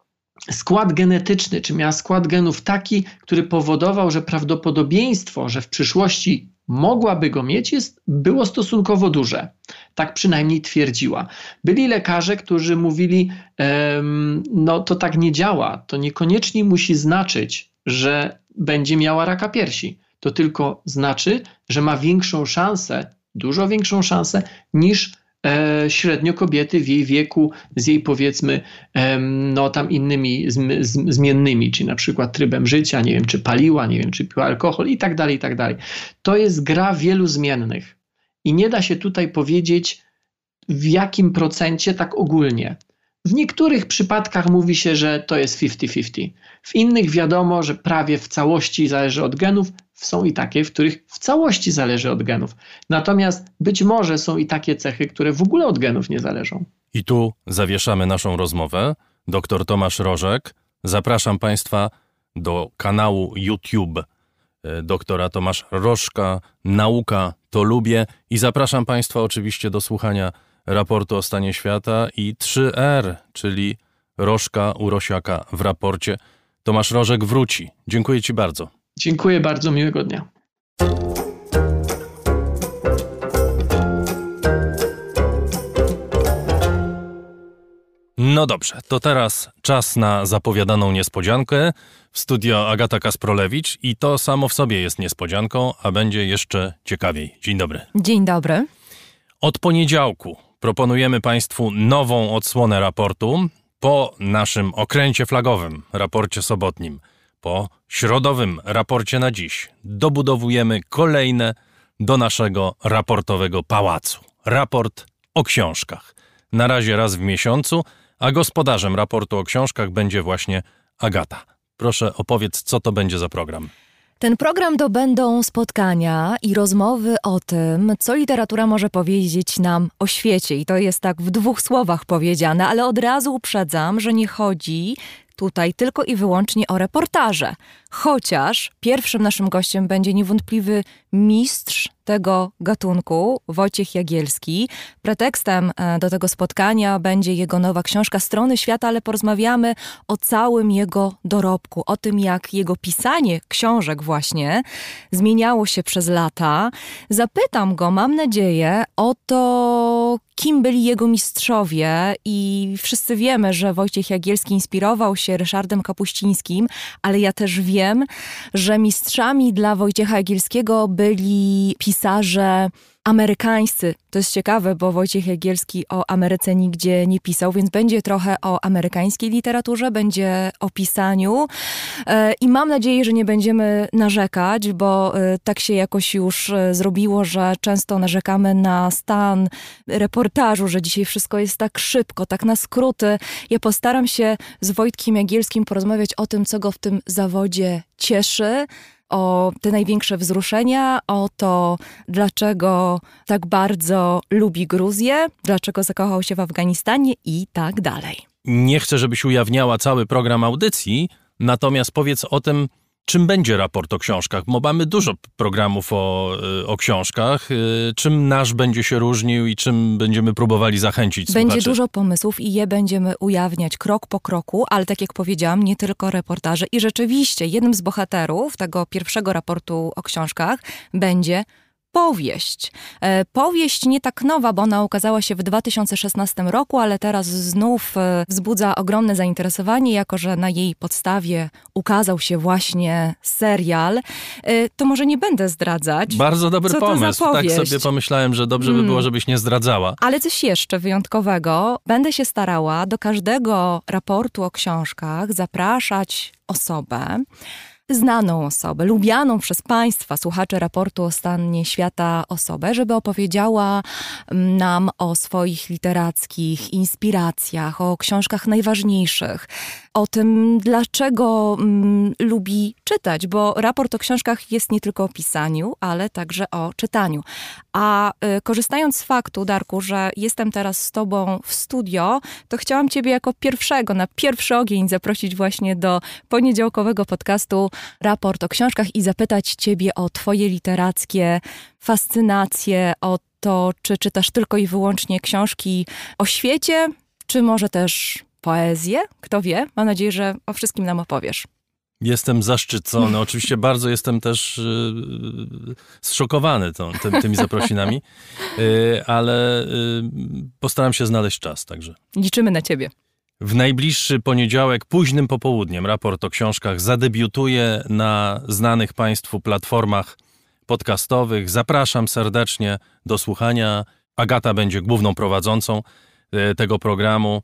S13: skład genetyczny, czy miała skład genów taki, który powodował, że prawdopodobieństwo, że w przyszłości mogłaby go mieć, jest, było stosunkowo duże. Tak przynajmniej twierdziła. Byli lekarze, którzy mówili, um, no to tak nie działa, to niekoniecznie musi znaczyć, że będzie miała raka piersi. To tylko znaczy, że ma większą szansę, dużo większą szansę niż e, średnio kobiety w jej wieku z jej powiedzmy e, no tam innymi zm, z, zmiennymi, czyli na przykład trybem życia, nie wiem czy paliła, nie wiem czy piła alkohol i tak dalej, i tak dalej. To jest gra wielu zmiennych i nie da się tutaj powiedzieć w jakim procencie tak ogólnie. W niektórych przypadkach mówi się, że to jest pięćdziesiąt pięćdziesiąt. W innych wiadomo, że prawie w całości zależy od genów. Są i takie, w których w całości zależy od genów. Natomiast być może są i takie cechy, które w ogóle od genów nie zależą.
S1: I tu zawieszamy naszą rozmowę. Doktor Tomasz Rożek. Zapraszam Państwa do kanału YouTube doktora Tomasza Rożka. Nauka to lubię. I zapraszam Państwa oczywiście do słuchania raportu o stanie świata i trzy R, czyli Rożka u Rosiaka w raporcie. Tomasz Rożek wróci. Dziękuję Ci bardzo.
S13: Dziękuję bardzo, miłego dnia.
S1: No dobrze, to teraz czas na zapowiadaną niespodziankę. W studio Agata Kasprolewicz i to samo w sobie jest niespodzianką, a będzie jeszcze ciekawiej. Dzień dobry.
S14: Dzień dobry.
S1: Od poniedziałku proponujemy Państwu nową odsłonę raportu po naszym okręcie flagowym, raporcie sobotnim. Po środowym raporcie na dziś dobudowujemy kolejne do naszego raportowego pałacu. Raport o książkach. Na razie raz w miesiącu, a gospodarzem raportu o książkach będzie właśnie Agata. Proszę opowiedz, co to będzie za program.
S14: Ten program to będą spotkania i rozmowy o tym, co literatura może powiedzieć nam o świecie. I to jest tak w dwóch słowach powiedziane, ale od razu uprzedzam, że nie chodzi tutaj tylko i wyłącznie o reportaże. Chociaż pierwszym naszym gościem będzie niewątpliwy mistrz tego gatunku, Wojciech Jagielski. Pretekstem do tego spotkania będzie jego nowa książka Strony świata, ale porozmawiamy o całym jego dorobku, o tym, jak jego pisanie książek właśnie zmieniało się przez lata. Zapytam go, mam nadzieję, o to, kim byli jego mistrzowie i wszyscy wiemy, że Wojciech Jagielski inspirował się Ryszardem Kapuścińskim, ale ja też wiem, że mistrzami dla Wojciecha Jagielskiego byli pisarze amerykańscy. To jest ciekawe, bo Wojciech Jagielski o Ameryce nigdzie nie pisał, więc będzie trochę o amerykańskiej literaturze, będzie o pisaniu i mam nadzieję, że nie będziemy narzekać, bo tak się jakoś już zrobiło, że często narzekamy na stan reportażu, że dzisiaj wszystko jest tak szybko, tak na skróty. Ja postaram się z Wojtkiem Jagielskim porozmawiać o tym, co go w tym zawodzie cieszy, o te największe wzruszenia, o to, dlaczego tak bardzo lubi Gruzję, dlaczego zakochał się w Afganistanie i tak dalej.
S1: Nie chcę, żebyś ujawniała cały program audycji, natomiast powiedz o tym, czym będzie raport o książkach, bo mamy dużo programów o, o książkach. Czym nasz będzie się różnił i czym będziemy próbowali zachęcić
S14: słuchaczy?
S1: Będzie
S14: dużo pomysłów i je będziemy ujawniać krok po kroku, ale tak jak powiedziałam, nie tylko reportaże. I rzeczywiście jednym z bohaterów tego pierwszego raportu o książkach będzie powieść. E, powieść nie tak nowa, bo ona ukazała się w dwa tysiące szesnastym roku, ale teraz znów e, wzbudza ogromne zainteresowanie, jako że na jej podstawie ukazał się właśnie serial. E, to może nie będę zdradzać.
S1: Bardzo dobry
S14: co
S1: pomysł.
S14: To za powieść.
S1: Tak sobie pomyślałem, że dobrze by było, żebyś nie zdradzała.
S14: Ale coś jeszcze wyjątkowego. Będę się starała do każdego raportu o książkach zapraszać osobę, znaną osobę, lubianą przez Państwa, słuchaczy raportu o stanie świata osobę, żeby opowiedziała nam o swoich literackich inspiracjach, o książkach najważniejszych, o tym, dlaczego mm, lubi czytać, bo raport o książkach jest nie tylko o pisaniu, ale także o czytaniu. A y, korzystając z faktu, Darku, że jestem teraz z Tobą w studio, to chciałam Ciebie jako pierwszego, na pierwszy ogień zaprosić właśnie do poniedziałkowego podcastu Raport o książkach i zapytać Ciebie o Twoje literackie fascynacje, o to, czy czytasz tylko i wyłącznie książki o świecie, czy może też poezję? Kto wie? Mam nadzieję, że o wszystkim nam opowiesz.
S1: Jestem zaszczycony. Oczywiście bardzo jestem też yy, zszokowany tą, ty, tymi zaprosinami, yy, ale yy, postaram się znaleźć czas także.
S14: Liczymy na Ciebie.
S1: W najbliższy poniedziałek, późnym popołudniem, raport o książkach zadebiutuje na znanych Państwu platformach podcastowych. Zapraszam serdecznie do słuchania. Agata będzie główną prowadzącą yy, tego programu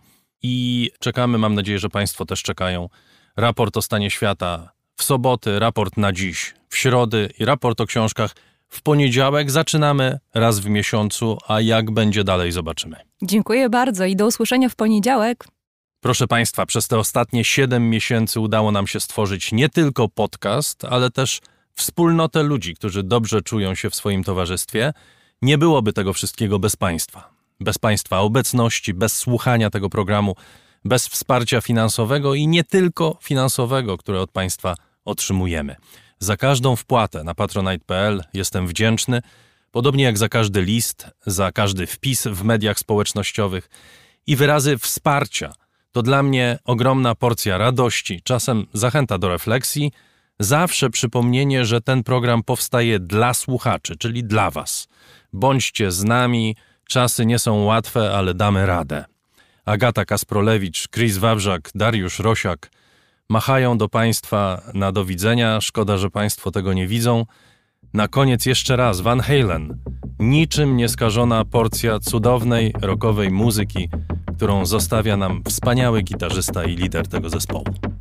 S1: i czekamy, mam nadzieję, że Państwo też czekają. Raport o stanie świata w soboty, raport na dziś w środę i raport o książkach w poniedziałek. Zaczynamy raz w miesiącu, a jak będzie dalej, zobaczymy.
S14: Dziękuję bardzo i do usłyszenia w poniedziałek.
S1: Proszę Państwa, przez te ostatnie siedem miesięcy udało nam się stworzyć nie tylko podcast, ale też wspólnotę ludzi, którzy dobrze czują się w swoim towarzystwie. Nie byłoby tego wszystkiego bez Państwa. Bez Państwa obecności, bez słuchania tego programu, bez wsparcia finansowego i nie tylko finansowego, które od Państwa otrzymujemy. Za każdą wpłatę na patronite kropka p l jestem wdzięczny, podobnie jak za każdy list, za każdy wpis w mediach społecznościowych i wyrazy wsparcia. To dla mnie ogromna porcja radości, czasem zachęta do refleksji, zawsze przypomnienie, że ten program powstaje dla słuchaczy, czyli dla Was. Bądźcie z nami, czasy nie są łatwe, ale damy radę. Agata Kasprolewicz, Chris Wawrzak, Dariusz Rosiak machają do Państwa na do widzenia. Szkoda, że Państwo tego nie widzą. Na koniec jeszcze raz Van Halen. Niczym nieskażona porcja cudownej, rockowej muzyki, którą zostawia nam wspaniały gitarzysta i lider tego zespołu.